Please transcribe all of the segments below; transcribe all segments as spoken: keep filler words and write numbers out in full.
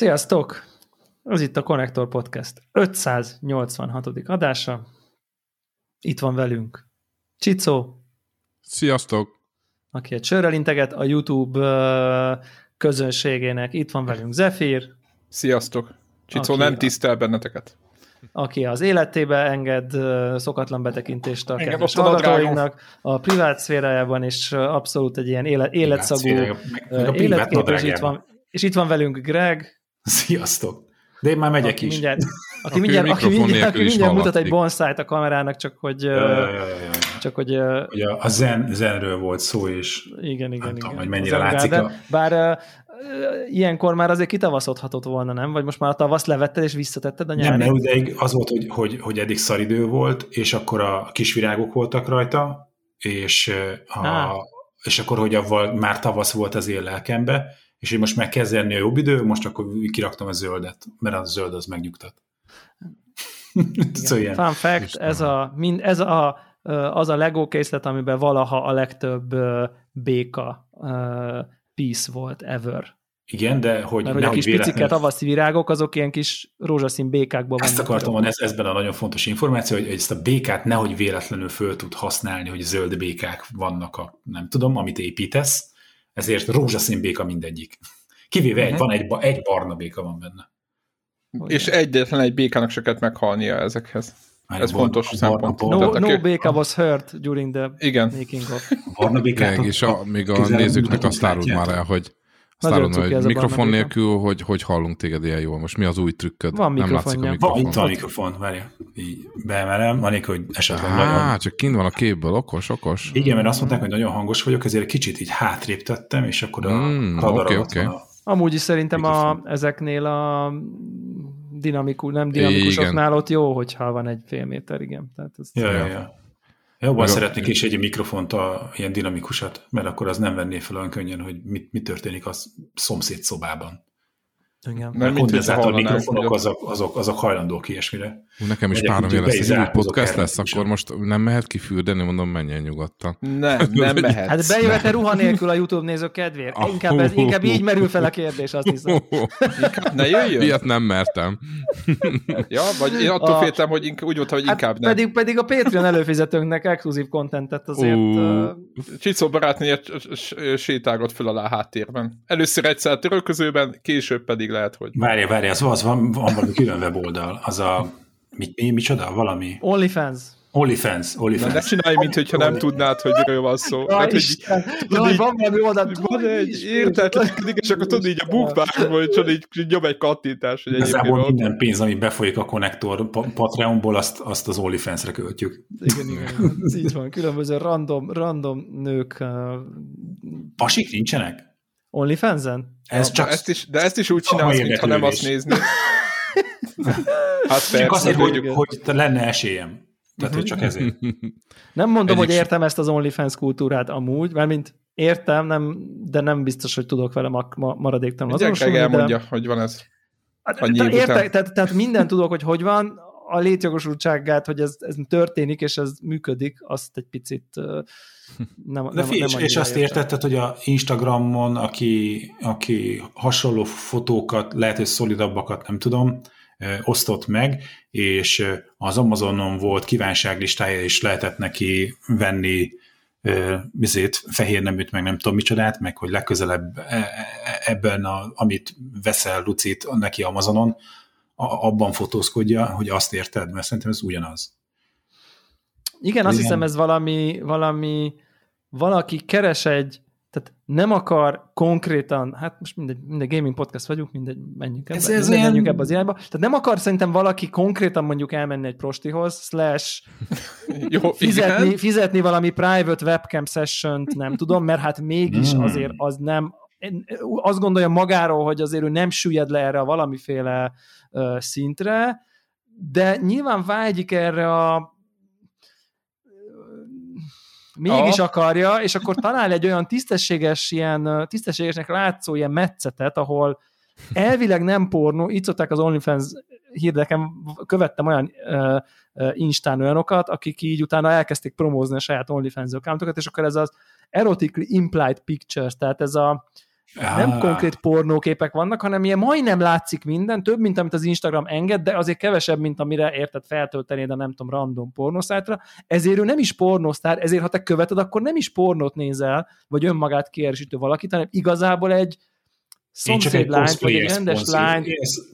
Sziasztok! Ez itt a Konnektor Podcast ötszáznyolcvanhatodik adása. Itt van velünk Csicó. Sziasztok! Aki egy sörrel integet a YouTube közönségének. Itt van velünk Zephyr. Sziasztok! Csicó nem tisztel benneteket. Aki az életébe enged szokatlan betekintést a kedves hallgatóinknak a privát szférájában, és abszolút egy ilyen élet, életszagú életkép, és itt van, és itt van velünk Greg. Sziasztok! De én már megyek aki is. Mindjárt, aki, mindjárt, aki mindjárt, aki mindjárt mutat egy bonszájt a kamerának, csak hogy... Ja, ja, ja, ja. Csak hogy... Ugye a zen, zenről volt szó, és igen, igen, nem igen. tudom, hogy mennyire látszik a... Bár uh, ilyenkor már azért kitavaszodhatott volna, nem? Vagy most már a tavaszt levetted, és visszatetted a nyári? Nem, nem, de az volt, hogy, hogy, hogy eddig szaridő volt, és akkor a kis virágok voltak rajta, és, a, ah. és akkor, hogy avval már tavasz volt az én lelkembe, és hogy most megkezdeni a jobb idő, most akkor kiraktam a zöldet, mert a zöld az megnyugtat. Szóval fun fact, ez, a, mind, ez a, az a Lego készlet, amiben valaha a legtöbb béka piece volt ever. Igen, de hogy... Mert hogy a kis véletlenül... picike tavaszi virágok, azok ilyen kis rózsaszín békákban vannak. Ezt akartam mondani, ez, ezben a nagyon fontos információ, hogy ezt a békát nehogy véletlenül föl tud használni, hogy zöld békák vannak a, nem tudom, amit építesz, ezért rózsaszín béka mindegyik. Kivéve uh-huh. egy, van egy, egy barna béka van benne. És egyetlen egy békának se kellett meghalnia ezekhez. Már Ez fontos szempont. No, no aki... béka was hurt during the Igen. making of. Barna békát. És a, még a nézőknek azt áruld már el, hogy, azt áruld már, hogy mikrofon nélkül, hogy, hogy hallunk téged ilyen jól. Most mi az új trükköd? Van Nem látszik a mikrofon. Van itt a mikrofon, várja. Így beemelem, anélkül, hogy esetleg Á, nagyon... csak kint van a képből, okos, okos. Igen, mert azt mondták, hogy nagyon hangos vagyok, ezért kicsit így hátrébb tettem, és akkor a mm, radarokat okay, okay. Amúgy is szerintem a, ezeknél a dinamikus, nem dinamikusoknál ott jó, hogyha van egy fél méter, igen. Tehát ez ja, ja, ja. Jobban szeretnék is egy mikrofont, a, ilyen dinamikusat, mert akkor az nem venné fel olyan könnyen, hogy mit, mi történik a szomszéd szobában. Igen. Mert kondenzátor mikrofonok azok, azok, azok hajlandók ilyesmire. Nekem is párom jel lesz, egy új podcast lesz, akkor most nem mehet kifürdeni, mondom, menjen nyugodtan. Nem, nem mehet. Hát bejöhetne ruha nélkül a YouTube néző kedvéért. Inkább, ez, inkább így merül fel a kérdés, azt hiszem. Ne jöjjön. Ilyet nem mertem. Ja, vagy én attól a... féltem, hogy inkább, úgy voltam, hogy inkább hát nem. Pedig, pedig a Patreon előfizetőnknek exkluzív contentet azért... Uh. Csicó barátnője sétálgott föl alá háttérben. Először egyszer törölközőben, később pedig lehet, hogy... Várja, várja, az, az van, van valami külön weboldal, az a... Mi, mi, micsoda? Valami... OnlyFans. OnlyFans. OnlyFans. Na, ne csinálj, mintha nem tudnád, hogy miről van szó. Ja, hát, hogy tudod, így, van valami oldal. Van egy értetlen, és akkor tudod így a bookmarkból, hogy csak így nyom egy kattintás. Hogy igazából minden pénz, ami befolyik a Konnektor Patreonból, azt, azt az OnlyFans-re költjük. Igen, igen. Így van. Különböző random, random nők. Uh... Pasik nincsenek? OnlyFans-en? Ez csak... ezt is, de ezt is úgy csinálsz, mintha nem azt nézni. Hát csak azért, hogy, hogy lenne esélyem. Tehát, hogy csak ezért. Nem mondom, Egyik hogy értem ezt az OnlyFans kultúrát amúgy, mert mint értem, nem, de nem biztos, hogy tudok vele ma, ma, maradéktalanul azonosulni. Gyerek elmondja, de... hogy van ez. Értek, tehát, tehát minden tudok, hogy hogy van, a létjogosultságát, hogy ez, ez történik, és ez működik, azt egy picit nem, de figyelj, nem és azt értetted, hogy a Instagramon, aki, aki hasonló fotókat, lehet, hogy szolidabbakat, nem tudom, osztott meg, és az Amazonon volt kívánságlistája, és lehetett neki venni bizét, fehér neműt, meg nem tudom micsodát, meg hogy legközelebb ebben, a, amit veszel Lucit neki Amazonon, abban fotózkodja, hogy azt érted, mert szerintem ez ugyanaz. Igen, azt Igen. hiszem ez valami, valami valaki keres egy, tehát nem akar konkrétan, hát most mindegy, mindegy gaming podcast vagyunk, mindegy, menjünk ebbe, ez, ez mindegy, menjünk ebbe az irányba. Tehát nem akar szerintem valaki konkrétan mondjuk elmenni egy prostihoz, slash Jó, fizetni, fizetni valami private webcam session-t, nem tudom, mert hát mégis mm. azért az nem, azt gondolja magáról, hogy azért ő nem süllyed le erre a valamiféle uh, szintre, de nyilván vágyik erre a mégis ah. akarja, és akkor talál egy olyan tisztességes, ilyen, tisztességesnek látszó ilyen metszetet, ahol elvileg nem pornó, így szokták az OnlyFans hírdekem, követtem olyan uh, uh, instán olyanokat, akik így utána elkezdték promózni a saját OnlyFans accountokat, és akkor ez az erotically implied pictures, tehát ez a nem ah. konkrét pornóképek vannak, hanem ilyen majdnem látszik minden, több, mint amit az Instagram enged, de azért kevesebb, mint amire érted feltöltenéd a nem tudom, random pornószájtra, ezért ő nem is pornósztár, ezért ha te követed, akkor nem is pornót nézel, vagy önmagát kierősítő valakit, hanem igazából egy szomszédlányt, vagy egy rendes lányt.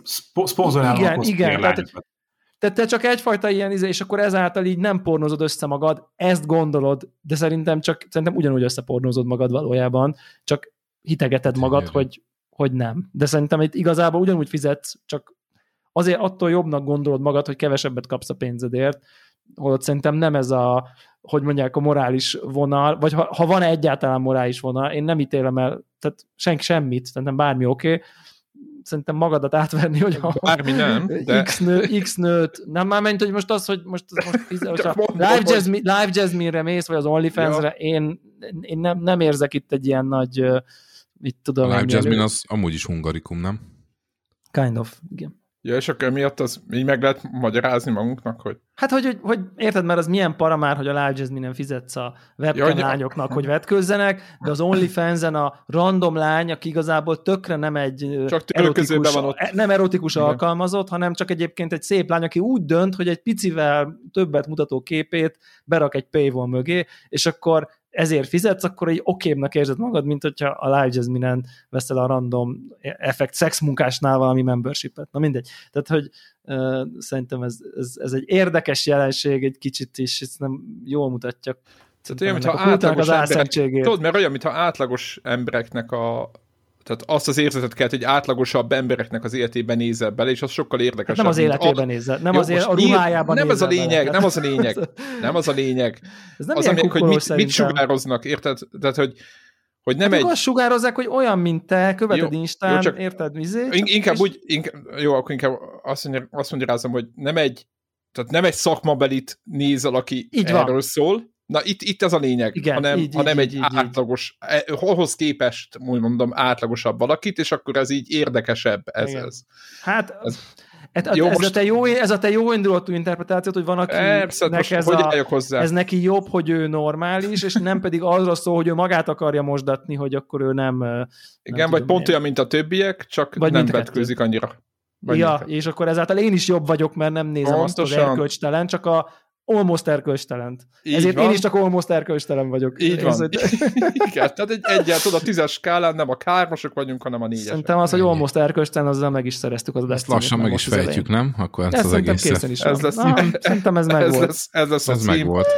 Igen, igen, tehát te, te csak egyfajta ilyen, és akkor ezáltal így nem pornózod össze magad, ezt gondolod, de szerintem csak szerintem ugyanúgy összepornózod magad valójában, csak hitegeted magad, hogy, hogy nem. De szerintem itt igazából ugyanúgy fizetsz, csak azért attól jobbnak gondolod magad, hogy kevesebbet kapsz a pénzedért, holott szerintem nem ez a, hogy mondják, a morális vonal, vagy ha, ha van egyáltalán morális vonal, én nem ítélem el, tehát senki semmit, szerintem bármi oké, okay. Szerintem magadat átverni, hogy ha bármi nem, de... X, nő, X nőt, nem már ment, hogy most az, hogy most, most fizet, ha Live, Jasmine, Live Jasmine-re mész, vagy az OnlyFans-re, ja. én, én nem, nem érzek itt egy ilyen nagy, mit tudom. A Live Jasmine az amúgy is hungarikum, nem? Kind of, igen. Ja, és akkor miatt az így meg lehet magyarázni magunknak, hogy... Hát, hogy, hogy, hogy érted, mert az milyen para már, hogy a Live Jasmine-en fizetsz a webcam ja, lányoknak, hogy vetkőzzenek, de az OnlyFans-en a random lány, aki igazából tökre nem egy erotikus, van ott. nem erotikus igen. alkalmazott, hanem csak egyébként egy szép lány, aki úgy dönt, hogy egy picivel többet mutató képét berak egy paywall mögé, és akkor ezért fizetsz, akkor egy okébbnek érzed magad, mint hogyha a Live Jasmine-en veszel a random effekt szexmunkásnál valami membership-et. Na mindegy. Tehát, hogy uh, szerintem ez, ez, ez egy érdekes jelenség egy kicsit is, ez nem jól mutatja. Tehát olyan, mintha átlagos emberek, tudod, mert olyan, mintha átlagos embereknek a tehát azt az érzetet kell, hogy átlagosabb embereknek az életében nézel bele, és az sokkal érdekesebb. Hát nem az életében a... nézel, nem jó, azért a ruhájában nem az a lényeg, bele. nem az a lényeg, nem az a lényeg. Ez nem az, ilyen hogy mit, mit sugároznak, érted? Tehát, hogy, hogy nem hát egy... azt sugározzák, hogy olyan, mint te, követed jó, Instán, jó, csak érted, mizé? Inkább és... úgy, inkább, jó, akkor inkább azt, mondja, azt magyarázom, hogy nem egy, tehát nem egy szakmabelit nézel, aki így erről van. szól. Na, itt, itt ez a lényeg, igen, hanem, így, hanem így, egy így, átlagos, így. holhoz képest, úgy mondom, átlagosabb valakit, és akkor ez így érdekesebb. Ez, ez. Hát, ez, ez, jó, ez, most... a te jó, ez a te jó indulatú interpretációt, hogy van, akinek ez, ez neki jobb, hogy ő normális, és nem pedig arra szól, hogy ő magát akarja mosdatni, hogy akkor ő nem... nem igen, vagy pont olyan, mint a többiek, csak vagy nem vetkőzik annyira. Vagy ja, mindkettő. És akkor ezáltal én is jobb vagyok, mert nem nézem Pontosan. azt az erkölcstelen, csak a almost erkölcstelent. Ezért van. Én is csak almost erkölcstelen vagyok. Így van. Hogy... Igen, tehát egy egyet, tudod, a tízes skálán nem a kármosok vagyunk, hanem a négyesek. Szerintem az, hogy almost erkölcstelen, azzal meg is szereztük az Ezt lassan meg is fejtjük, nem? Akkor ezt, ezt az egészet. Is ez lesz, Na, szerintem ez meg ez volt. Lesz, ez lesz ez meg volt.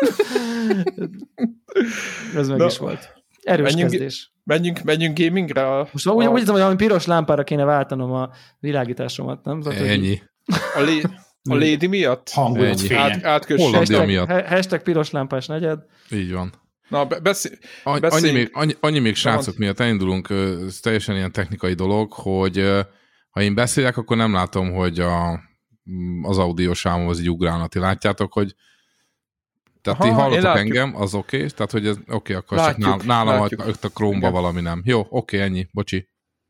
ez meg Na. is volt. Erős menjünk, kezdés. Menjünk, menjünk gamingre. A, Most úgy, a... úgy hiszem, hogy valami piros lámpára kéne váltanom a világításomat, nem? Tehát, Ennyi. A lé... A Lady miatt? Hangulatfénye. Át, Hollandia miatt. Hashtag piros lámpás negyed. Így van. Na, beszél, annyi, még, annyi, annyi még srácok miatt elindulunk, ez teljesen ilyen technikai dolog, hogy ha én beszélek, akkor nem látom, hogy a, az audiósámom az így ugrálna. Ti látjátok, hogy tehát Aha, ti hallotok engem, az oké, okay, tehát hogy ez oké, okay, akkor látjuk, csak nálam látjuk. a, a Chrome-ba valami nem. Jó, oké, okay, ennyi, bocsi.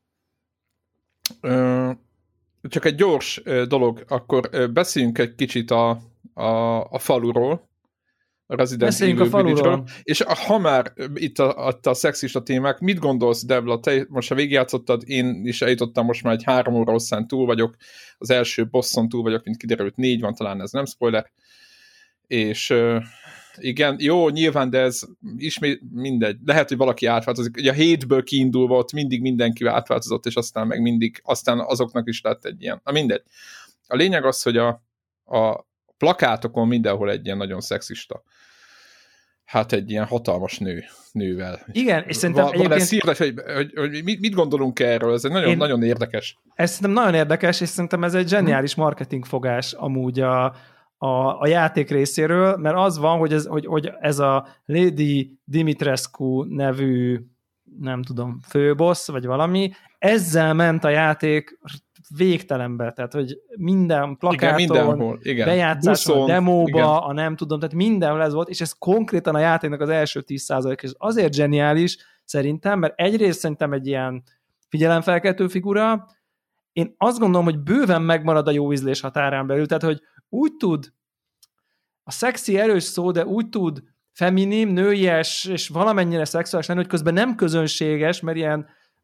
Ö, csak egy gyors dolog, akkor beszéljünk egy kicsit a, a, a faluról, a Resident Evil Village-ről, és ha már itt a, a, a szexista témák, mit gondolsz, Devla, te most ha végigjátszottad, én is eljutottam, most már egy három óra hosszán túl vagyok, az első bosson túl vagyok, mint kiderült, négy van, talán ez nem spoiler, és igen, jó, nyilván, de ez ismét mindegy. Lehet, hogy valaki átváltozik. Ugye a hétből kiindulva ott mindig mindenki átváltozott, és aztán meg mindig, aztán azoknak is lett egy ilyen. Na mindegy. A lényeg az, hogy a, a plakátokon mindenhol egy ilyen nagyon szexista. Hát egy ilyen hatalmas nő, nővel. Igen, és szerintem van, egyébként... Van ez híres, hogy, hogy, hogy mit, mit gondolunk erről? Ez egy nagyon, Én... nagyon érdekes. Ez szerintem nagyon érdekes, és szerintem ez egy zseniális marketingfogás amúgy a A, a játék részéről, mert az van, hogy ez, hogy, hogy ez a Lady Dimitrescu nevű, nem tudom, főbossz, vagy valami, ezzel ment a játék végtelenbe, tehát, hogy minden plakáton, igen, mindenhol, igen. bejátszáson, Buszon, a demóba, igen. a nem tudom, tehát mindenhol ez volt, és ez konkrétan a játéknak az első tíz százalék, és azért zseniális szerintem, mert egyrészt szerintem egy ilyen figyelemfelkeltő figura, én azt gondolom, hogy bőven megmarad a jó ízlés határán belül, tehát, hogy úgy tud, a szexi erős szó, de úgy tud feminim, nőies, és valamennyire szexuális lenni, hogy közben nem közönséges, mert ilyen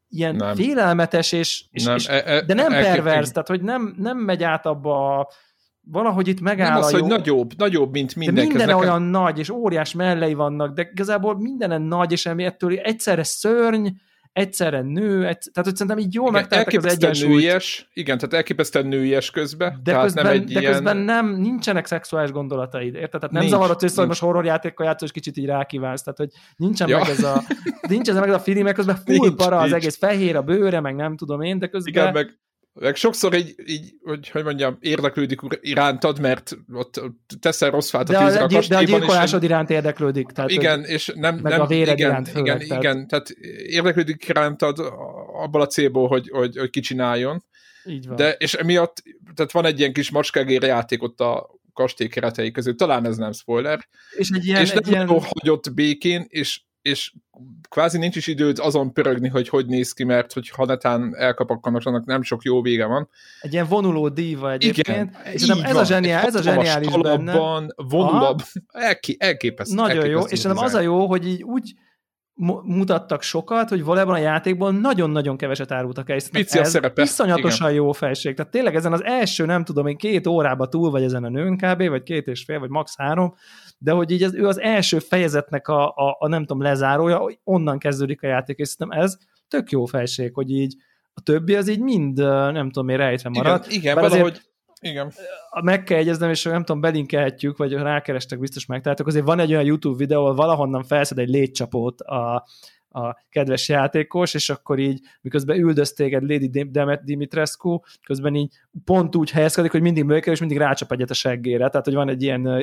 ilyen nem. félelmetes, és, és, nem. és E, e, de nem e, pervers, e, tehát hogy nem, nem megy át abba a, valahogy itt megáll nem az, a jó. hogy nagyobb, nagyobb, mint minden. De minden nekem... olyan nagy, és óriás mellei vannak, de igazából mindenen nagy, és emi ettől egyszerre szörny, egyszerre nő, egy, tehát hogy szerintem így jól megtalálták az egyensúlyt. Nőies, igen, tehát elképesztően nőies közben. De, tehát közben, nem egy de ilyen... közben nem, nincsenek szexuális gondolataid, érted? Tehát nem nincs, zavarod össze, hogy most nincs. horrorjátékkal játszol, és kicsit így rákívánsz, tehát hogy nincsen ja. meg ez a, nincsen meg ez a feeling, meg közben full nincs, para az nincs. egész, fehér a bőre, meg nem tudom én, de közben... Igen, meg, meg sokszor így, így hogy, hogy mondjam, érdeklődik irántad, mert ott teszel rossz fát a de tűzre a, a, de a gyilkolásod és, iránt érdeklődik. Tehát, igen, és nem... meg nem a véred igen, iránt főleg, igen, tehát... igen, tehát érdeklődik irántad abból a célból, hogy, hogy, hogy kicsináljon. Így van. De, és emiatt, tehát van egy ilyen kis macskágér játék ott a kastély keretei között, talán ez nem spoiler, és, egy ilyen, és nem egy ilyen... hagyott békén, és, és kvázi nincs is időd azon pörögni, hogy hogy néz ki, mert hogy ha netán elkapakkanak, annak nem sok jó vége van. Egy ilyen vonuló díva egyébként. Igen, és ez a, zseniál, ez a zseniális benne. Vonulabb, elké, elképesztő. Nagyon elképesztő jó, és szerintem az a jó, hogy így úgy mutattak sokat, hogy valójában a játékból nagyon-nagyon keveset árultak el. Pici a ez szerepe. iszonyatosan Igen. jó felség. Tehát tényleg ezen az első, nem tudom én, két órába túl vagy ezen a nőn kb, vagy két és fél, vagy max három, de hogy így ez, ő az első fejezetnek a, a, a nem tudom, lezárója, hogy onnan kezdődik a játék, és szerintem ez tök jó felség, hogy így a többi az így mind, nem tudom én, rejtve marad. Igen, igen valahogy igen. Meg kell jegyeznem, és nem tudom, belinkelhetjük, vagy rákerestek, biztos megtaláltok. Azért van egy olyan YouTube videó, ahol valahonnan felszed egy létcsapót a, a kedves játékos, és akkor így, miközben üldöz téged Lady Dimitrescu, közben így pont úgy helyezkedik, hogy mindig mögé, és mindig rácsap egyet a seggére. Tehát, hogy van egy ilyen...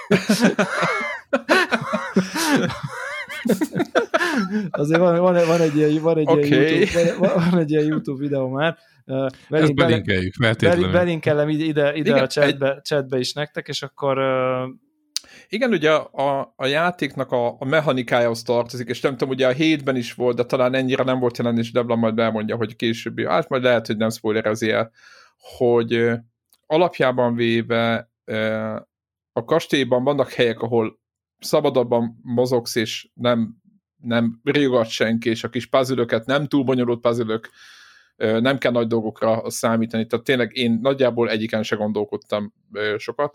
Azért van, van, van egy ilyen, van egy okay. ilyen YouTube, van, van egy ilyen YouTube videó már. Uh, Ezt belinkeljük, feltétlenül. Belinkelem ide, ide igen, a chatbe, egy... chatbe is nektek, és akkor... Uh... Igen, ugye a, a, a játéknak a, a mechanikájához tartozik, és nem tudom, ugye a hétben is volt, de talán ennyire nem volt jelen, és Debla majd elmondja, hogy későbbi, hát majd lehet, hogy nem spoilerezi el, hogy uh, alapjában véve uh, a kastélyban vannak helyek, ahol szabadabban mozogsz, és nem, nem riogat senki, és a kis puzzle-öket, nem túl bonyolult puzzle-ök, nem kell nagy dolgokra számítani, tehát tényleg én nagyjából egyiken se gondolkodtam sokat.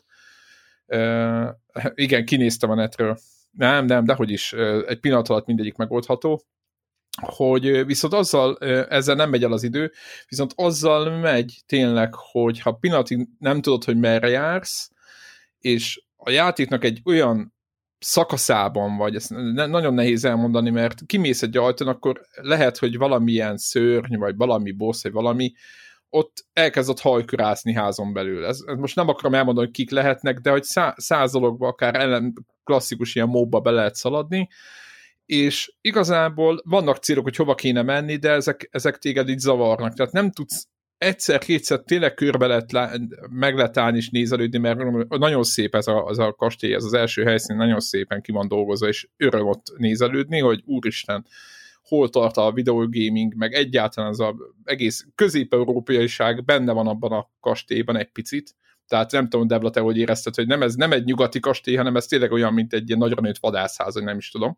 Igen, kinéztem a netről. Nem, nem, dehogy is, egy pillanat alatt mindegyik megoldható, hogy viszont azzal, ezzel nem megy el az idő, viszont azzal megy tényleg, hogy ha pillanatig nem tudod, hogy merre jársz, és a játéknak egy olyan szakaszában vagy, ezt nagyon nehéz elmondani, mert kimész egy ajtón, akkor lehet, hogy valamilyen szörny, vagy valami boss, vagy valami, ott elkezdett hajkurászni házon belül. Ez, ez most nem akarom elmondani, hogy kik lehetnek, de hogy szá, százalogba, akár ellen klasszikus ilyen módba be lehet szaladni, és igazából vannak célok, hogy hova kéne menni, de ezek, ezek téged így zavarnak. Tehát nem tudsz egyszer-kétszer tényleg körbe lehet lá- meg lehet állni és nézelődni, mert nagyon szép ez a, ez a kastély, ez az első helyszín, nagyon szépen ki van dolgozva, és öröm ott nézelődni, hogy úristen, hol tart a videogaming, meg egyáltalán az a egész közép-európaiság benne van abban a kastélyban egy picit. Tehát nem tudom, Debla, te hogy érezted, hogy nem ez nem egy nyugati kastély, hanem ez tényleg olyan, mint egy ilyen nagyra nőtt vadászház, hogy nem is tudom.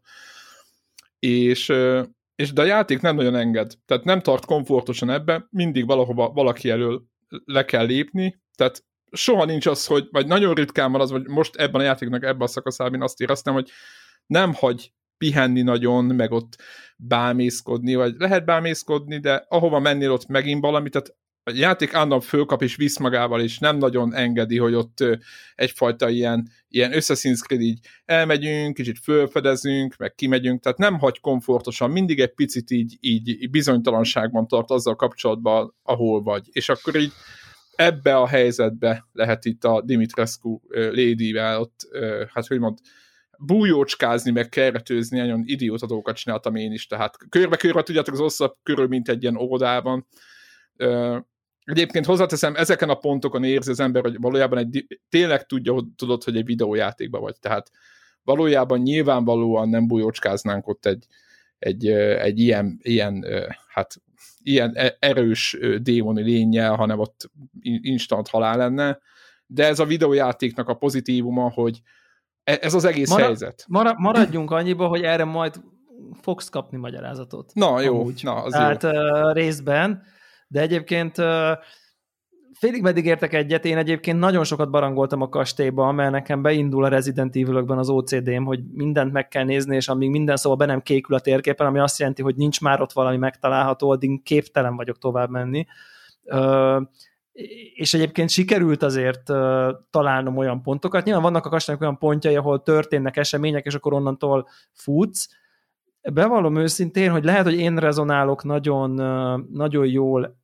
És És de a játék nem nagyon enged, tehát nem tart komfortosan ebbe, mindig valahova valaki elől le kell lépni, tehát soha nincs az, hogy, vagy nagyon ritkán van az, vagy most ebben a játéknak ebben a szakaszában azt éreztem, hogy nem hagy pihenni nagyon, meg ott bámészkodni, vagy lehet bámészkodni, de ahova mennél ott megint valami, tehát a játék állandóan fölkap és visz magával, és nem nagyon engedi, hogy ott egyfajta ilyen, ilyen összeszínszkrid így elmegyünk, kicsit fölfedezünk, meg kimegyünk, tehát nem hagy komfortosan, mindig egy picit így, így bizonytalanságban tart azzal kapcsolatban, ahol vagy. És akkor így ebbe a helyzetbe lehet itt a Dimitrescu Lady-vel ott, hát hogy mond, bújócskázni, meg keretőzni, nagyon idióta dolgokat csináltam én is, tehát körbe-körbe tudjátok az osszabb körül, mint egy ilyen óvodában. Egyébként hozzáteszem, ezeken a pontokon érzi az ember, hogy valójában egy, tényleg tudja, hogy tudod, hogy egy videójátékban vagy. Tehát valójában nyilvánvalóan nem bújócskáznánk ott egy, egy, egy ilyen, ilyen, hát, ilyen erős démoni lénnyel, hanem ott instant halál lenne. De ez a videójátéknak a pozitívuma, hogy ez az egész Mara, helyzet. Mara, maradjunk annyiba, hogy erre majd fogsz kapni magyarázatot. Na jó, amúgy. na az Tehát jó. Uh, részben, de egyébként uh, félig meddig értek egyet, én egyébként nagyon sokat barangoltam a kastélyba, mert nekem beindul a Resident Evil-ökben az o cé dém, hogy mindent meg kell nézni, és amíg minden szóval be nem kékül a térképen, ami azt jelenti, hogy nincs már ott valami megtalálható, addig képtelen vagyok tovább menni. Uh, és egyébként sikerült azért uh, találnom olyan pontokat. Nyilván vannak a kastélynak olyan pontjai, ahol történnek események, és akkor onnantól futsz. Bevallom őszintén, hogy lehet, hogy én rezonálok nagyon, uh, nagyon jól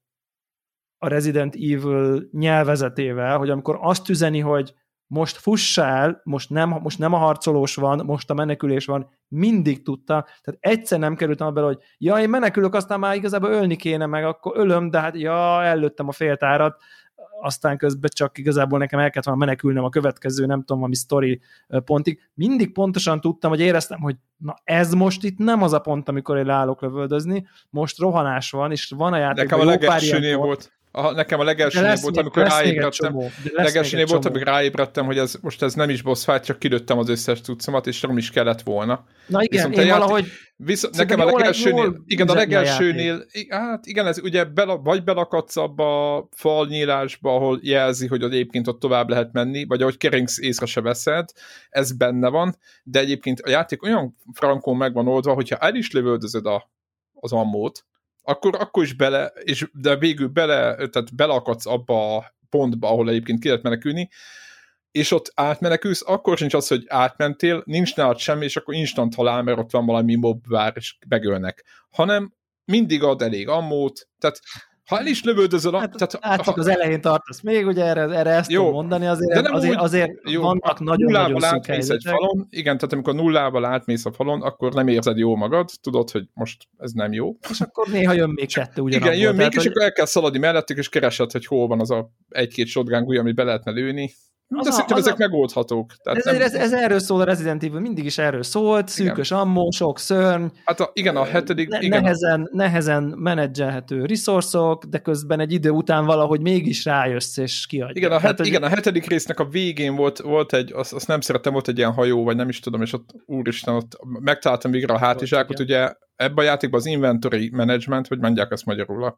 a Resident Evil nyelvezetével, hogy amikor azt üzeni, hogy most fussál, most nem, most nem a harcolós van, most a menekülés van, mindig tudta, tehát egyszer nem kerültem bele, hogy ja, én menekülök, aztán már igazából ölni kéne, meg akkor ölöm, de hát ja, ellőttem a féltárat, aztán közben csak igazából nekem el kellett volna menekülnem a következő, nem tudom, valami sztori pontig. Mindig pontosan tudtam, hogy éreztem, hogy na ez most itt nem az a pont, amikor én leállok lövöldözni, most rohanás van, és van a játékban jó pár ilyen volt. A, nekem a legelsőnél volt, amikor ráébredtem, legelsőnél volt, amikor ráébredtem, hogy ez, most ez nem is boss fight, csak kilőttem az összes cuccomat, és nem is kellett volna. Na igen, viszont én játék, valahogy... Viszont nekem a legelsőnél, igen, a legelsőnél, hát igen, ez ugye bela, vagy belakadsz abba a falnyílásba, ahol jelzi, hogy egyébként ott tovább lehet menni, vagy ahogy keringsz, észre se veszed, ez benne van, de egyébként a játék olyan frankón meg van oldva, hogyha el is lövöldözöd a, az ammót, Akkor, akkor is bele, és de végül bele, tehát beleakadsz abba a pontba, ahol egyébként ki lehet menekülni, és ott átmenekülsz, akkor sincs az, hogy átmentél, nincs nálad semmi, és akkor instant halál, mert ott van valami mob vár, és megölnek. Hanem mindig ad elég ammót, tehát ha el is lövöldözöl... Hát, tehát, hát ha, az elején tartasz még, ugye erre, erre ezt jó, tudom mondani, azért, nem azért, úgy, azért jó, vannak nagyon-nagyon szűk egy falon, igen, tehát amikor nullával átmész a falon, akkor nem érzed jó magad, tudod, hogy most ez nem jó. És akkor néha jön még kettő ugyanabból. Igen, jön tehát, még, és hogy... akkor el kell szaladni mellettük, és keresed, hogy hol van az a egy-két shotgun gulya, amit be lehetne lőni. De szerintem ezek a... megoldhatók. Tehát ez, nem... ez, ez erről szól a Resident Evil, mindig is erről szólt, szűkös ammó, sok szörny. Hát a, igen, a hetedik... Ne, igen. Nehezen, nehezen menedzselhető resource-ok, de közben egy idő után valahogy mégis rájössz, és kiadja. Igen, a, het, hát, igen, a hetedik résznek a végén volt, volt egy, azt, azt nem szerettem, volt egy ilyen hajó, vagy nem is tudom, és ott úristen, ott megtaláltam végre a hátizsákot, ugye ebben a játékban az inventory management, hogy mondják ezt magyarul.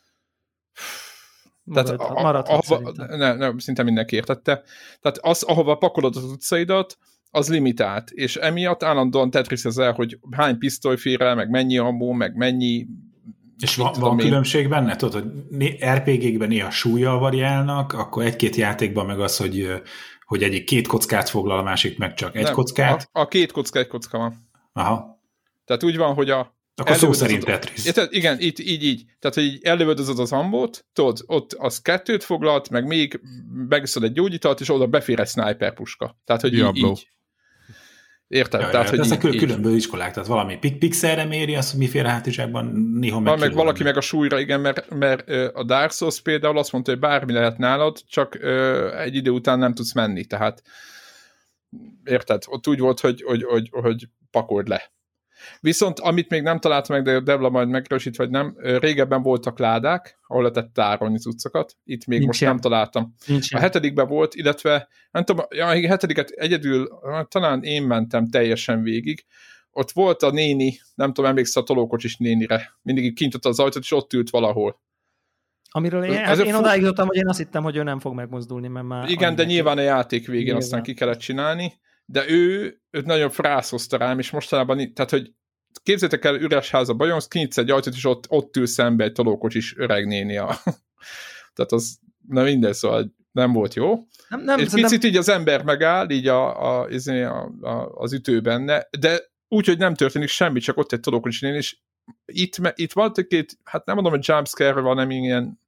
Tehát Maradhat, ahova, ne, ne, szinte mindenki értette. Tehát az, ahova pakolod az utcaidat, az limitált, és emiatt állandóan tetriszezel, hogy hány pisztoly fér el, meg mennyi ammó, meg mennyi... És van, van különbség benne? Tudod, hogy er pé gé-kben néha súlyjal variálnak, akkor egy-két játékban meg az, hogy, hogy egyik két kockát foglal, a másik meg csak egy Nem, kockát. A, a két kocka egy kocka van. Aha. Tehát úgy van, hogy a Akkor szó szerint Tetris. Az, igen, így, így, így. Tehát, hogy ellövöldözöd az ambót, tudod, ott az kettőt foglalt, meg még megiszod egy gyógyitalt, és oda befér egy sniper puska. Tehát, hogy így, így. Érted? Ja, tehát, ja, hogy ez így, a különböző iskolák, tehát valami pixelre méri azt, hogy mi fér a hátizsákban, néha meg, meg valaki meg a súlyra, igen, mert, mert a Dark Souls például azt mondta, hogy bármi lehet nálad, csak egy idő után nem tudsz menni, tehát érted? Ott úgy volt, hogy, hogy, hogy, hogy pakold le. Viszont, amit még nem találtam meg, de Debla majd megerősít, vagy nem, régebben voltak ládák, ahol lehetett tárolni cuccokat, itt még Nincs most ilyen. nem találtam. Nincs a hetedikben volt, illetve, nem tudom, ja, a hetediket egyedül, talán én mentem teljesen végig, ott volt a néni, nem tudom, emlékszel a tolókocsis nénire, mindig kinyitott az ajtót, és ott ült valahol. Amiről én, ez én odáig jutottam, hogy én azt hittem, hogy ő nem fog megmozdulni, mert már... Igen, de nyilván a játék végén nyilván. Aztán ki kellett csinálni, de ő, őt nagyon frászozta rám, és mostanában, tehát, hogy képzeljétek el, üres ház a bajomsz, kinyitsz egy ajtót, és ott, ott ül szembe egy tolókocsis öreg néni. A... tehát az, na minden, szóval nem volt jó. Nem, nem, és picit nem... így az ember megáll, így a, a, a, a, az ütőben, de úgy, hogy nem történik semmi, csak ott egy tolókocsis néni, és itt, itt van egy, hát nem mondom, hogy jumpscare van, nem ilyen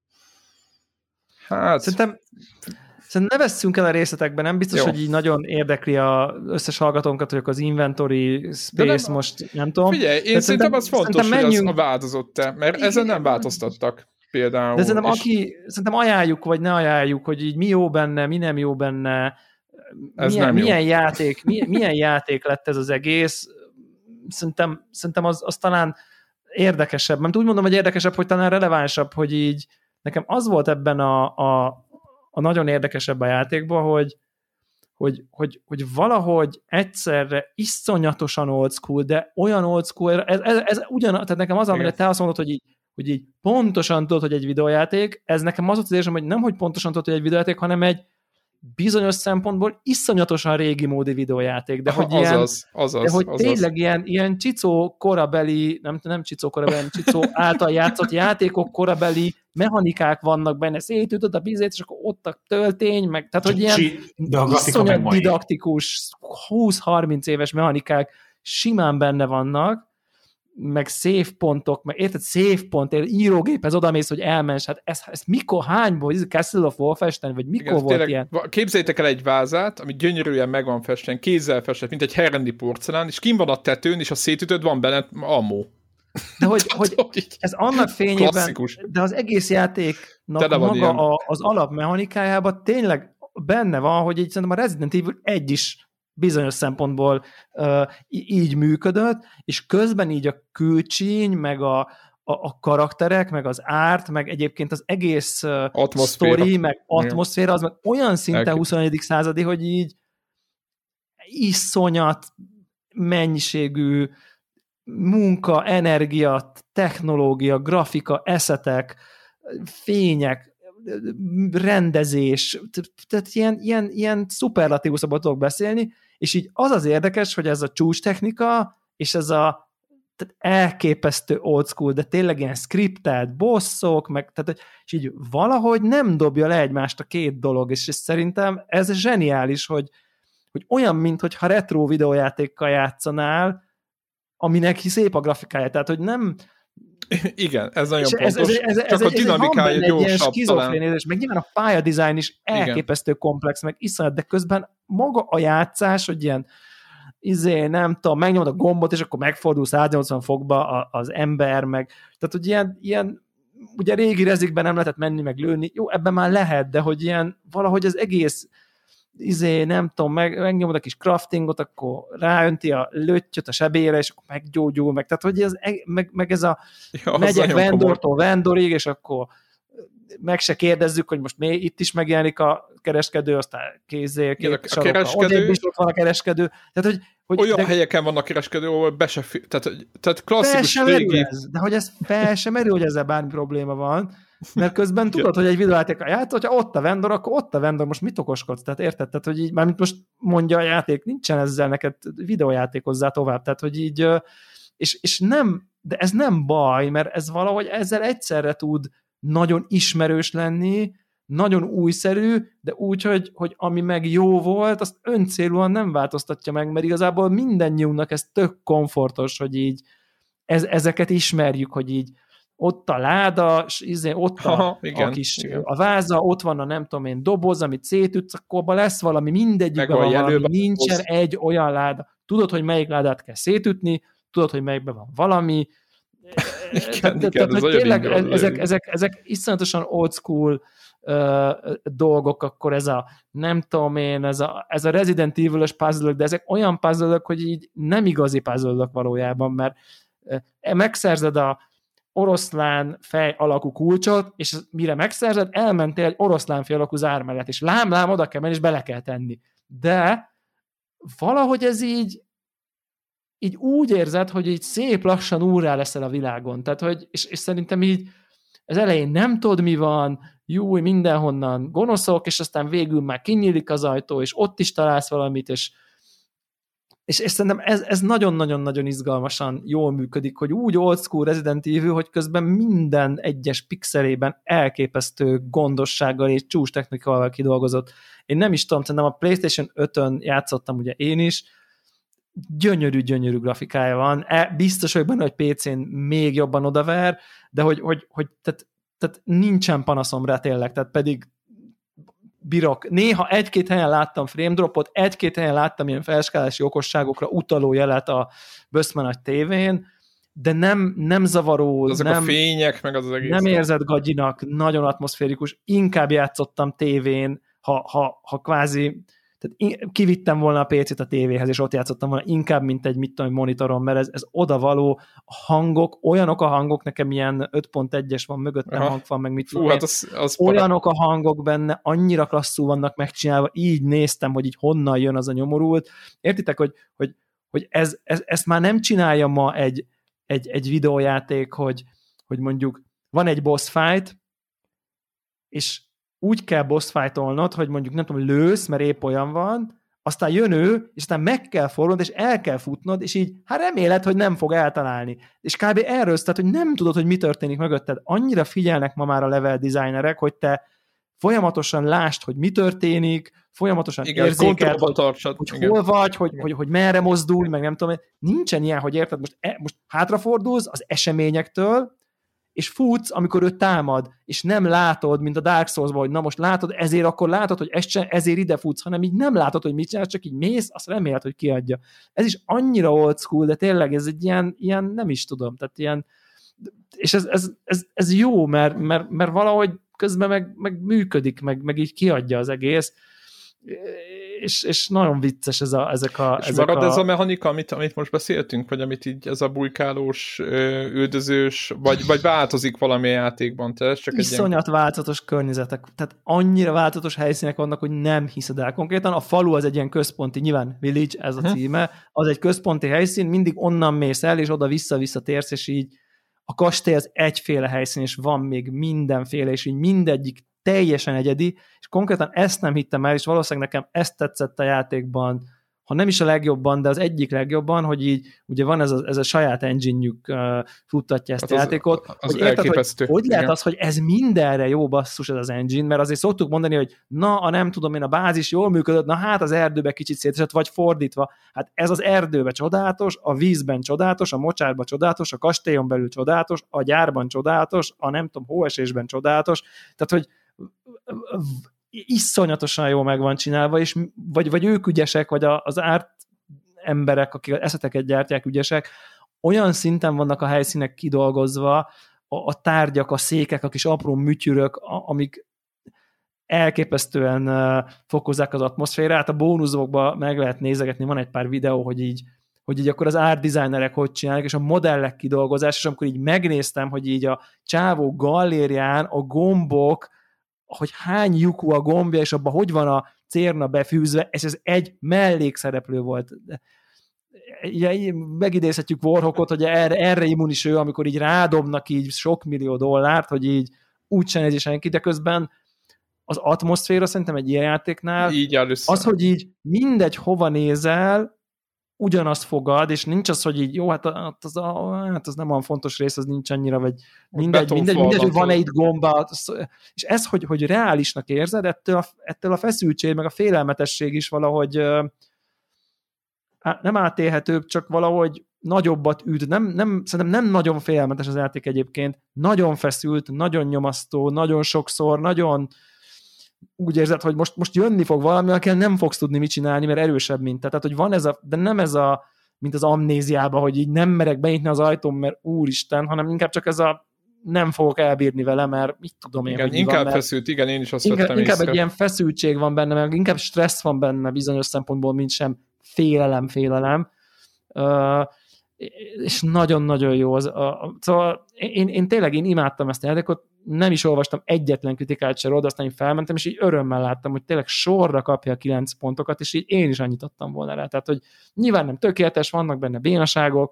hát... Szerintem Szerintem ne vesszünk el a részletekben, nem biztos, Jó. hogy így nagyon érdekli az összes hallgatónkat, hogy az inventory space nem, most, nem tudom. Figyelj, én szerintem, szerintem az fontos, hogy menjünk... az a változott-e, mert igen, ezen nem változtattak például. De szerintem, és... aki, szerintem ajánljuk, vagy ne ajánljuk, hogy így mi jó benne, mi nem jó benne, ez milyen, nem jó. milyen, játék, milyen, milyen játék lett ez az egész, szerintem, szerintem az, az talán érdekesebb, mert úgy mondom, hogy érdekesebb, hogy talán relevánsabb, hogy így nekem az volt ebben a, a a nagyon érdekesebb a játékban, hogy, hogy, hogy, hogy valahogy egyszerre iszonyatosan old school, de olyan old school, ez, ez, ez ugyan, tehát nekem az, amire te azt mondod, hogy így, hogy így pontosan tudod, hogy egy videójáték, ez nekem az az érzem, hogy nem, hogy pontosan tudod, hogy egy videójáték, hanem egy bizonyos szempontból iszonyatosan régi módi videójáték, de hogy, ilyen, azaz, azaz, de hogy azaz. tényleg ilyen, ilyen csicó korabeli, nem, nem csicó korabeli, hanem csicó által játszott játékok korabeli mechanikák vannak benne, szétütöd a bizét, és akkor ott a töltény, meg, tehát hogy ilyen iszonyat didaktikus, húsz-harminc éves mechanikák simán benne vannak, meg save pontok, meg érted, save pont, írógép, ez odamész, hogy elmensz, hát ez, ez mikor, hányból, ez Castle of Wolfenstein, vagy mikor igen, volt tényleg, ilyen? Képzeljétek el egy vázát, ami gyönyörűen meg van festen, kézzel festett, mint egy herrendi porcelán, és kim van a tetőn, és a szétütöd, van benne ammo. De hogy, hogy ez annak fényében, klasszikus. De az egész játéknak maga a, az alapmechanikájában tényleg benne van, hogy így szerintem a Resident Evil egy is bizonyos szempontból uh, így működött, és közben így a külcsíny, meg a, a, a karakterek, meg az árt, meg egyébként az egész uh, sztori, meg atmoszféra, az meg olyan szinten huszonegyedik századi, hogy így iszonyat mennyiségű munka, energia, technológia, grafika, eszetek, fények, rendezés, tehát ilyen, ilyen, ilyen szuperlatívuszabban tudok beszélni, és így az az érdekes, hogy ez a csúcs technika, és ez a tehát elképesztő old school, de tényleg ilyen scriptelt bosszok, meg, tehát, és így valahogy nem dobja le egymást a két dolog, és, és szerintem ez zseniális, hogy, hogy olyan, mintha retro videójátékkal játszanál, aminek szép a grafikája, tehát hogy nem igen, ez nagyon ez, pontos. Ez, ez, ez, csak ez, a dinamikája gyorsabb talán. Meg nyilván a pályadizájn is elképesztő igen. komplex, meg iszonyat, de közben maga a játszás, hogy ilyen izé, nem tudom, megnyomod a gombot, és akkor megfordul száznyolcvan fokba az ember, meg tehát, hogy ilyen, ilyen ugye régi rezikben nem lehetett menni, meg lőni, jó, ebben már lehet, de hogy ilyen valahogy az egész izé, nem tudom, meg, megnyomod a kis craftingot, akkor ráönti a löttyöt a sebére, és akkor meggyógyul, meg, tehát hogy ez, meg, meg ez a ja, megyek vendortól vendorig, és akkor meg se kérdezzük, hogy most mi itt is megjelenik a kereskedő, aztán kézzél, két a, a kereskedő, is ott van a kereskedő. Tehát, hogy, hogy olyan de, helyeken van a kereskedő, ahol be se, tehát, tehát klasszikus régi. Ez, de hogy ez fel sem merül, hogy ezzel bármi probléma van, mert közben tudod, hogy egy videójátékkal játsz, hogyha ott a vendor, akkor ott a vendor, most mit okoskodsz? Tehát érted? Tehát, hogy így, mármint most mondja a játék, nincsen ezzel neked videójátékozzá tovább. Tehát, hogy így, és, és nem, de ez nem baj, mert ez valahogy ezzel egyszerre tud nagyon ismerős lenni, nagyon újszerű, de úgy, hogy, hogy ami meg jó volt, azt öncélúan nem változtatja meg, mert igazából mindennyiunknak ez tök komfortos, hogy így ez, ezeket ismerjük, hogy így ott a láda, izé, ott a, Aha, igen, a kis igen. a váza, ott van a nem tudom én doboz, amit szétütsz, akkor lesz valami, mindegyikben van valami, nincsen hoz. Egy olyan láda. Tudod, hogy melyik ládát kell szétütni, tudod, hogy melyikben van valami. Igen, de, igen, ez tényleg ezek, ezek, ezek iszonyatosan old school uh, dolgok, akkor ez a nem tudom én, ez a, ez a Resident Evil-ös puzzle, de ezek olyan puzzle, hogy így nem igazi puzzle valójában, mert uh, megszerzed a oroszlán fej alakú kulcsot, és mire megszerzed, elmentél egy oroszlán fej alakú zár mellett, és lám-lám oda kell menni, és bele kell tenni. De valahogy ez így így úgy érzed, hogy így szép lassan úrrá leszel a világon. Tehát, hogy, és, és szerintem így az elején nem tudod, mi van, jó, mindenhonnan gonoszok, és aztán végül már kinyílik az ajtó, és ott is találsz valamit, és És, és szerintem ez, ez nagyon-nagyon-nagyon izgalmasan jól működik, hogy úgy old school Resident Evil, hogy közben minden egyes pixelében elképesztő gondossággal és csúcs technikával kidolgozott. Én nem is tudom, szerintem a PlayStation ötön játszottam ugye én is, gyönyörű-gyönyörű grafikája van. E, biztos vagyok benne, hogy pé cén még jobban odaver, de hogy, hogy, hogy tehát, tehát nincsen panaszom rá tényleg, tehát pedig bírok. Néha egy-két helyen láttam frame dropot, egy-két helyen láttam ilyen felskálási okosságokra utaló jelet a böszme nagy tévén, de nem, nem zavaró, azok nem, a fények, meg az, az egész. Nem érzed gagyinak, nagyon atmoszférikus, inkább játszottam tévén, ha, ha, ha kvázi tehát kivittem volna a pé cét a tévéhez, és ott játszottam volna inkább, mint egy mit tudom, monitoron, mert ez, ez odavaló, a hangok, olyanok a hangok, nekem ilyen öt pont egyes van mögöttem hangfal, meg mit Fú, hát az, az olyanok para. A hangok benne, annyira klasszul vannak megcsinálva, így néztem, hogy így honnan jön az a nyomorult. Értitek, hogy, hogy, hogy ez, ez, ezt már nem csinálja ma egy, egy, egy videójáték, hogy, hogy mondjuk van egy boss fight, és úgy kell boss fight-olnod, hogy mondjuk nem tudom, lősz, mert épp olyan van, aztán jön ő, és aztán meg kell fordulnod, és el kell futnod, és így, hát reméled, hogy nem fog eltalálni. És kb. Erről, tehát, hogy nem tudod, hogy mi történik mögötted. Annyira figyelnek ma már a level designerek, hogy te folyamatosan lásd, hogy mi történik, folyamatosan igen, érzékeld, hogy, tartsad, hogy hol vagy, hogy, hogy, hogy merre mozdulj, meg nem tudom, nincsen ilyen, hogy érted, most, e, most hátrafordulsz az eseményektől, és futsz, amikor ő támad, és nem látod, mint a Dark Souls-ban, hogy na most látod, ezért akkor látod, hogy ezt sem, ezért ide futsz, hanem így nem látod, hogy mit csinálsz, csak így mész, azt reméled, hogy kiadja. Ez is annyira old school, de tényleg ez egy ilyen, ilyen nem is tudom, tehát ilyen, és ez, ez, ez, ez jó, mert, mert, mert valahogy közben meg, meg működik, meg, meg így kiadja az egész, és, és nagyon vicces ez a, ezek a... És ezek marad a... ez a mechanika, amit, amit most beszéltünk, vagy amit így ez a bujkálós, üldözős, vagy, vagy változik valami játékban? Te ez csak iszonyat ilyen... változatos környezetek, tehát annyira változatos helyszínek vannak, hogy nem hiszed el. Konkrétan a falu az egy ilyen központi, nyilván Village, ez a címe, az egy központi helyszín, mindig onnan mész el, és oda vissza-vissza térsz, és így a kastély az egyféle helyszín, és van még mindenféle, és így mindegyik teljesen egyedi, és konkrétan ezt nem hittem el, és valószínűleg nekem ezt tetszett a játékban, ha nem is a legjobban, de az egyik legjobban, hogy így ugye van ez a, ez a saját engine-jük uh, futtatja ezt hát a az, játékot, az hogy érted, hogy, hogy lehet az, hogy ez mindenre jó basszus ez az engine, mert azért szoktuk mondani, hogy na, a nem tudom én, a bázis jól működött, na hát az erdőbe kicsit szétesett, vagy fordítva. Hát ez az erdőbe csodálatos, a vízben csodálatos, a mocsárban csodálatos, a kastélyon belül csodálatos, a gyárban csodálatos, a nem tudom, hóesésben csodálatos. Tehát, hogy iszonyatosan jól meg van csinálva, és vagy, vagy ők ügyesek, vagy az árt emberek, akik eszeteket gyártják, ügyesek, olyan szinten vannak a helyszínek kidolgozva, a, a tárgyak, a székek, a kis apró műtyürök, a, amik elképesztően uh, fokozzák az atmoszférát. A bónuszokban meg lehet nézegetni, van egy pár videó, hogy így, hogy így akkor az art designerek hogy csinálják, és a modellek kidolgozás, és amikor így megnéztem, hogy így a csávó gallérián a gombok, hogy hány lyukú a gombja, és abban hogy van a cérna befűzve, ez, ez egy mellékszereplő volt. Ugye, megidézhetjük Warhawkot, hogy erre, erre immunis ő, amikor így rádobnak így sok millió dollárt, hogy így úgyse nézi senki, de közben az atmoszféra szerintem egy ilyen játéknál így az, hogy így mindegy hova nézel, ugyanazt fogad, és nincs az, hogy így, jó, hát az, a, hát az nem olyan fontos rész, az nincs annyira, vagy mindegy, mindegy, mindegy, hogy van-e itt gomba, és ez, hogy, hogy reálisnak érzed, ettől a, ettől a feszültség, meg a félelmetesség is valahogy hát nem átélhetőbb, csak valahogy nagyobbat üt. Nem, nem, szerintem nem nagyon félelmetes az játék egyébként, nagyon feszült, nagyon nyomasztó, nagyon sokszor, nagyon úgy érzed, hogy most, most jönni fog valami, akivel nem fogsz tudni mit csinálni, mert erősebb, mint te. Tehát, hogy van ez a, de nem ez a, mint az amnéziában, hogy így nem merek benyitni az ajtóm, mert úristen, hanem inkább csak ez a nem fogok elbírni vele, mert mit tudom én, igen, hogy inkább van, feszült, igen, én is azt inkább, vettem inkább észre. egy ilyen feszültség van benne, meg inkább stressz van benne bizonyos szempontból, mint sem félelem, félelem. Uh, és nagyon-nagyon jó az. A, a, szóval én, én tényleg én imádtam ezt a játékot, nem is olvastam egyetlen kritikát se róla, aztán én felmentem, és így örömmel láttam, hogy tényleg sorra kapja a kilenc pontokat, és így én is annyit adtam volna rá. Tehát, hogy nyilván nem tökéletes, vannak benne bénaságok,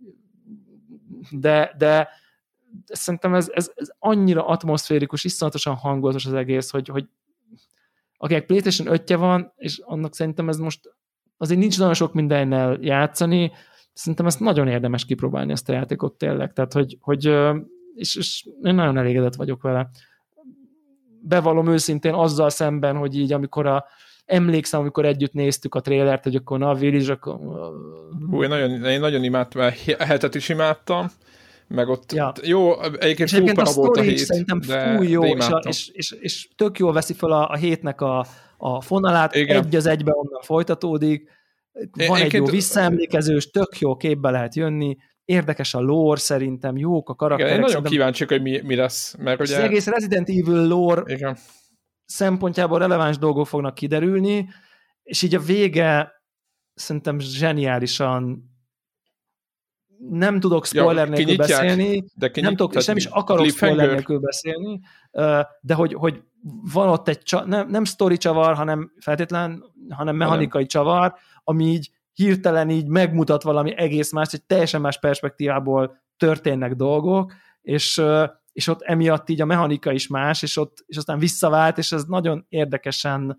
de, de szerintem ez, ez, ez annyira atmoszférikus, iszonyatosan hangulatos az egész, hogy, hogy akinek PlayStation ötje van, és annak szerintem ez most azért nincs nagyon sok mindennel játszani, szerintem ezt nagyon érdemes kipróbálni, ezt a játékot tényleg, tehát hogy, hogy és, és én nagyon elégedett vagyok vele. Bevallom őszintén azzal szemben, hogy így amikor a, emlékszem, amikor együtt néztük a trélert, hogy akkor na a Village, akkor... Hú, én nagyon, én nagyon imádtam, a hetet is imádtam, meg ott ja. jó, egyébként full para volt a hét, szerintem de, fúj jó, de és, a, és, és, és tök jól veszi fel a, a hétnek a, a fonalát, igen. Egy az egyben onnan folytatódik, van egy jó visszaemlékezős, tök jó képbe lehet jönni, érdekes a lore szerintem, jók a karakterek. Igen, én nagyon kíváncsiak, hogy mi, mi lesz. Mert ugye... Az egész Resident Evil lore igen. szempontjából releváns dolgok fognak kiderülni, és így a vége szerintem zseniálisan nem tudok spoiler ja, nélkül beszélni, de kinyit, nem tudok, és nem is akarok spoiler nélkül beszélni, de hogy, hogy van ott egy, nem, nem sztori csavar, hanem feltétlen, hanem mechanikai nem. csavar, ami így hirtelen így megmutat valami egész más, egy teljesen más perspektívából történnek dolgok, és, és ott emiatt így a mechanika is más, és, ott, és aztán visszavált, és ez nagyon érdekesen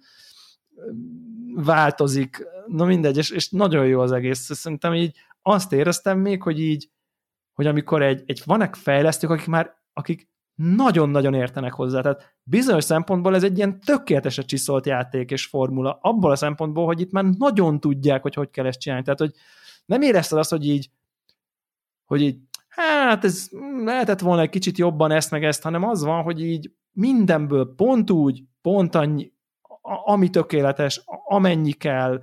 változik. Na mindegy, és, és nagyon jó az egész. Szerintem így azt éreztem még, hogy így, hogy amikor egy, egy vannak fejlesztők, akik már, akik nagyon-nagyon értenek hozzá. Tehát bizonyos szempontból ez egy ilyen tökéletesen csiszolt játék és formula, abból a szempontból, hogy itt már nagyon tudják, hogy hogy kell ezt csinálni. Tehát, hogy nem érezted azt, hogy így, hogy így, hát ez lehetett volna egy kicsit jobban ezt meg ezt, hanem az van, hogy így mindenből pont úgy, pont annyi, ami tökéletes, amennyi kell.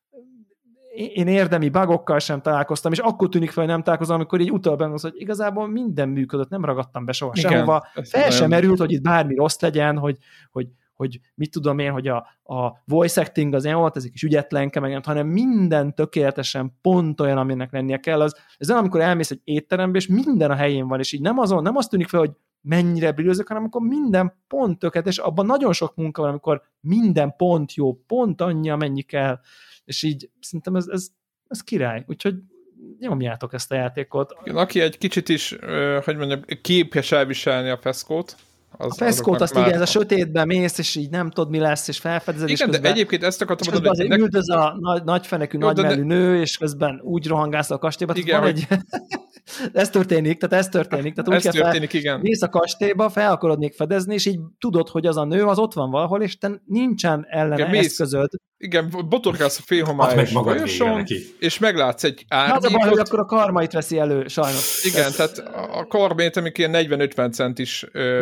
Én érdemi bugokkal sem találkoztam, és akkor tűnik fel, hogy nem találkozom, amikor így utóbb az, hogy igazából minden működött, nem ragadtam be soha igen, sehova. Fel sem merült, hogy itt bármi rossz legyen, hogy, hogy, hogy mit tudom én, hogy a, a voice acting az ilyen volt, ez egy kis ügyetlenke, meg nem, hanem minden tökéletesen pont olyan, aminek lennie kell. Az, ez olyan, amikor elmész egy étterembe, és minden a helyén van, és így nem azon, nem azt tűnik fel, hogy mennyire brillőzök, hanem amikor minden pont tökéletes, abban nagyon sok munka van, amikor minden pont jó, pont annyi, amennyi kell. És így szerintem ez, ez, ez király. Úgyhogy nyomjátok ezt a játékot. Aki egy kicsit is, hogy mondjam, képes elviselni a feszkót. Az, a feszkót azt igen, ez a sötétben mész, és így nem tudod, mi lesz, és felfedezed. Igen, és közben, de egyébként ezt akartam mondani, hogy... Azért üldöz a nagy, nagyfenekű, nagymellű nő, és közben úgy rohangálsz a kastélyba. Igen, van hogy... egy... ez történik, tehát ez történik. Tehát úgy ez történik, fel, igen. Mész a kastélyba, fel akarod még fedezni, és így tudod, hogy az a nő, az ott van valahol, és te nincsen ellene igen, eszközöd. Igen, botorgálsz a félhomályos folyoson, és meglátsz egy árnyékot. Az a baj, hogy akkor a karmait veszi elő, sajnos. Igen, tehát a karmait, amik ilyen negyven-ötven centis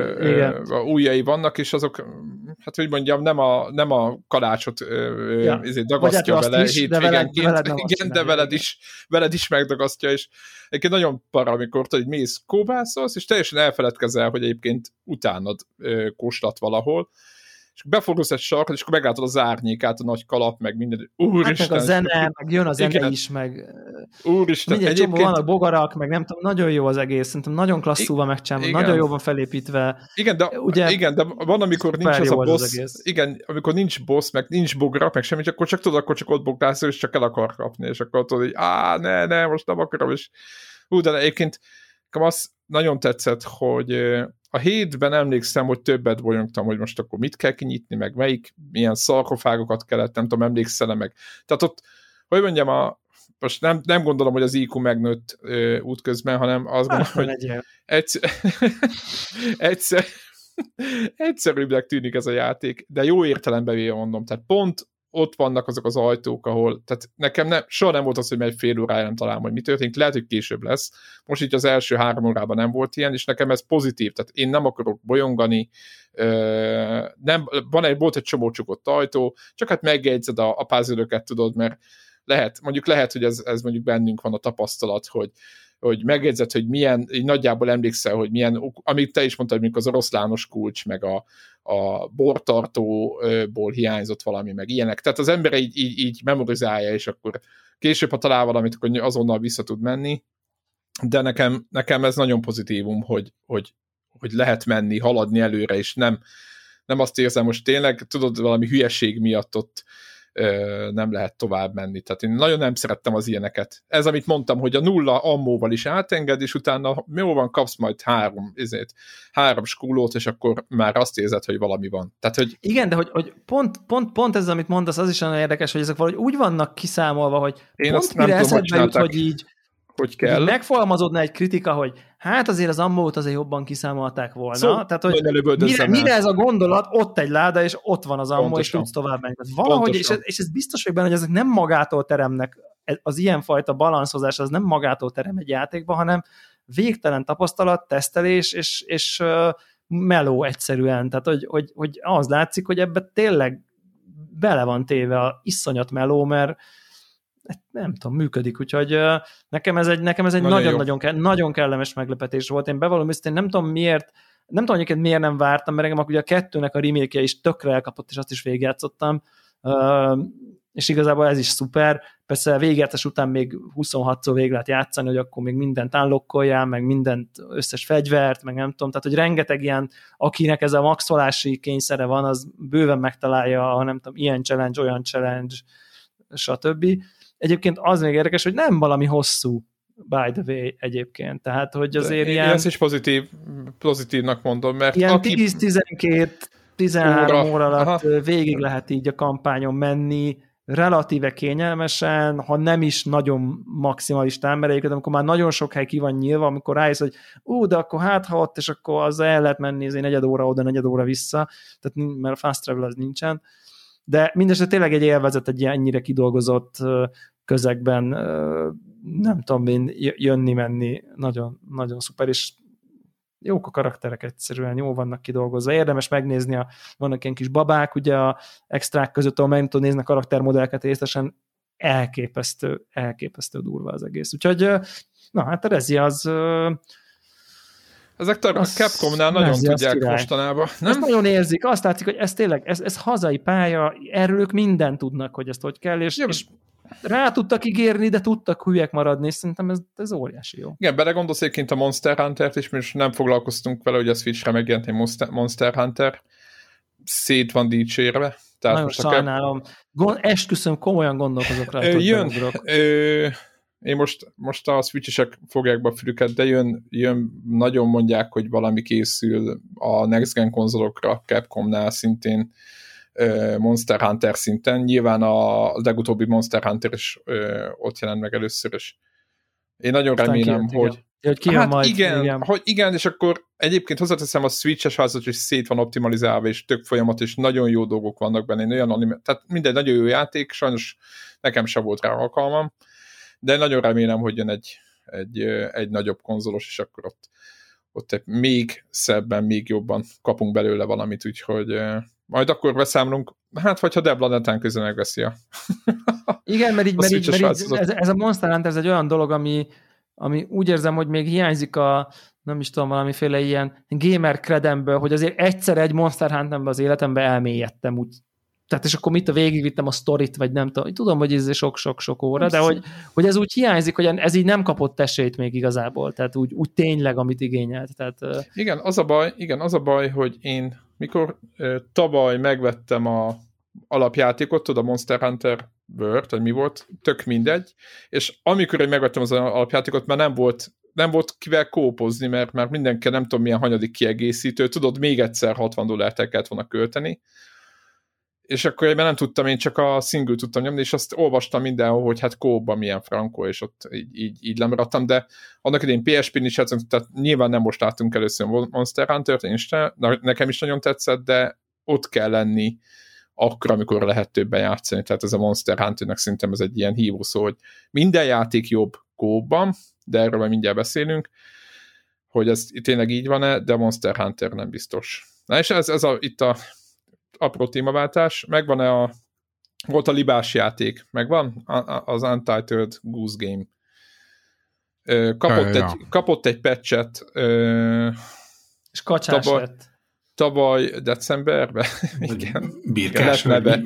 ö, ujjai vannak, és azok, hát hogy mondjam, nem a, nem a kalácsot ö, ja. ezért dagasztja vele is, hétvégenként. De veled, veled igen, de veled is, veled is megdagasztja, és egyébként nagyon para, amikor tudod, hogy mész kóbászolsz, és teljesen elfeledkezel, hogy egyébként utánad ö, kóslat valahol, és befordulsz egy sarkot, és akkor meglátod az árnyékát, a nagy kalap, meg minden. Úristen! Hát meg a zene, meg jön a zene igen. is, meg Úristen! Mindegy egyébként... csomó vannak bogarak, meg nem tudom, nagyon jó az egész, szerintem nagyon klasszul van megcsinálva, nagyon jó van felépítve. Igen, de, ugye, igen, de van, amikor nincs az a boss, az igen, amikor nincs boss, meg nincs bogarak, meg semmit, akkor csak tudod, akkor csak ott bogdálsz, és csak el akar kapni, és akkor tudod, hogy á, ne, ne, most nem akarom, és hú, de egyébként azt nagyon tetszett, hogy a hétben emlékszem, hogy többet bolyongtam, hogy most akkor mit kell kinyitni, meg melyik, milyen szarkofágokat kellett, nem tudom, emlékszel meg. Tehát ott, hogy mondjam, a, most nem, nem gondolom, hogy az í kú megnőtt ö, útközben, hanem azt gondolom, hogy egyszer, egyszer, egyszerűbbnek tűnik ez a játék, de jó értelemben véve mondom, tehát pont ott vannak azok az ajtók, ahol, tehát nekem nem, soha nem volt az, hogy megy fél órája nem találom, hogy mi történik, lehet, hogy később lesz. Most így az első három órában nem volt ilyen, és nekem ez pozitív, tehát én nem akarok bolyongani, nem, van egy, volt egy csomó csukott ajtó, csak hát megjegyzed a, a puzzle-öket, tudod, mert lehet, mondjuk lehet, hogy ez, ez mondjuk bennünk van a tapasztalat, hogy hogy megjegyzed, hogy milyen, így nagyjából emlékszel, hogy milyen, amit te is mondtad, mint az oroszlános kulcs, meg a, a bortartóból hiányzott valami, meg ilyenek. Tehát az ember így, így, így memorizálja, és akkor később, ha talál valamit, akkor azonnal vissza tud menni. De nekem, nekem ez nagyon pozitívum, hogy, hogy, hogy lehet menni, haladni előre, és nem, nem azt érzem, most tényleg, tudod, valami hülyeség miatt ott nem lehet tovább menni. Tehát én nagyon nem szerettem az ilyeneket. Ez, amit mondtam, hogy a nulla ammóval is átenged, és utána jó van, kapsz majd három, ezért, három skúlót, és akkor már azt érzed, hogy valami van. Tehát, hogy... Igen, de hogy, hogy pont, pont, pont ez, amit mondasz, az is nagyon érdekes, hogy ezek valahogy úgy vannak kiszámolva, hogy én pont mire eszedbe jut, hogy így hogy kell. Megfogalmazódna egy kritika, hogy hát azért az ammót azért jobban kiszámolták volna. Szó, tehát, hogy mire, mire ez a gondolat, ott egy láda, és ott van az ammó, és tudsz tovább menni. Valahogy, és ez, és ez biztos, hogy benne, hogy ezek nem magától teremnek, az ilyenfajta balanszozás, az nem magától terem egy játékba, hanem végtelen tapasztalat, tesztelés, és, és uh, meló egyszerűen. Tehát, hogy, hogy, hogy az látszik, hogy ebbe tényleg bele van téve a iszonyat meló, mert nem tudom, működik, úgyhogy uh, nekem ez egy, nekem ez egy nagyon-nagyon ke- nagyon kellemes meglepetés volt. Én bevallom őszintén, nem tudom miért, nem tudom egyébként miért nem vártam, mert engem ugye a kettőnek a remake-je is tökre elkapott, és azt is végigjátszottam, és igazából ez is szuper. Persze végletes után még huszonhatszor végig lehet játszani, hogy akkor még mindent unlockoljál, meg mindent, összes fegyvert, meg nem tudom, tehát hogy rengeteg ilyen, akinek ez a maxolási kényszere van, az bőven megtalálja, ha nem tudom, ilyen challenge, olyan challenge, stb. Egyébként az még érdekes, hogy nem valami hosszú, by the way, egyébként. Tehát, hogy azért de ilyen... Ez is pozitív, pozitívnak mondom, mert ilyen aki... tíz-tizenkét tizenhárom óra, óra alatt aha. végig lehet így a kampányon menni, relatíve kényelmesen, ha nem is nagyon maximalistán, mert egyébként amikor már nagyon sok hely ki van nyílva, amikor rájössz, hogy ú, de akkor hát ha ott, és akkor azzal el lehet menni, ezért negyed óra oda, negyed óra vissza, tehát, mert a fast travel az nincsen. De mindesetre tényleg egy élvezet egy ennyire kidolgozott közegben, nem tudom én, jönni-menni, nagyon, nagyon szuper, és jók a karakterek egyszerűen, jó vannak kidolgozva. Érdemes megnézni, a, vannak ilyen kis babák, ugye a extrák között, ahol meg nem tudod nézni a karaktermodelleket részesen, elképesztő, elképesztő durva az egész. Úgyhogy, na hát a Rezi az... Ezek a Capcomnál nagyon tudják mostanában. Nem? Ezt nagyon érzik, azt látszik, hogy ez tényleg, ez, ez hazai pálya, erről ők mindent tudnak, hogy ezt hogy kell, és, és rá tudtak ígérni, de tudtak hülyek maradni, és szerintem ez, ez óriási jó. Igen, belegondolsz egyébként a Monster Hunter-t is, most nem foglalkoztunk vele, hogy a Switchre megjelent egy Monster, Monster Hunter, szét van dicsérve. Tehát nagyon sajnálom. Gond, esküszöm, komolyan gondolkozok rá, hogy jön, ö, én most, most a Switch-esek fogják be a fülüket, de jön, jön, nagyon mondják, hogy valami készül a Next Gen konzolokra, Capcomnál szintén, Monster Hunter szinten. Nyilván a legutóbbi Monster Hunter is ö, ott jelent meg először is. Én nagyon Aztán remélem, kijött, hogy... hogy ki hát majd, igen, igen. Hogy igen, és akkor egyébként hozzáteszem, a Switch-es házat is szét van optimalizálva, és tök folyamat, és nagyon jó dolgok vannak benne. Olyan anime... Tehát minden nagyon jó játék, sajnos nekem sem volt rá alkalmam, de nagyon remélem, hogy jön egy, egy, egy nagyobb konzolos, és akkor ott, ott még szebben, még jobban kapunk belőle valamit, úgyhogy majd akkor beszámolunk, hát vagy ha Debla netán közben megveszi a igen, mert, így, mert, így, mert így, ez, ez a Monster Hunter ez egy olyan dolog, ami, ami úgy érzem, hogy még hiányzik a, nem is tudom, valamiféle ilyen gamer credemből, hogy azért egyszer egy Monster Hunterben az életemben elmélyedtem úgy. Tehát és akkor mit a végigvittem a sztorit, vagy nem tudom, tudom, hogy ez sok-sok-sok óra, de hogy, hogy ez úgy hiányzik, hogy ez így nem kapott esélyt még igazából, tehát úgy, úgy tényleg, amit igényelt. Tehát, igen, az a baj, igen, az a baj, hogy én mikor uh, tavaly megvettem a alapjátékot, tudod, a Monster Hunter World, vagy mi volt, tök mindegy, és amikor én megvettem az alapjátékot, már nem volt, nem volt kivel kópozni, mert már mindenki nem tudom milyen hanyadik kiegészítő, tudod, még egyszer hatvan dollárt el kellett volna költeni, és akkor én nem tudtam, én csak a single tudtam nyomni, és azt olvastam mindenhol, hogy hát kóban milyen frankó, és ott így, így, így lemaradtam, de annak idején pé es pén is játszunk, tehát nyilván nem most láttunk először Monster Hunter-t, én is, nekem is nagyon tetszett, de ott kell lenni akkor, amikor lehet többen játszani, tehát ez a Monster Hunter-nek szerintem ez egy ilyen hívószó, hogy minden játék jobb kóban, de erről már mindjárt beszélünk, hogy ez tényleg így van-e, de Monster Hunter nem biztos. Na és ez, ez a, itt a apró témaváltás, megvan-e a volt a libás játék, megvan? Az Untitled Goose Game. Kapott, ja, egy, ja. kapott egy patchet és kacsás tavaly, lett. Tavaly decemberben. Igen. Birkás. Lett neve.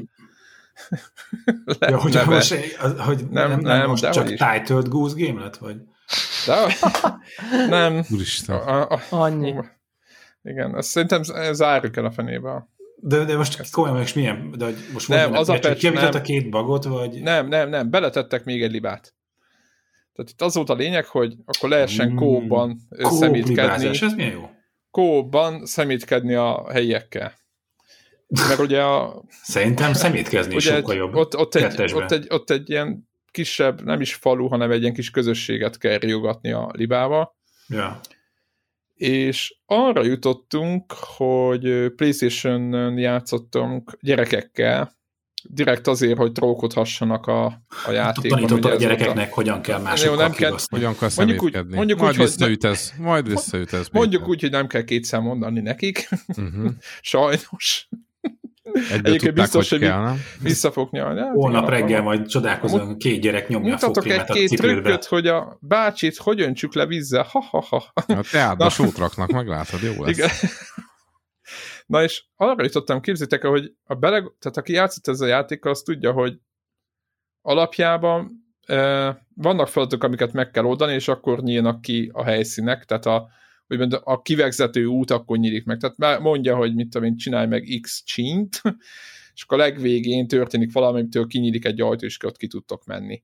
Lett ja, hogy, neve. Most, hogy nem, nem, nem most de csak Titled Goose Game lett, vagy? De, nem. Úristen. A, a, Annyi. Igen, azt szerintem zárjuk el a fenébe. De, de most komolyan és milyen? De most nem, az a patch, javított a két bagot, vagy? Nem, nem, nem, beletettek még egy libát. Tehát itt az volt a lényeg, hogy akkor lehessen kóban mm, szemétkedni. Ez milyen jó? Kóban szemétkedni a helyiekkel. Mert ugye a... Szerintem szemétkezni is sokkal jobb. Ott, ott, egy, ott, egy, ott egy ilyen kisebb, nem is falu, hanem egy ilyen kis közösséget kell riogatni a libába. Ja. És arra jutottunk, hogy PlayStation-on játszottunk gyerekekkel, direkt azért, hogy trókodhassanak a, a játékban. Tanítottad a gyerekeknek, a... hogyan kell másokkal kibaszni. Hogyan kell szemétkedni. Mondjuk úgy, majd visszaütesz, ne... majd visszaütesz. Mondjuk úgy, hogy nem kell kétszer mondani nekik. Uh-huh. Sajnos. Egyébként biztos, hogy, hogy kell, vissza fog nyalni. Holnap reggel majd csodálkozom, két gyerek nyomja a fogkrémet a cipődbe. Mutatok egy-két trükköt, hogy a bácsit hogy öntsük le vízzel. Ha-ha-ha. A teádba sót raknak, meglátod, jó lesz. Igen. Na és arra jutottam, képzétek el, hogy a bele, tehát aki játszott ezzel a játékkal, az tudja, hogy alapjában eh, vannak feladatok, amiket meg kell oldani, és akkor nyílnak ki a helyszínek, tehát a, úgymond a kivezető út akkor nyílik meg. Tehát mondja, hogy mit tudom én, csinálj meg X csínt, és akkor a legvégén történik valami, amitől kinyílik egy ajtó, és ott ki tudtok menni.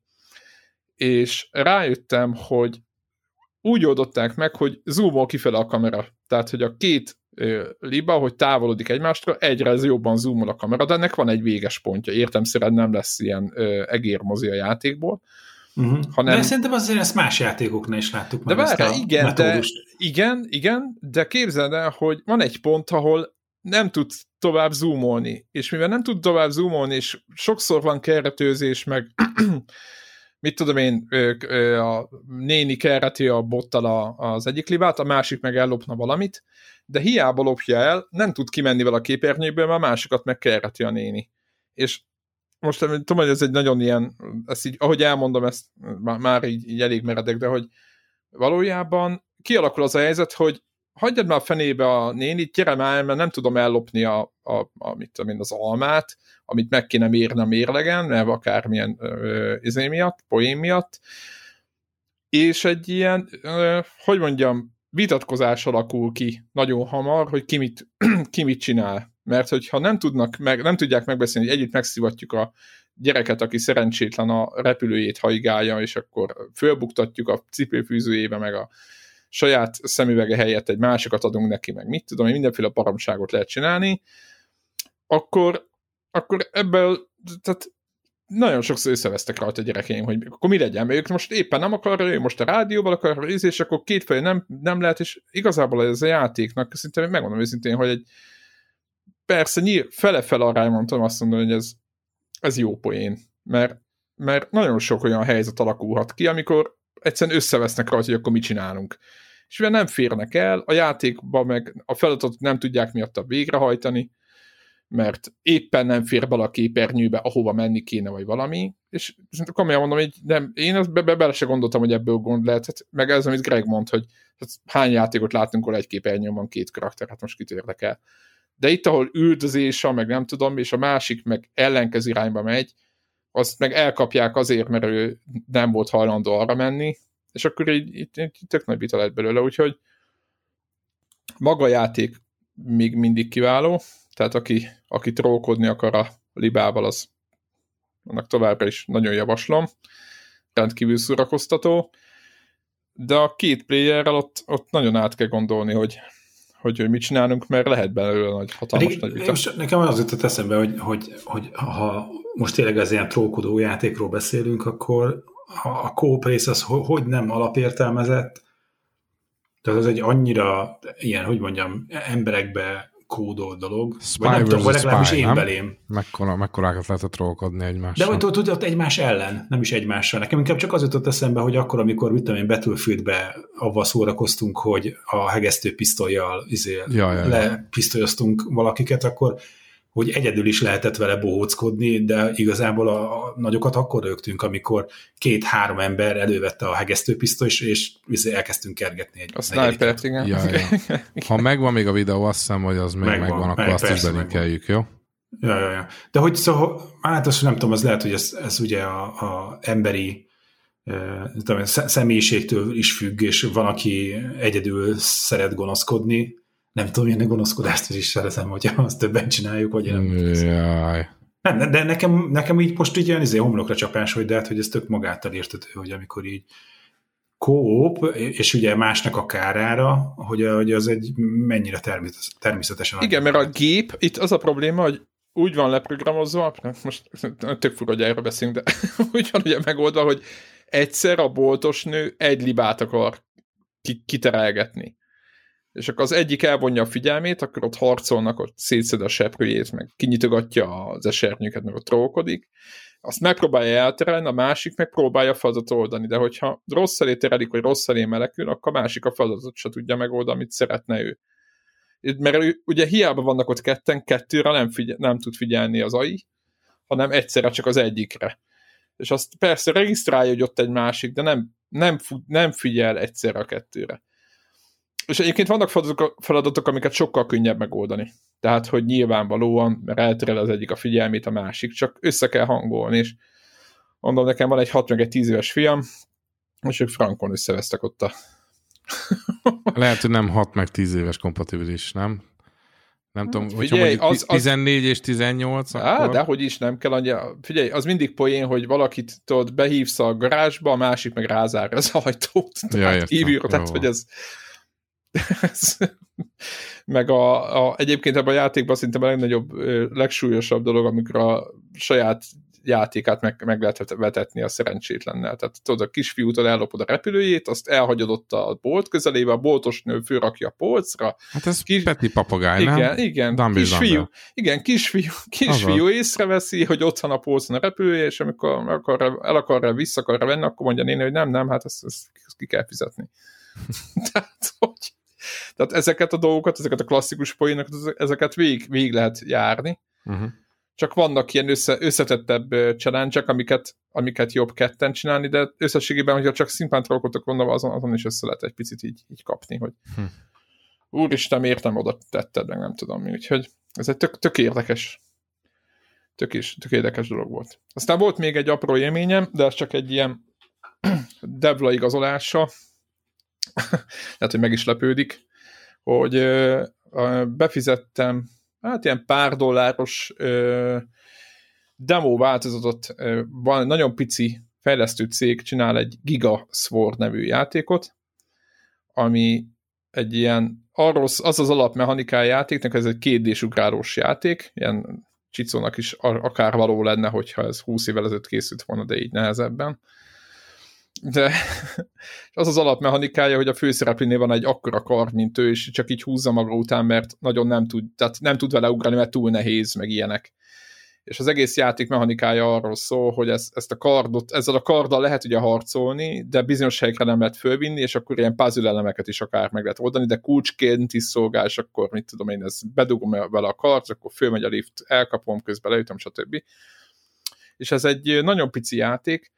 És rájöttem, hogy úgy oldották meg, hogy zoomol kifele a kamera. Tehát, hogy a két ö, liba, hogy távolodik egymástól, egyre ez jobban zoomol a kamera, de ennek van egy véges pontja. Értelemszerűen nem lesz ilyen ö, egérmozi a játékból. Uh-huh. Hanem... De szerintem azért ezt más játékoknál is láttuk de meg. Bár, igen, de, igen, igen, de képzeld el, hogy van egy pont, ahol nem tud tovább zoomolni. És mivel nem tud tovább zoomolni, és sokszor van keretőzés, meg mit tudom én, a néni kereti a bottal az egyik libát, a másik meg ellopna valamit, de hiába lopja el, nem tud kimenni vele a képernyőből, mert a másikat meg kereti a néni. És most tudom, hogy ez egy nagyon ilyen, ezt így, ahogy elmondom, ezt már így, így elég meredek, de hogy valójában kialakul az a helyzet, hogy hagyjad már a fenébe a nénit, gyere már, mert nem tudom ellopni a, a, a mit tudom én, az almát, amit meg kéne mérni a mérlegen, mert akármilyen ö, izé miatt, poén miatt, és egy ilyen, ö, hogy mondjam, vitatkozás alakul ki nagyon hamar, hogy ki mit, ki mit csinál. Mert hogyha nem tudnak, meg, nem tudják megbeszélni, hogy együtt megszivatjuk a gyereket, aki szerencsétlen a repülőjét haigálja, és akkor fölbuktatjuk a cipőfűzőjébe, meg a saját szemüvege helyett egy másikat adunk neki, meg mit tudom, mindenféle baromságot lehet csinálni, akkor, akkor ebből, tehát nagyon sokszor összevesztek rajta a gyerekeim, hogy akkor mi legyen, mert ők most éppen nem akarja, ő most a rádióval akar, és akkor kétfelé nem, nem lehet, és igazából ez a játéknak, szinte megmondom őszintén, hogy egy persze nyíl, fele-fele arányban tudom azt mondani, hogy ez, ez jó poén, mert, mert nagyon sok olyan helyzet alakulhat ki, amikor egyszerűen összevesznek rajta, hogy akkor mit csinálunk. És mivel nem férnek el, a játékba meg a feladatot nem tudják miatta végrehajtani, mert éppen nem fér bele a képernyőbe, ahova menni kéne, vagy valami, és komolyan mondom, hogy nem, én be, be, bele se gondoltam, hogy ebből gond lehet, hát, meg ez, amit Greg mond, hogy hát, hány játékot látunk, ahol egy képernyőn van két karakter, hát most kit érdekel. De itt, ahol üldözése, meg nem tudom, és a másik meg ellenkező irányba megy, azt meg elkapják azért, mert ő nem volt hajlandó arra menni, és akkor így, így, így tök nagy vita lett belőle, úgyhogy maga a játék még mindig kiváló, tehát aki, aki trollkodni akar a libával, az annak továbbra is nagyon javaslom, rendkívül szórakoztató, de a két playerrel ott, ott nagyon át kell gondolni, hogy Hogy, hogy mit csinálunk, mert lehet belőle nagy, hatalmas Pedig, nagy vita. Most nekem az jutott eszembe, hogy, hogy, hogy ha most tényleg az ilyen trókodó játékról beszélünk, akkor a co-op rész az hogy nem alapértelmezett, tehát az egy annyira ilyen, hogy mondjam, emberekbe kódol dolog, Spy vagy nem tudom, vagy legalábbis Spy, én nem? belém. Mekkora, mekkorákat lehetett trollkodni egymással. De hogy tudod, egymás ellen, nem is egymással. Nekem inkább csak az jutott eszembe, hogy akkor, amikor mit tudom én, Battlefieldbe avval szórakoztunk, hogy a hegesztő pisztollyal izé, ja, ja, ja. lepisztolyoztunk valakiket, akkor hogy egyedül is lehetett vele bohóckodni, de igazából a, a nagyokat akkor rögtünk, amikor két-három ember elővette a hegesztőpisztolyt, és, és elkezdtünk kergetni egy a snipert, igen. Ja, ja. Ha megvan még a videó, azt hiszem, hogy az még megvan, megvan akkor meg, azt is belinkeljük, jó? Ja, ja, ja. De hogy szóval, hát azt nem tudom, az lehet, hogy ez, ez ugye a, a emberi tudom, személyiségtől is függ, és van, aki egyedül szeret gonoszkodni. Nem tudom, én a gonoszkodást is szeretem, hogyha azt többen csináljuk, vagy nem. Jaj. Nem, de nekem, nekem így most így olyan izé, homlokra csapás, hogy de hát, hogy ez tök magától értető, hogy amikor így co-op, és ugye másnak a kárára, hogy, hogy az egy mennyire természetesen... Igen, mert a gép, itt az a probléma, hogy úgy van leprogramozva, most tök fura, hogy erről beszélünk, de úgy van ugye megoldva, hogy egyszer a boltos nő egy libát akar kiterelgetni. És akkor az egyik elvonja a figyelmét, akkor ott harcolnak, ott szétszed a seprőjét, meg kinyitogatja az esernyőket, meg ott trókodik. Azt megpróbálja elterelni, a másik megpróbálja a feladatot oldani, de hogyha rossz elé terelik, vagy rossz elé melekül, akkor a másik a feladatot se tudja megoldani, amit szeretne ő. Mert ő, ugye hiába vannak ott ketten, kettőre nem, figyel, nem tud figyelni az á i, hanem egyszerre csak az egyikre. És azt persze regisztrálja, hogy ott egy másik, de nem, nem, nem figyel egyszerre a kettőre. És egyébként vannak feladatok, feladatok, amiket sokkal könnyebb megoldani. Tehát, hogy nyilvánvalóan, mert elterel az egyik a figyelmét, a másik, csak össze kell hangolni, és mondom, nekem van egy hat meg egy tíz éves fiam, és ők frankon összevesztek ott a... Lehet, hogy nem hat meg tíz éves kompatibilis, nem? Nem tudom, figyelj, hogyha mondjuk az, az... tizennégy és tizennyolc, Á, akkor... de hogy is nem kell annyi... Figyelj, az mindig poén, hogy valakit tudod, behívsz a garázsba, a másik meg rázárja az ajtót. Ja, tehát értem, kívülről, tehát hogy ez... ez... meg a, a, egyébként ebben a játékban szerintem a legnagyobb, legsúlyosabb dolog, amikor a saját játékát meg, meg lehet vetetni a szerencsétlennel. Tehát tudod, a kisfiútól ellopod a repülőjét, azt elhagyod ott a bolt közelébe, a boltos nő fölrakja a polcra. Hát ez Kis... Peti papagáj, igen, nem? Igen, Dumble, kisfiú, Dumble. igen, kisfiú, kisfiú észreveszi, hogy ott van a polcon a repülője, és amikor akar, el akarra, vissza akarra venni, akkor mondja néni, hogy nem, nem, hát ezt, ezt, ezt ki kell fizetni. Tehát, hogy Tehát ezeket a dolgokat, ezeket a klasszikus poénokat, ezeket végig, végig lehet járni. Uh-huh. Csak vannak ilyen össze, összetettebb challenge-ek, amiket, amiket jobb ketten csinálni, de összességében, hogyha csak szimplán trollkodtok volna, azon, azon is össze lehet egy picit így, így kapni, hogy uh-huh. úristen, miért nem oda tetted, meg nem tudom mi. Úgyhogy ez egy tök, tök érdekes, tök, is, tök érdekes dolog volt. Aztán volt még egy apró élményem, de ez csak egy ilyen devla igazolása, tehát, hogy meg is lepődik, hogy ö, ö, befizettem, hát ilyen pár dolláros ö, demo változatot, ö, van nagyon pici fejlesztő cég csinál egy Giga Sword nevű játékot, ami egy ilyen, arról, az az alapmechanikája játéknak, ez egy kétdés ugrálós játék, ilyen Csicónak is akár való lenne, hogyha ez húsz évvel ezelőtt készült volna, de így nehezebben. De az az alapmechanikája, hogy a főszereplőnél van egy akkora kar, mint ő, és csak így húzza maga után, mert nagyon nem tud, tehát nem tud vele ugrani, mert túl nehéz, meg ilyenek. És az egész játék mechanikája arról szól, hogy ezt, ezt a kardot, ezzel a karddal lehet ugye harcolni, de bizonyos helyekre nem lehet fölvinni, és akkor ilyen puzzle elemeket is akár meg lehet oldani, de kulcsként is szolgál, és akkor mit tudom én, ezt bedugom vele a kart, akkor fölmegy a lift, elkapom, közben leütöm, stb. És ez egy nagyon pici játék,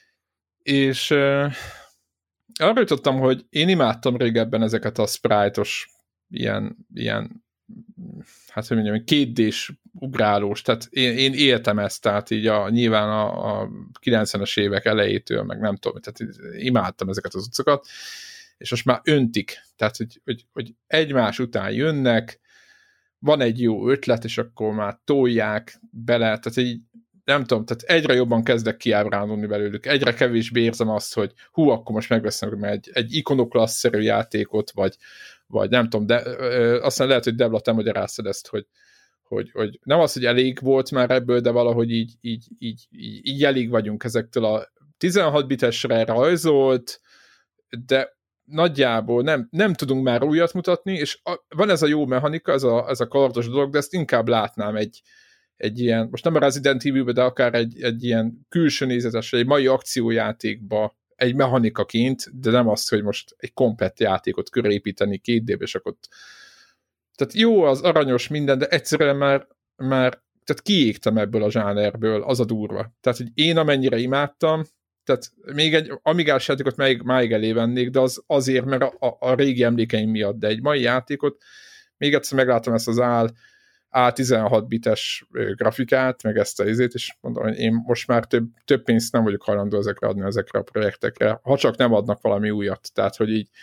és uh, arra jutottam, hogy én imádtam régebben ezeket a sprite-os ilyen, ilyen hát hogy mondjam, kétdés ugrálós, tehát én, én éltem ezt, tehát így a, nyilván a, a kilencvenes évek elejétől, meg nem tudom, tehát imádtam ezeket az utcokat, és most már öntik, tehát hogy, hogy, hogy egymás után jönnek, van egy jó ötlet, és akkor már tolják bele, tehát így nem tudom, tehát egyre jobban kezdek kiábrándulni belőlük, egyre kevésbé érzem azt, hogy hú, akkor most megveszem egy, egy ikonoklasszerű játékot, vagy, vagy nem tudom, de ö, aztán lehet, hogy Debla, te magyaráztad ezt, hogy, hogy, hogy nem az, hogy elég volt már ebből, de valahogy így, így, így, így, így elég vagyunk ezektől a tizenhat bitesre rajzolt, de nagyjából nem, nem tudunk már újat mutatni, és a, van ez a jó mechanika, ez a, ez a kardos dolog, de ezt inkább látnám egy egy ilyen, most nem a Resident Evil-be, de akár egy, egy ilyen külső nézetes, egy mai akciójátékba egy mechanikaként, de nem azt, hogy most egy komplett játékot körépíteni két dé-be, és akkor tehát jó, az aranyos minden, de egyszerűen már, már tehát kiégtem ebből a zsánerből, az a durva. Tehát, hogy én amennyire imádtam, tehát még egy amigás játékot máig, máig elé vennék, de az azért, mert a, a, a régi emlékeim miatt, de egy mai játékot, még egyszer meglátom ezt az áll á tizenhat bites grafikát, meg ezt a izét, és mondom, hogy én most már több, több pénzt nem vagyok hajlandó ezekre adni, ezekre a projektekre, ha csak nem adnak valami újat, tehát, hogy így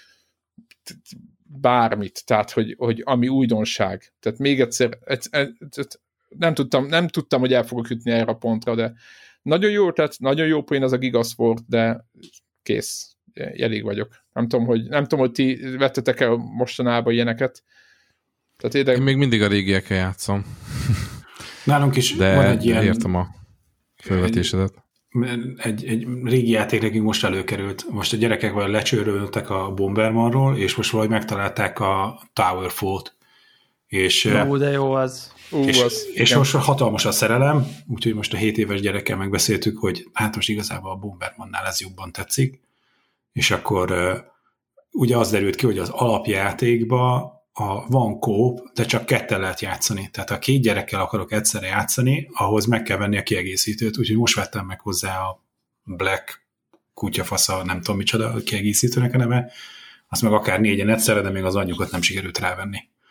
bármit, tehát, hogy, hogy ami újdonság. Tehát még egyszer, nem tudtam, nem tudtam, hogy el fogok jutni erre a pontra, de nagyon jó, tehát nagyon jó poén az a Giga Sword, de kész, elég vagyok. Nem tudom, hogy, nem tudom, hogy ti vettetek el mostanában ilyeneket. Tehát érdek... Én még mindig a régiekkel játszom. Nálunk is de van egy ilyen... értem a felvetésedet. Egy, egy régi játék nekünk most előkerült. Most a gyerekek vagy lecsőröltek a Bombermanról, és most valahogy megtalálták a Towerfall-t. És, Ó, de jó az. Ú, és, az, és most hatalmas a szerelem, úgyhogy most a hét éves gyerekkel megbeszéltük, hogy hát most igazából a Bombermannál ez jobban tetszik. És akkor ugye az derült ki, hogy az alapjátékban a, van kóp, de csak ketten lehet játszani. Tehát ha két gyerekkel akarok egyszerre játszani, ahhoz meg kell venni a kiegészítőt, úgyhogy most vettem meg hozzá a Black kutyafasza, nem tudom micsoda, a kiegészítőnek a neve, azt meg akár négyen egyszerre, de még az anyjukat nem sikerült rávenni.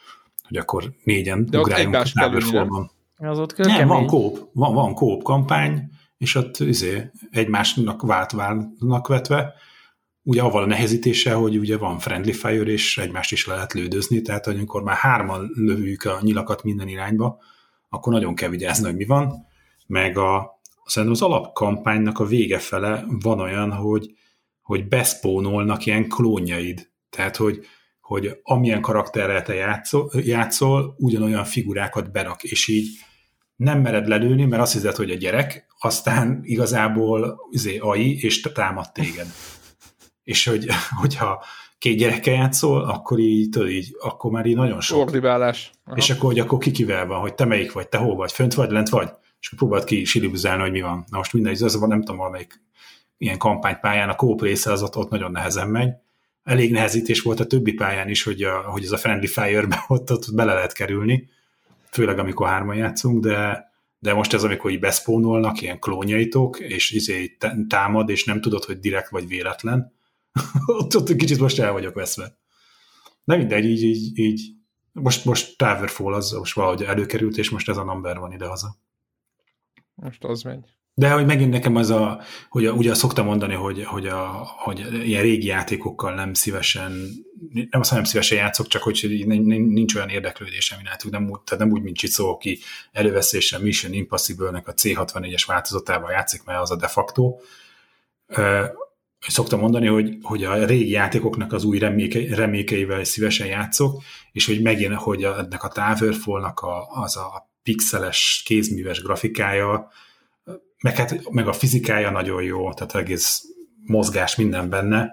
hogy akkor négyen de ugráljunk a táborformon. Az ott nem, van kóp, van, van kóp kampány, és ott izé, egymásnak váltválnak vetve, ugye avval a nehezítéssel, hogy ugye van friendly fire, és egymást is lehet lődözni, tehát amikor már hárman lövjük a nyilakat minden irányba, akkor nagyon kell vigyázni, hogy mi van, meg a, szerintem az alapkampánynak a vége fele van olyan, hogy, hogy beszpónolnak ilyen klónjaid, tehát hogy, hogy amilyen karakterrel te játszol, játszol, ugyanolyan figurákat berak, és így nem mered lelőni, mert azt hiszed, hogy a gyerek, aztán igazából izé, á i, és támad téged. És hogy, hogyha két gyerekkel játszol, akkor így, tudod, így, akkor már így nagyon sok. Ordibálás. És akkor, hogy akkor kikivel van, hogy te melyik vagy, te hol vagy, fönt vagy, lent vagy, és akkor próbáld ki silibuzálni, hogy mi van. Na most mindegy, az van, nem tudom, valamelyik ilyen kampánypályán, a kóp része az ott, ott nagyon nehezen megy. Elég nehezítés volt a többi pályán is, hogy, a, hogy ez a Friendly Fire-be ott, ott bele lehet kerülni, főleg amikor hárman játszunk, de, de most ez, amikor így beszpónolnak, ilyen klónjaitok, és izé támad, és nem tudod, hogy direkt vagy véletlen, ott, ott kicsit most el vagyok veszve. De mindegy, így, így, így most, most Towerfall az most valahogy előkerült, és most ez a number van idehaza. Most az megy. De hogy megint nekem az a, hogy a, ugye szoktam mondani, hogy, hogy, a, hogy ilyen régi játékokkal nem szívesen, nem azt nem szívesen játszok, csak hogy nincs olyan érdeklődésem irántuk, nem úgy, tehát nem úgy, mint Csicó, aki előveszésen Mission Impossible-nek a cé hatvannégyes változatával játszik, mert az a de facto. Szoktam mondani, hogy, hogy a régi játékoknak az új reméke, remékeivel szívesen játszok, és hogy megint, hogy a, ennek a Towerfall-nak a, az a pixeles, kézműves grafikája, meg, hát, meg a fizikája nagyon jó, tehát egész mozgás, minden benne.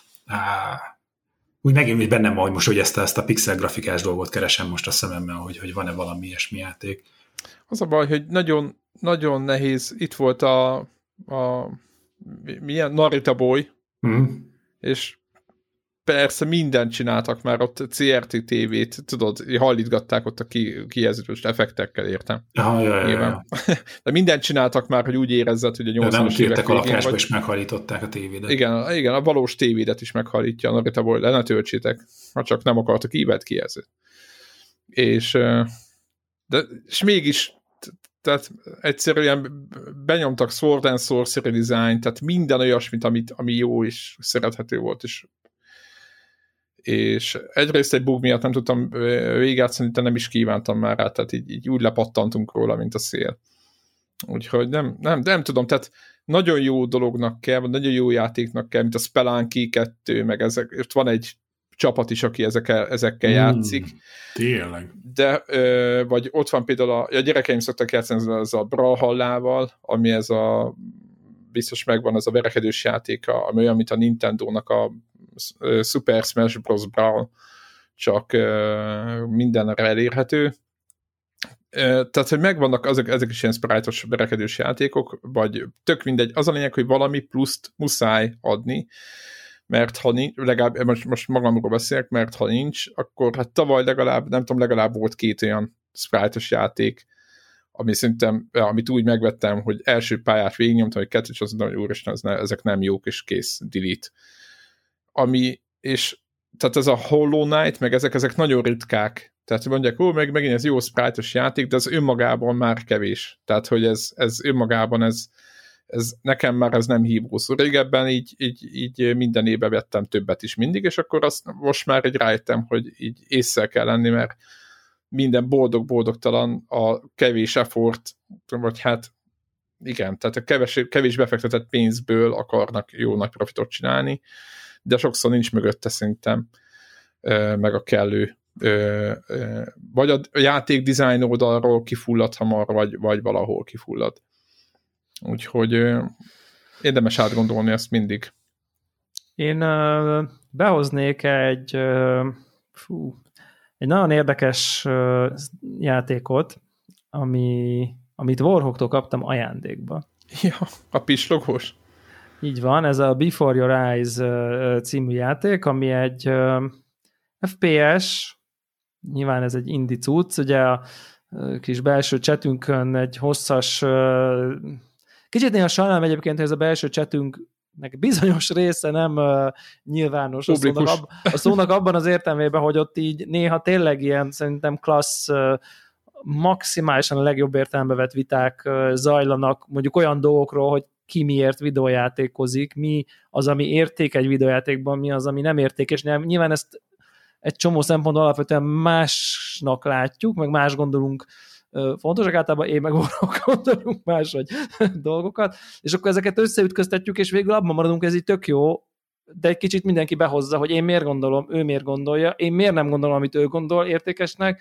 Úgy megint hogy bennem van, hogy most hogy ezt a, ezt a pixel grafikás dolgot keresem most a szememmel, hogy, hogy van-e valami ilyesmi játék. Az a baj, hogy nagyon, nagyon nehéz. Itt volt a, a milyen Narita Boy, mm. és persze mindent csináltak már ott, cé er té tévét, tudod, hallítgatták ott a kijelzős effektekkel, értem. Ja, ja, ja, ja. De mindent csináltak már, hogy úgy érezzed, hogy a nyolcvanas évek végén a lakásba, vagy... és meghallították a tévédet. Igen, igen, a valós tévédet is meghallítja a Narita Boy, de ne töltsétek, ha csak nem akartok ívet kijelzőt. És, de, és mégis tehát egyszerűen benyomtak Sword and Sorcery Design, tehát minden olyasmit, amit, ami jó és szerethető volt, és és egyrészt egy bug miatt nem tudtam végigjátszani, de nem is kívántam már rá, tehát így, így úgy lepattantunk róla, mint a szél. Úgyhogy nem, nem, de nem tudom, tehát nagyon jó dolognak kell, vagy nagyon jó játéknak kell, mint a Spelunky kettő, meg ezek, és van egy csapat is, aki ezekkel, ezekkel mm, játszik. Tényleg. De, vagy ott van például a, a gyerekeim szoktak játszani ez a Brawlhallával, ami ez a biztos megvan az a verekedős játéka, ami olyan, mint a Nintendónak a Super Smash Bros. Brawl, csak mindenre elérhető. Tehát, hogy megvannak azok, ezek is ilyen sprite-os verekedős játékok, vagy tök mindegy. Az a lényeg, hogy valami pluszt muszáj adni, mert ha nincs, legalább, most, most magamról beszélek, mert ha nincs, akkor hát tavaly legalább, nem tudom, legalább volt két olyan sprite-os játék, ami szerintem, amit úgy megvettem, hogy első pályát végignyomtam, hogy kettőt, és azt mondom, hogy úristen, ez ne, ezek nem jók, és kész, delete. Ami, és tehát ez a Hollow Knight, meg ezek, ezek nagyon ritkák. Tehát mondják, ó, meg megint ez jó sprite-os játék, de ez önmagában már kevés. Tehát, hogy ez, ez önmagában, ez, ez nekem már ez nem hívó szó. Régebben így, így, így minden évben vettem többet is mindig, és akkor azt most már egy rájöttem, hogy így észre kell lenni, mert minden boldog-boldogtalan a kevés effort, vagy hát igen, tehát a kevés, kevés befektetett pénzből akarnak jó nagy profitot csinálni, de sokszor nincs mögötte szerintem meg a kellő vagy a játék design oldalról kifullad hamar, vagy, vagy valahol kifullad. Úgyhogy érdemes átgondolni ezt mindig. Én uh, behoznék egy uh, fú, egy nagyon érdekes uh, játékot, ami, amit Warhawktól kaptam ajándékba. Ja, a pislogós. Így van, ez a Before Your Eyes uh, című játék, ami egy uh, ef pé es, nyilván ez egy indie cucc, ugye a uh, kis belső chatünkön egy hosszas, uh, kicsit néha sajnálom egyébként, hogy ez a belső chatünk nek bizonyos része nem uh, nyilvános a szónak, ab, a szónak abban az értelmében, hogy ott így néha tényleg ilyen szerintem klassz, uh, maximálisan a legjobb értelembe vett viták uh, zajlanak mondjuk olyan dolgokról, hogy ki miért videójátékozik, mi az, ami érték egy videójátékban, mi az, ami nem érték, és nem, nyilván ezt egy csomó szempontból alapvetően másnak látjuk, meg más gondolunk fontosak, általában én meg gondolunk máshogy dolgokat, és akkor ezeket összeütköztetjük, és végül abban maradunk, ez így tök jó, de egy kicsit mindenki behozza, hogy én miért gondolom, ő miért gondolja, én miért nem gondolom, amit ő gondol értékesnek,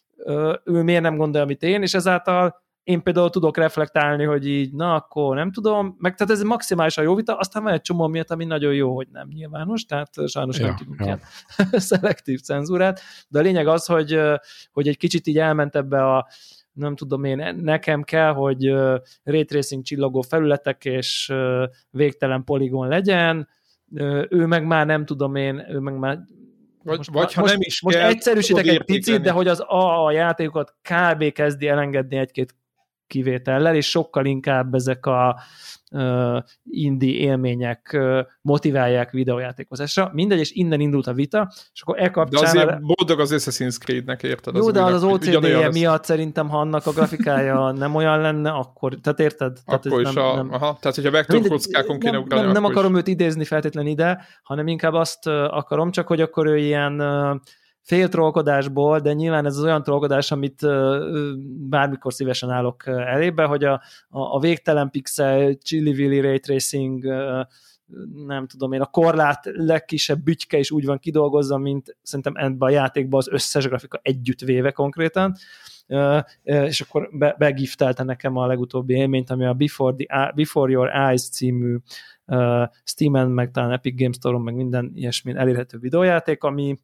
ő miért nem gondolja, amit én, és ezáltal én például tudok reflektálni, hogy így, na akkor nem tudom, meg tehát ez maximálisan jó vita, aztán van egy csomó miatt, ami nagyon jó, hogy nem nyilvános, tehát sajnos ja, nem tudunk ja. ilyen szelektív cenzúrát, de a lényeg az, hogy, hogy egy kicsit így elment ebbe a, nem tudom én, nekem kell, hogy ray tracing csillogó felületek és végtelen poligon legyen, ő meg már nem tudom én, ő meg már Vagy, most, vagy ha most, nem is most kell, egyszerűsítek egy picit, de hogy az á á játékokat kb. Kezdi elengedni egy-két kivétellel, és sokkal inkább ezek a uh, indie élmények uh, motiválják videójátékozásra. Mindegy, és innen indult a vita, és akkor e kapcsán... De azért boldog az Assassin's Creed-nek, érted? Jó, az de az, az o cé dé-je miatt szerintem, ha annak a grafikája nem olyan lenne, akkor, tehát érted? Tehát akkor is nem, a... nem, aha, tehát hogyha vektorkockákon kéne nem, ugrani, nem, nem akarom is. őt idézni feltétlenül ide, hanem inkább azt akarom, csak hogy akkor ő ilyen... Uh, fél trollkodásból, de nyilván ez az olyan trollkodás, amit uh, bármikor szívesen állok elébe, hogy a, a, a végtelen pixel, chili-willy ray tracing, uh, nem tudom én, a korlát legkisebb bütyke is úgy van kidolgozva, mint szerintem ebben a játékban az összes grafika együtt véve konkrétan, uh, és akkor be, begiftelte nekem a legutóbbi élményt, ami a Before, the, Before Your Eyes című uh, Steam-en, meg talán Epic Games Store-on, meg minden ilyesmin elérhető videójáték, ami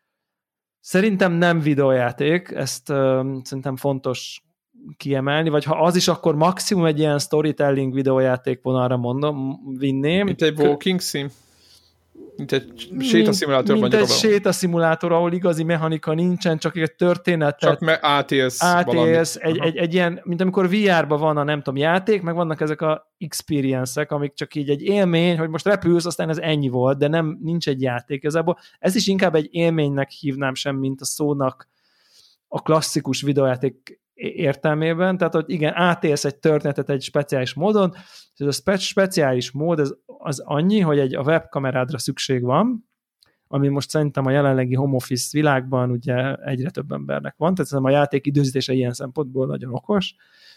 szerintem nem videójáték, ezt uh, szerintem fontos kiemelni, vagy ha az is, akkor maximum egy ilyen storytelling videójáték vonalra mondom, vinném. Mint egy walking sim? Mint egy sétaszimulátor? Mint egy sétaszimulátor, ahol igazi mechanika nincsen, csak egy történetet. Csak me- átélsz, átélsz egy, egy, egy ilyen, mint amikor vé er-ban van a nem tudom játék, meg vannak ezek a experience-ek, amik csak így egy élmény, hogy most repülsz, aztán ez ennyi volt, de nem, nincs egy játék ezából. Ez is inkább egy élménynek hívnám sem, mint a szónak a klasszikus videójáték értelmében, tehát hogy igen, átélsz egy történetet egy speciális módon, és ez a spe- speciális mód ez, az annyi, hogy egy, a webkamerádra szükség van, ami most szerintem a jelenlegi home office világban ugye egyre több embernek van, tehát szerintem a játék időzítése ilyen szempontból nagyon okos.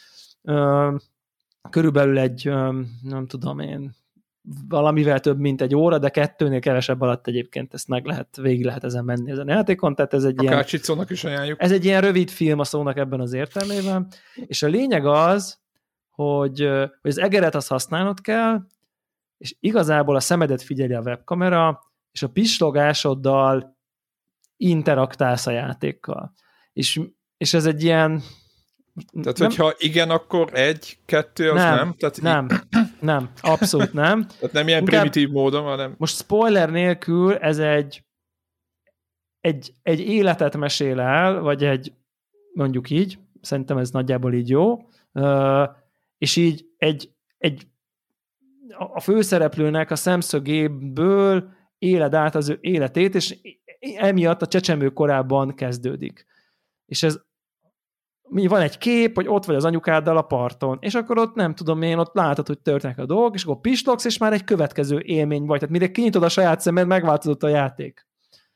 Körülbelül egy, nem tudom én, valamivel több, mint egy óra, de kettőnél kevesebb alatt egyébként ezt meg lehet, végig lehet ezen menni ezen a játékon, tehát ez egy Akár ilyen... Csicónak is ajánljuk. Ez egy ilyen rövid film a szónak ebben az értelmében, és a lényeg az, hogy, hogy az egeret azt használnod kell, és igazából a szemedet figyeli a webkamera, és a pislogásoddal interaktálsz a játékkal. És, és ez egy ilyen... Tehát, nem, hogyha igen, akkor egy, kettő, az nem? Nem, Tehát nem, nem, abszolút nem. Tehát nem ilyen Inkább primitív módon, hanem... Most spoiler nélkül ez egy, egy, egy életet mesél el, vagy egy, mondjuk így, szerintem ez nagyjából így jó, és így egy, egy a főszereplőnek a szemszögéből éled át az ő életét, és emiatt a csecsemő korában kezdődik. És ez van egy kép, hogy ott vagy az anyukáddal a parton, és akkor ott nem tudom én, ott látod, hogy történnek a dolgok, és akkor pislogsz, és már egy következő élmény vagy. Tehát mire kinyitod a saját szemed, megváltozott a játék.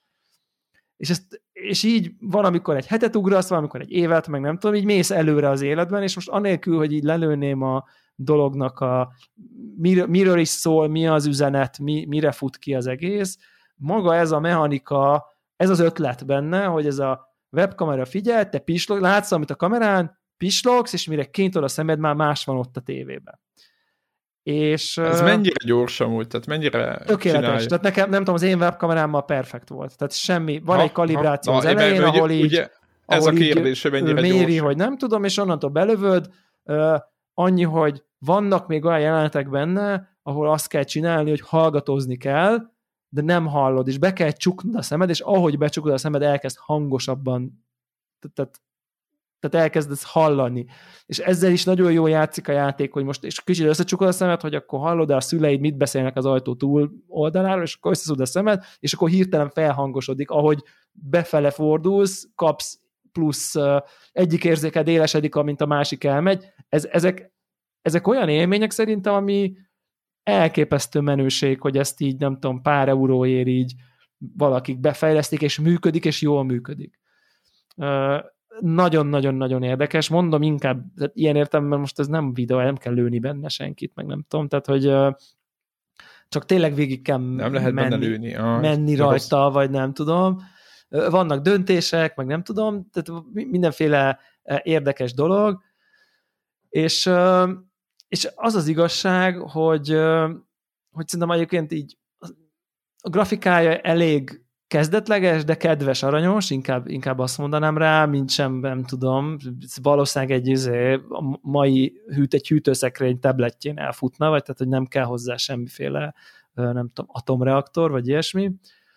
És, ezt, és így van, amikor egy hetet ugrasz, van, amikor egy évet, meg nem tudom, így mész előre az életben, és most anélkül, hogy így lelőném a dolognak a mir, miről is szól, mi az üzenet, mi, mire fut ki az egész, maga ez a mechanika, ez az ötlet benne, hogy ez a webkamera figyel, te pislog, látsz, amit a kamerán, pislogsz, és mire kinyitod a szemed, már más van ott a tévében. És, ez uh, mennyire gyors amúgy, tehát mennyire tökéletes. csinálja? Tehát nekem, nem tudom, az én webkamerámmal perfekt volt. Tehát semmi, van ha, egy kalibráció ha, az elején, mert, ahol így, ugye, ez ahol a kérdés, így mennyire méri, gyors. hogy nem tudom, és onnantól belövöd, uh, annyi, hogy vannak még olyan jelenetek benne, ahol azt kell csinálni, hogy hallgatózni kell, de nem hallod, és be kell csuknod a szemed, és ahogy becsukod a szemed, elkezd hangosabban, tehát tehát elkezdesz hallani. És ezzel is nagyon jól játszik a játék, hogy most és kicsit összecsukod a szemed, hogy akkor hallod, a szüleid mit beszélnek az ajtó túl oldaláról, és akkor összeszúd a szemed, és akkor hirtelen felhangosodik, ahogy befele fordulsz, kapsz plusz uh, egyik érzéked élesedik, amint a másik elmegy. Ez, ezek, ezek olyan élmények szerintem, ami elképesztő menőség, hogy ezt így, nem tudom, pár euróért így valakik befejlesztik, és működik, és jól működik. Uh, nagyon-nagyon-nagyon érdekes, mondom inkább, ilyen értelemben most ez nem videó, nem kell lőni benne senkit, meg nem tudom, tehát, hogy uh, csak tényleg végig kell nem lehet menni, benne lőni. Ah, menni rajta, rossz. Vagy nem tudom. Uh, vannak döntések, meg nem tudom, tehát mindenféle érdekes dolog, és, uh, és az az igazság, hogy, uh, hogy szerintem egyébként így a grafikája elég kezdetleges, de kedves, aranyos, inkább, inkább azt mondanám rá, mint sem, nem tudom, valószínűleg egy izé, a mai hűt, egy hűtőszekrény tabletjén elfutna, vagy tehát, hogy nem kell hozzá semmiféle, nem tudom, atomreaktor, vagy ilyesmi.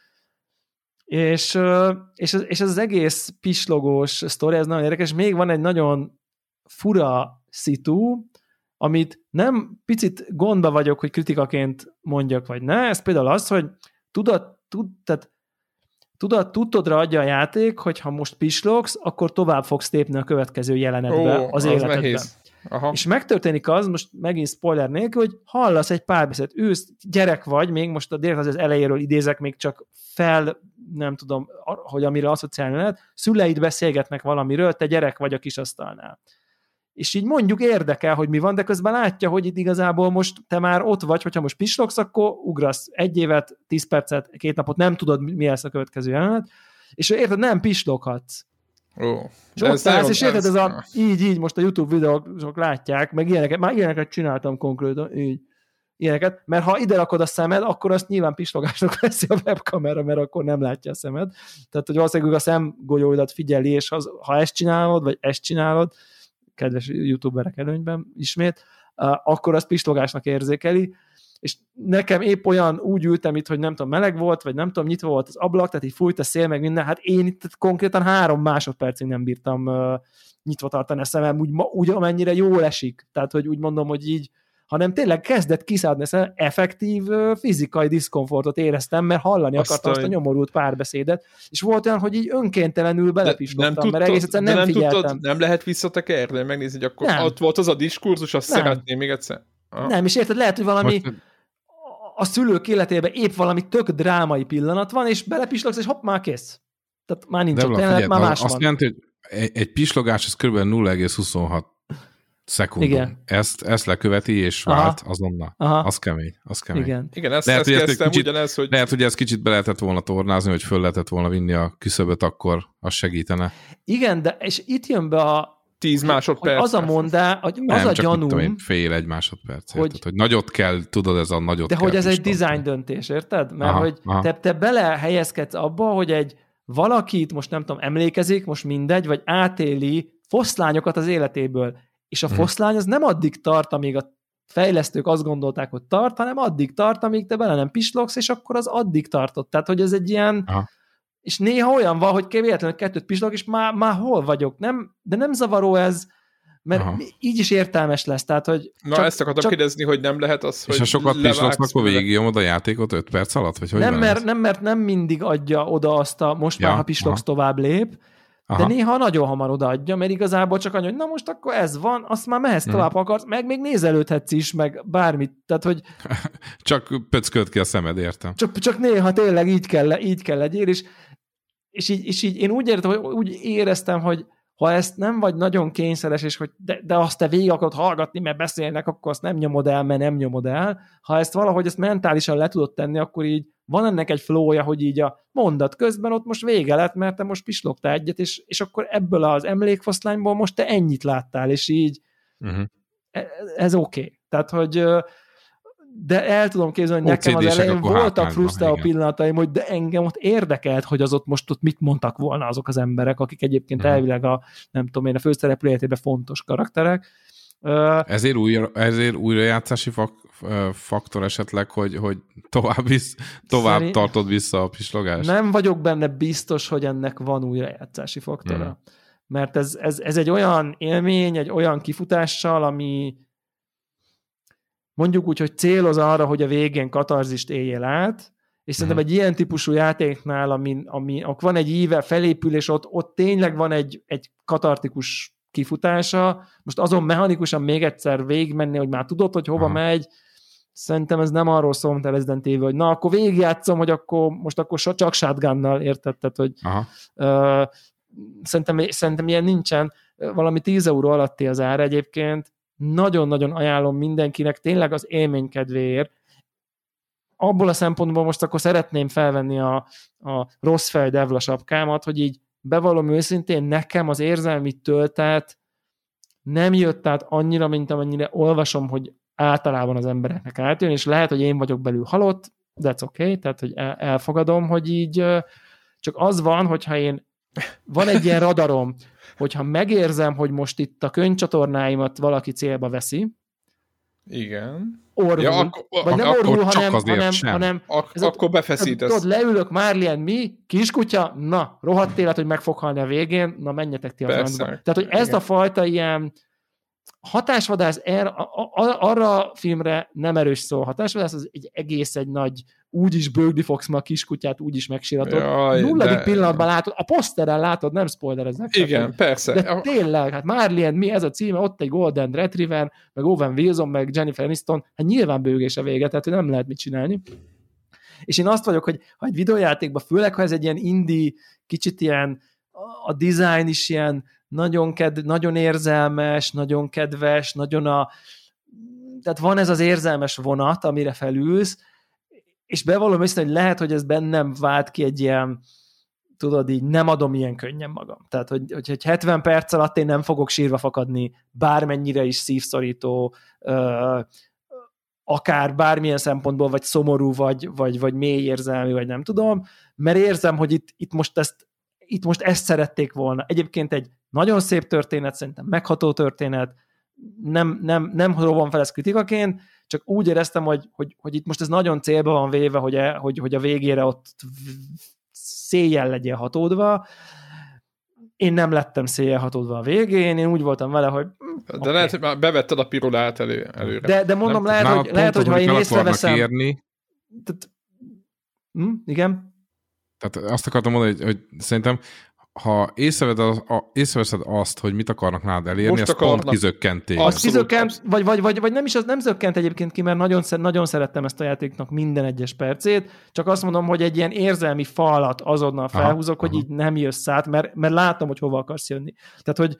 És, és, és ez az egész pislogós sztori, ez nagyon érdekes. Még van egy nagyon fura szitu, amit nem picit gondba vagyok, hogy kritikaként mondjak, vagy ne. Ez például az, hogy tudod, tud, tehát Tudod, tudtodra adja a játék, hogy ha most pislogsz, akkor tovább fogsz lépni a következő jelenetbe, Ó, az, az életedben. És megtörténik az, most megint spoiler nélkül, hogy hallasz egy párbeszédet, ősz, gyerek vagy, még most a direkt az elejéről idézek, még csak fel, nem tudom, hogy amire asszociálni lehet, szüleid beszélgetnek valamiről, te gyerek vagy a kisasztalnál. És így mondjuk érdekel, hogy mi van, de közben látja, hogy itt igazából most te már ott vagy, hogyha most pislogsz, akkor ugrasz egy évet, tíz percet, két napot, nem tudod, mi lesz a következő jelenet, és érted, nem pisloghatsz. Ó, és ott állsz, és érted, ez a, így, így, most a YouTube videók látják, meg ilyeneket, már ilyeneket csináltam konkrétan, így, ilyeneket, mert ha ide rakod a szemed, akkor azt nyilván pislogásnak veszi a webkamera, mert akkor nem látja a szemed. Tehát, hogy valószínűleg a szemgolyóidat figyeli, és az, ha ezt csinálod, vagy ezt csinálod, kedves youtuberek előnyben ismét, akkor azt pislogásnak érzékeli, és nekem épp olyan úgy ültem itt, hogy nem tudom, meleg volt, vagy nem tudom, nyitva volt az ablak, tehát így fújt a szél, meg minden, hát én itt konkrétan három másodpercig nem bírtam uh, nyitva tartani a szemem, úgy, úgy amennyire jól esik, tehát hogy úgy mondom, hogy így, hanem tényleg kezdett kiszádni a szemem, effektív uh, fizikai diszkomfortot éreztem, mert hallani azt akartam a... azt a nyomorult párbeszédet, és volt olyan, hogy így önkéntelenül belepislogtam, mert egész egyszerűen nem, nem figyeltem. Tudtad, nem lehet visszatekerni, megnézni, hogy akkor nem. Ott volt az a diskurzus, azt nem. Szeretném még egyszer. Ah. Nem, és érted, lehet, hogy valami most... a szülők életében épp valami tök drámai pillanat van, és belepislogsz, és hopp, már kész. Tehát már nincs ott, tényleg, már más azt van. jelenti, hogy egy, egy pislogás az kb. nulla egész huszonhat szekundum. Ezt, ezt leköveti, és vált Aha. azonnal. Aha. Az kemény. Az kemény. Igen, Igen ezt, lehet, ezt kezdtem kicsit, ugyanez, hogy... Lehet, hogy ezt kicsit be lehetett volna tornázni, hogy föl lehetett volna vinni a küszöböt, akkor az segítene. Igen, de és itt jön be a tíz másodperc. Az a mondá, az nem, a csak gyanúm, tudom, fél egy másodperc. Hogy, érted, hogy nagyot kell, tudod, ez a nagyot de kell. De hogy ez egy design döntés, érted? Mert aha, hogy aha. Te, te belehelyezkedsz abba, hogy egy valakit, most nem tudom, emlékezik, most mindegy, vagy átéli foszlányokat az életéből. És a foszlány az nem addig tart, amíg a fejlesztők azt gondolták, hogy tart, hanem addig tart, amíg te bele nem pislogsz, és akkor az addig tartott. Tehát, hogy ez egy ilyen... Aha. És néha olyan van, hogy véletlenül kettőt pislog, és már, már hol vagyok. Nem, de nem zavaró ez, mert Aha. így is értelmes lesz. Tehát, hogy Na csak, ezt akartam csak... kérdezni, hogy nem lehet az, hogy és ha sokat pislogsz, akkor végignyomod a játékot öt perc alatt? Vagy hogy nem, mert, nem, mert nem mindig adja oda azt a, most ja, már ha pislogsz aha. tovább lép, Aha. de néha nagyon hamar odaadja, mert igazából csak annyi, hogy na most akkor ez van, azt már mehetsz hmm. tovább akarsz, meg még nézelődhetsz is, meg bármit, tehát hogy... csak pöckölt ki a szemed, értem. Csak, csak néha tényleg így kell, így kell legyél, és, és, így, és így én úgy, értem, hogy, úgy éreztem, hogy ha ezt nem vagy nagyon kényszeres, és hogy de, de azt te végig akarod hallgatni, mert beszélnek, akkor azt nem nyomod el, mert nem nyomod el. Ha ezt valahogy ezt mentálisan le tudod tenni, akkor így van ennek egy flowja, hogy így a mondat közben ott most vége lett, mert te most pislogtál egyet, és, és akkor ebből az emlékfoszlányból most te ennyit láttál, és így uh-huh. ez oké. Okay. Tehát, hogy de el tudom képzelni, hogy nekem az elején voltak frusztráló pillanataim, hogy de engem ott érdekelt, hogy az ott most ott mit mondtak volna azok az emberek, akik egyébként uh-huh. elvileg a, nem tudom én, a főszereplő életében fontos karakterek. Ezért, újra, ezért újrajátszási fak, faktor esetleg, hogy, hogy tovább, visz, tovább Szerint tartod vissza a pislogást? Nem vagyok benne biztos, hogy ennek van újrajátszási faktora. Hmm. mert ez, ez, ez egy olyan élmény, egy olyan kifutással, ami mondjuk úgy, hogy céloz arra, hogy a végén katarzist éljél át, és szerintem egy ilyen típusú játéknál, ami, ami van egy íve, felépül, és ott, ott tényleg van egy, egy katartikus kifutása, most azon mechanikusan még egyszer végigmenni, hogy már tudod, hogy hova Aha. megy, szerintem ez nem arról szól, mint a Resident Evil, hogy na, akkor végigjátszom, hogy akkor most akkor csak shotgunnal, érted? Tehát, hogy uh, szerintem, szerintem ilyen nincsen. Valami tíz euró alatti az ára egyébként. Nagyon-nagyon ajánlom mindenkinek, tényleg az élmény kedvéért. Abból a szempontból most akkor szeretném felvenni a, a rossz fej devla sapkámat, hogy így bevallom őszintén, nekem az érzelmi töltet nem jött át annyira, mint amennyire olvasom, hogy általában az embereknek átjön, és lehet, hogy én vagyok belül halott, that's okay, tehát hogy elfogadom, hogy így csak az van, hogyha én van egy ilyen radarom, hogyha megérzem, hogy most itt a könyvcsatornáimat valaki célba veszi, igen. Orvul, ja, akkor, vagy nem akkor orvul, hanem, hanem, hanem Ak- akkor befeszítesz. Tudod, leülök, Marlien, mi? Kiskutya? Na, rohadt élet, hogy meg fog halni a végén, na menjetek ti a francba. Tehát, hogy ezt igen. a fajta ilyen hatásvadász er, a, a, arra a filmre nem erős szó. Hatásvadász az egy egész egy nagy, úgyis bőgni fogsz ma a kiskutyát, úgyis megsíratod. Jaj, Nulladik de... pillanatban látod, a poszteren látod, nem spoilereznek. Igen, csak, persze. De tényleg, hát Marlien, mi ez a címe, ott egy Golden Retriever, meg Owen Wilson, meg Jennifer Aniston, hát nyilván bőgés a vége, tehát nem lehet mit csinálni. És én azt vagyok, hogy ha egy videójátékban, főleg ha ez egy ilyen indie, kicsit ilyen, a design is ilyen nagyon, ked, nagyon érzelmes, nagyon kedves, nagyon a... Tehát van ez az érzelmes vonat, amire felülsz, és bevallom össze, hogy lehet, hogy ez bennem vált ki egy ilyen, tudod így, nem adom ilyen könnyen magam. Tehát, hogy, hogy hetven perc alatt én nem fogok sírva fakadni, bármennyire is szívszorító, akár bármilyen szempontból, vagy szomorú, vagy, vagy, vagy mély érzelmű, vagy nem tudom, mert érzem, hogy itt, itt most ezt itt most ezt szerették volna. Egyébként egy nagyon szép történet, szerintem megható történet, nem, nem, nem rovom fel ezt kritikaként, csak úgy éreztem, hogy, hogy, hogy itt most ez nagyon célba van véve, hogy, e, hogy, hogy a végére ott széjjel legyen hatódva. Én nem lettem széjjel hatódva a végén, én úgy voltam vele, hogy de okay. Lehet, hogy már bevetted a pirulát elő, előre. De, de mondom, nem, lehet, hogy, lehet, hogy ha én észreveszem... Érni. Tehát, hm, igen? Tehát azt akartam mondani, hogy, hogy szerintem, ha észreveszed, a, észreveszed azt, hogy mit akarnak nálad elérni, most az pont kizökkent téged. Az kizökkent, vagy, vagy, vagy, vagy nem is, az nem zökkent egyébként ki, mert nagyon, nagyon szerettem ezt a játéknak minden egyes percét, csak azt mondom, hogy egy ilyen érzelmi falat azonnal felhúzok, aha, hogy aha. így nem jössz át, mert, mert látom, hogy hova akarsz jönni. Tehát, hogy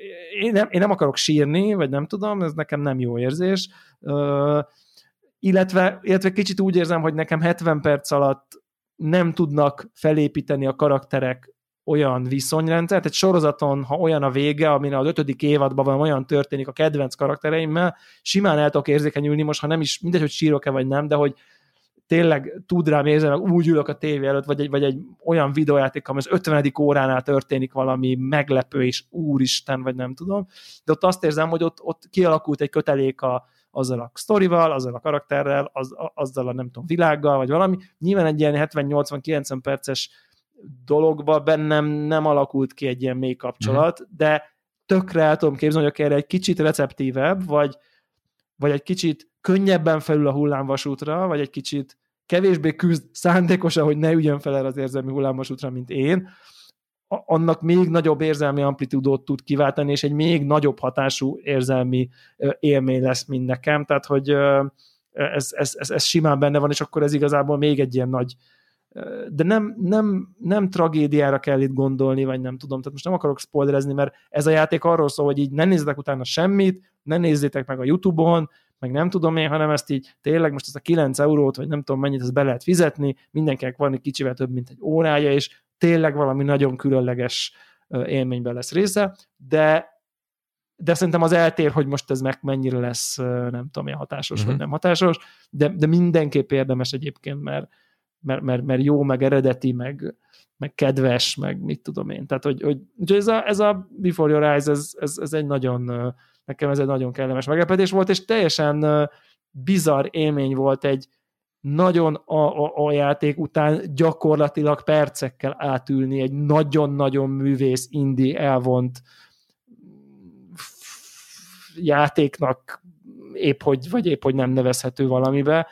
én nem, én nem akarok sírni, vagy nem tudom, ez nekem nem jó érzés. Uh, illetve, illetve kicsit úgy érzem, hogy nekem hetven perc alatt nem tudnak felépíteni a karakterek olyan viszonyrendszert, egy sorozaton, ha olyan a vége, amire az ötödik évadban van, olyan történik a kedvenc karaktereimmel, simán el tudok érzékenyülni, most ha nem is, mindegy, hogy sírok-e vagy nem, de hogy tényleg tud rám érzeni, úgy ülök a tévé előtt, vagy egy, vagy egy olyan videójáték, ami az ötvenedik óránál történik valami meglepő, és úristen, vagy nem tudom, de ott azt érzem, hogy ott, ott kialakult egy kötelék a azzal a sztorival, azzal a karakterrel, az, azzal a nem tudom, világgal, vagy valami. Nyilván egy ilyen hetven-nyolcvan-kilencven perces dologban bennem nem alakult ki egy ilyen mély kapcsolat, mm. de tökre el tudom képzelni, hogy akár egy kicsit receptívebb, vagy, vagy egy kicsit könnyebben felül a hullámvasútra, vagy egy kicsit kevésbé küzd szándékosan, hogy ne üljön fel erre az érzelmi hullámvasútra, mint én, annak még nagyobb érzelmi amplitúdót tud kiváltani, és egy még nagyobb hatású érzelmi élmény lesz, mint nekem, tehát hogy ez, ez, ez, ez simán benne van, és akkor ez igazából még egy ilyen nagy, de nem, nem, nem tragédiára kell itt gondolni, vagy nem tudom, tehát most nem akarok spoilerezni, mert ez a játék arról szól, hogy így ne nézzetek utána semmit, ne nézzétek meg a YouTube-on, meg nem tudom én, hanem ezt így tényleg most ezt a kilenc eurót, vagy nem tudom mennyit, ezt be lehet fizetni, mindenkinek van egy kicsivel több, mint egy órája, és tényleg valami nagyon különleges élményben lesz része, de, de szerintem az eltér, hogy most ez meg mennyire lesz, nem tudom, ilyen hatásos, uh-huh. vagy nem hatásos, de, de mindenképp érdemes egyébként, mert, mert, mert, mert jó, meg eredeti, meg, meg kedves, meg mit tudom én. Tehát, hogy, hogy, hogy ez, a, ez a Before Your Eyes, ez, ez, ez egy nagyon, nekem ez egy nagyon kellemes meglepetés volt, és teljesen bizarr élmény volt egy nagyon a, a, a játék után gyakorlatilag percekkel átülni egy nagyon-nagyon művész, indie, elvont játéknak épp hogy, vagy épp hogy nem nevezhető valamibe.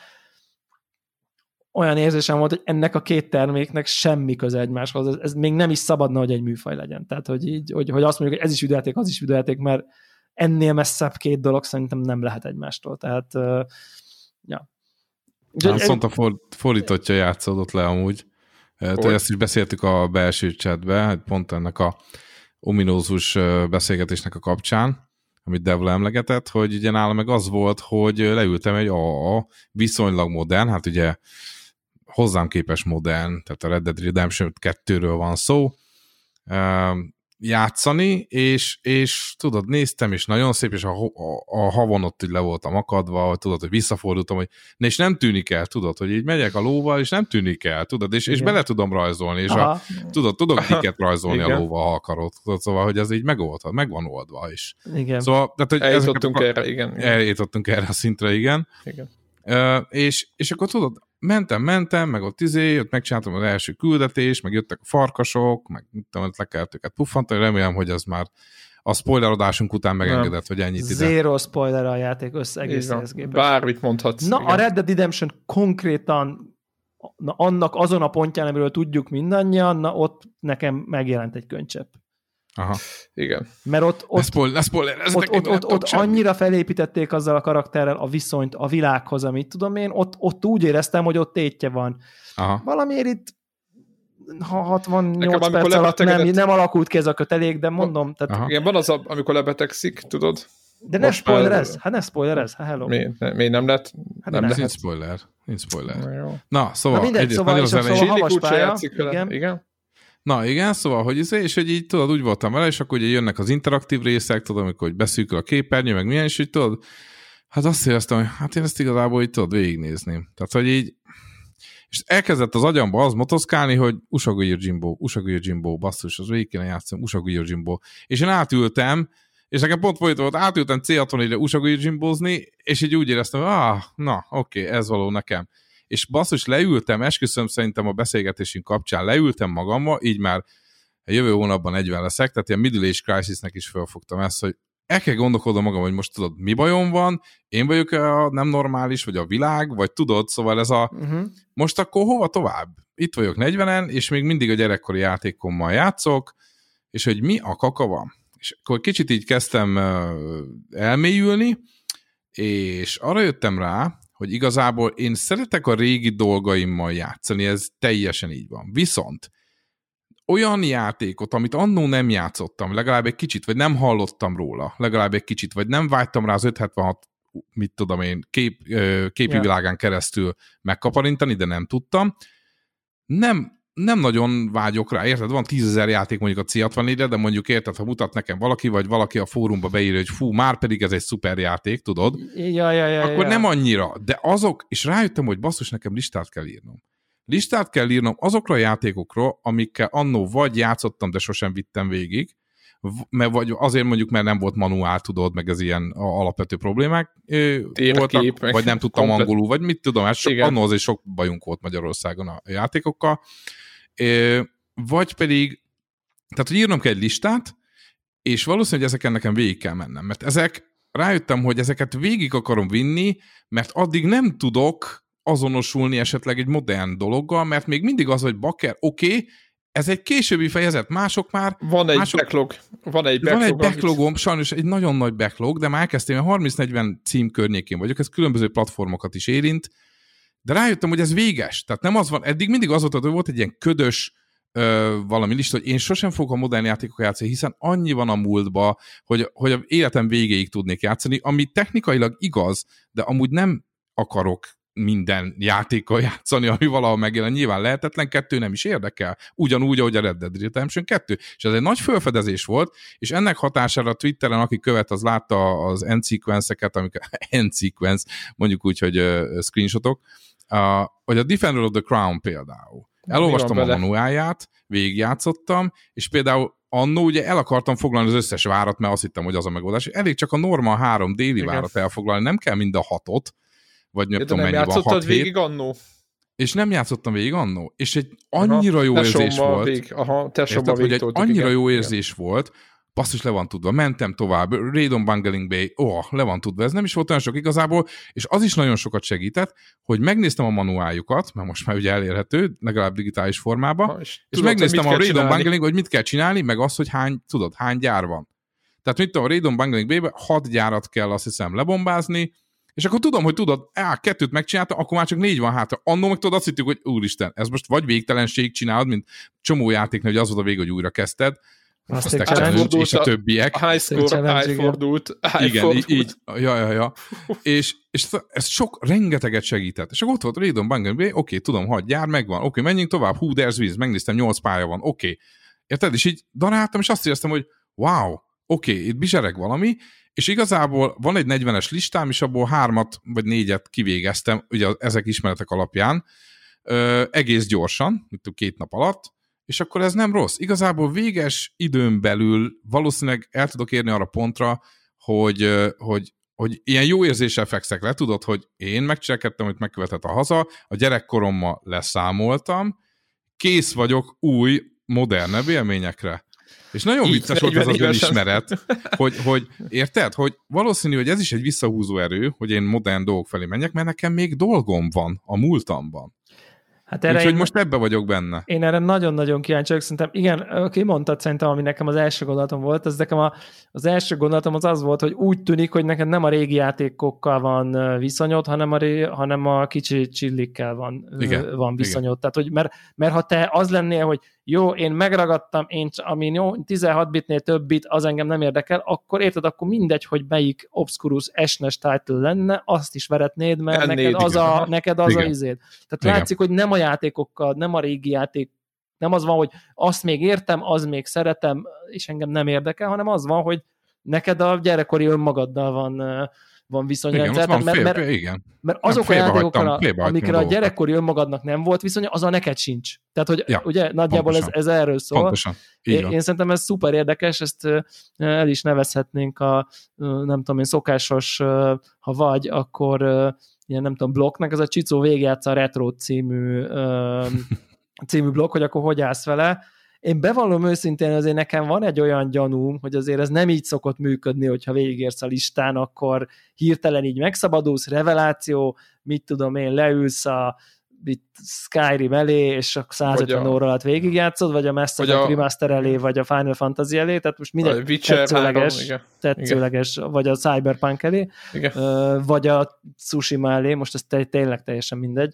Olyan érzésem volt, hogy ennek a két terméknek semmi köze egymáshoz. Ez, ez még nem is szabadna, hogy egy műfaj legyen. Tehát, hogy, így, hogy, hogy azt mondjuk, hogy ez is videójáték, az is videójáték, mert ennél messzebb két dolog szerintem nem lehet egymástól. Tehát, uh, ja. Hát szóval a for, fordítottja játszódott le amúgy. Tehát ezt is beszéltük a belső chatbe, pont ennek a ominózus beszélgetésnek a kapcsán, amit Devla emlegetett, hogy ugye nálam meg az volt, hogy leültem egy á á viszonylag modern, hát ugye hozzám képes modern, tehát a Red Dead Redemption kettőről van szó, játszani, és, és tudod, néztem, és nagyon szép, és a, a, a havon ott így le voltam akadva, hogy tudod, hogy visszafordultam, hogy és nem tűnik el, tudod, hogy így megyek a lóval, és nem tűnik el, tudod, és, és bele tudom rajzolni, és a, tudod, tudok diket rajzolni igen. a lóval, ha akarod, tudod, szóval, hogy ez így megoldva, meg van oldva is. Igen. Szóval, tehát, hogy eljutottunk erre, igen. Eljutottunk erre a szintre, igen. Igen. Uh, és, és akkor tudod, mentem, mentem, meg ott izé, ott megcsináltam az első küldetést, meg jöttek a farkasok, meg mit tudom, ott le kellett őket puffantani, remélem, hogy az már a spoilerodásunk után megengedett, hogy ennyit ide. Zero spoiler a játék össze egész képest. Bármit mondhatsz. Na, igen. A Red Dead Redemption konkrétan na, annak azon a pontján, amiről tudjuk mindannyian, na ott nekem megjelent egy könycsepp. Aha. Igen. Mert ott, ott, spoiler, spoiler, ott, ott, ott, ott annyira felépítették azzal a karakterrel a viszonyt a világhoz, amit tudom én, ott, ott úgy éreztem, hogy ott tétje van. Aha. Valamiért itt hatvannyolc perc alatt nem, nem alakult ki ez a kötelék, de mondom. Tehát... Igen, van az, a, amikor lebetegszik, tudod? De ne spoilerezz, hát ne spoilerezz, hát hello. Mi, ne, mi nem lett? Hát nem, nem lehet. Nincs spoiler. Nincs spoiler. Na, Na szóval... Na mindegy, szóval, és szóval havas pálya. Igen. igen. Na igen, szóval, hogy izé, és hogy így tudod, úgy voltam vele, és akkor ugye jönnek az interaktív részek, tudod, amikor hogy beszűkül a képernyő, meg milyen, és így tudod, hát azt éreztem, hogy hát én ezt igazából így tudod végignézni. Tehát, hogy így, és elkezdett az agyamba az motoszkálni, hogy Usagi Yojimbo, Usagi Yojimbo, basszus, az végig kéne játszani, Usagi Yojimbo. És én átültem, és nekem pont folyton volt, átültem cé hatvannégyre Usagi Yojimbozni, és így úgy éreztem, hogy ah, na, oké, okay, ez való nekem. És basszus, leültem, esküszöm szerintem a beszélgetésünk kapcsán, leültem magamba, így már a jövő hónapban negyven leszek, tehát ilyen Middle Age Crisisnek is felfogtam ezt, hogy el kell gondolkodnom magam, hogy most tudod, mi bajom van, én vagyok a nem normális, vagy a világ, vagy tudod, szóval ez a uh-huh. most akkor hova tovább? Itt vagyok negyvenen, és még mindig a gyerekkori játékommal játszok, és hogy mi a kaka van. És akkor kicsit így kezdtem elmélyülni, és arra jöttem rá, hogy igazából én szeretek a régi dolgaimmal játszani, ez teljesen így van. Viszont olyan játékot, amit annó nem játszottam, legalább egy kicsit, vagy nem hallottam róla, legalább egy kicsit, vagy nem vágytam rá az ötszázhetvenhat, mit tudom én, kép, képi yeah. világán keresztül megkaparintani, de nem tudtam. Nem, nem nagyon vágyok rá, érted? Van tízezer játék mondjuk a cé hatvannégyre, de mondjuk érted, ha mutat nekem valaki, vagy valaki a fórumba beírja, hogy fú, már pedig ez egy szuper játék, tudod? Ja, ja, ja, akkor ja. nem annyira, de azok, és rájöttem, hogy basszus, nekem listát kell írnom. Listát kell írnom azokra a játékokról, amikkel annó vagy játszottam, de sosem vittem végig, vagy azért mondjuk, mert nem volt manuál, tudod, meg ez ilyen alapvető problémák voltak, kép, vagy nem tudtam komplet. Angolul, vagy mit tudom, hát so, annó azért sok bajunk volt Magyarországon a játékokkal. Vagy pedig, tehát, hogy írnom kell egy listát, és valószínűleg ezeken nekem végig kell mennem, mert ezek, rájöttem, hogy ezeket végig akarom vinni, mert addig nem tudok azonosulni esetleg egy modern dologgal, mert még mindig az, hogy bakker, oké, okay, ez egy későbbi fejezet, mások már... Van egy mások, backlog. Van egy backlog. Van egy backlogom, amit... sajnos egy nagyon nagy backlog, de már elkezdtem, én harminc-negyven cím környékén vagyok, ez különböző platformokat is érint, de rájöttem, hogy ez véges. Tehát nem az van, eddig mindig az volt, hogy volt egy ilyen ködös ö, valami lista, hogy én sosem fogok a modern játékokkal játszani, hiszen annyi van a múltba, hogy, hogy a életem végéig tudnék játszani, ami technikailag igaz, de amúgy nem akarok minden játékkal játszani, ami valahol megjelen. Nyilván lehetetlen, kettő nem is érdekel. Ugyanúgy, ahogy a Red Dead Redemption kettő. És ez egy nagy felfedezés volt, és ennek hatására Twitteren, aki követ, az látta az end-sequence-eket, amik end-sequence, mondjuk úgy, hogy uh, screenshotok, uh, hogy a Defender of the Crown például. Elolvastam a manuálját, végigjátszottam, és például annó ugye el akartam foglalni az összes várat, mert azt hittem, hogy az a megoldás. Elég csak a normal három déli várat elfoglalni, nem kell mind a hatot, vagy nem tudom mennyi van, hat végig annó? És nem játszottam végig annó. És egy annyira Aha, jó érzés volt. Vég. Aha, érted, hogy egy annyira igen. jó érzés igen. volt, basszus, le van tudva, mentem tovább, Raidon Bungling Bay, ó, oh, le van tudva, ez nem is volt olyan sok igazából, és az is nagyon sokat segített, hogy megnéztem a manuáljukat, mert most már ugye elérhető, legalább digitális formában, ha, és, és tudod, megnéztem a Raidon Bungling, hogy mit kell csinálni, meg azt, hogy hány, tudod, hány gyár van. Tehát mit tudom, a Raidon Bungling Bay-ben hat gyárat kell azt hiszem lebombázni, és akkor tudom, hogy tudod, á, kettőt megcsinálta, akkor már csak négy van hátra. Annó meg tudod, azt hittük, hogy úristen, ez most vagy végtelenség csinálod, mint csomó játéknál, hogy az volt a vég, hogy újra kezdted, azt a challenge, és a többiek. A high score, high fordult. Igen, így, így, ja, ja, ja. és, és ez sok, rengeteget segített. És akkor ott volt Raidon Bungling Bay, oké, okay, tudom, hadd gyár, megvan, oké, okay, menjünk tovább, hú, there's Wiz, megnéztem, nyolc pálya van, oké. Okay. Érted? És így daráltam, és azt éreztem, hogy wow, oké, okay, itt bizsereg valami, és igazából van egy negyvenes listám, és abból hármat vagy négyet kivégeztem, ugye ezek ismeretek alapján, ö, egész gyorsan, mint két nap alatt, és akkor ez nem rossz. Igazából véges időn belül valószínűleg el tudok érni arra pontra, hogy, hogy, hogy ilyen jó érzéssel fekszek le, tudod, hogy én megcselekedtem, hogy megkövetett a haza, a gyerekkorommal leszámoltam, kész vagyok új, modernebb élményekre. És nagyon így, vicces volt az az önismeret, hogy, hogy érted, hogy valószínű, hogy ez is egy visszahúzó erő, hogy én modern dolgok felé menjek, mert nekem még dolgom van a múltamban. Hát úgyhogy most ebbe vagyok benne. Én erre nagyon-nagyon kíváncsi vagyok, szerintem igen, kimondtad szerintem, ami nekem az első gondolatom volt, az nekem a, az első gondolatom az az volt, hogy úgy tűnik, hogy neked nem a régi játékokkal van viszonyod, hanem a, ré, hanem a kicsi csillikkel van, igen, van viszonyod. Igen. Tehát, hogy mert, mert ha te az lennél, hogy jó, én megragadtam, én, ami jó, tizenhat bitnél több bit, az engem nem érdekel, akkor érted, akkor mindegy, hogy melyik Obscurus es-nes title lenne, azt is veretnéd, mert Ennéd, neked az, a, neked az a izéd. Tehát igen. Látszik, hogy nem a játékokkal, nem a régi játék, nem az van, hogy azt még értem, az még szeretem, és engem nem érdekel, hanem az van, hogy neked a gyerekkori önmagaddal van, van viszonyrendszer. Igen, mert, mert, mert, igen. mert azok nem, a játékokra, amikre a gyerekkori önmagadnak nem volt viszonya, az a neked sincs. Tehát, hogy ja, ugye nagyjából ez, ez erről szól. Pontosan. Én, én szerintem ez szuper érdekes, ezt el is nevezhetnénk a, nem tudom én, szokásos, ha vagy, akkor ilyen nem tudom, blokknak, ez a Csicó végigjátsza a Retro című, című blokk, hogy akkor hogy állsz vele. Én bevallom őszintén, azért nekem van egy olyan gyanúm, hogy azért ez nem így szokott működni, hogyha végigérsz a listán, akkor hirtelen így megszabadulsz, reveláció, mit tudom én, leülsz a Skyrim elé, és a százötven óra alatt végigjátszod, vagy a Mass Effect Remaster elé, vagy a Final Fantasy elé, tehát most mindegy tetszőleges, három, tetszőleges igen. Vagy a Cyberpunk elé, igen. vagy a Tsushima elé, most ez tényleg teljesen mindegy.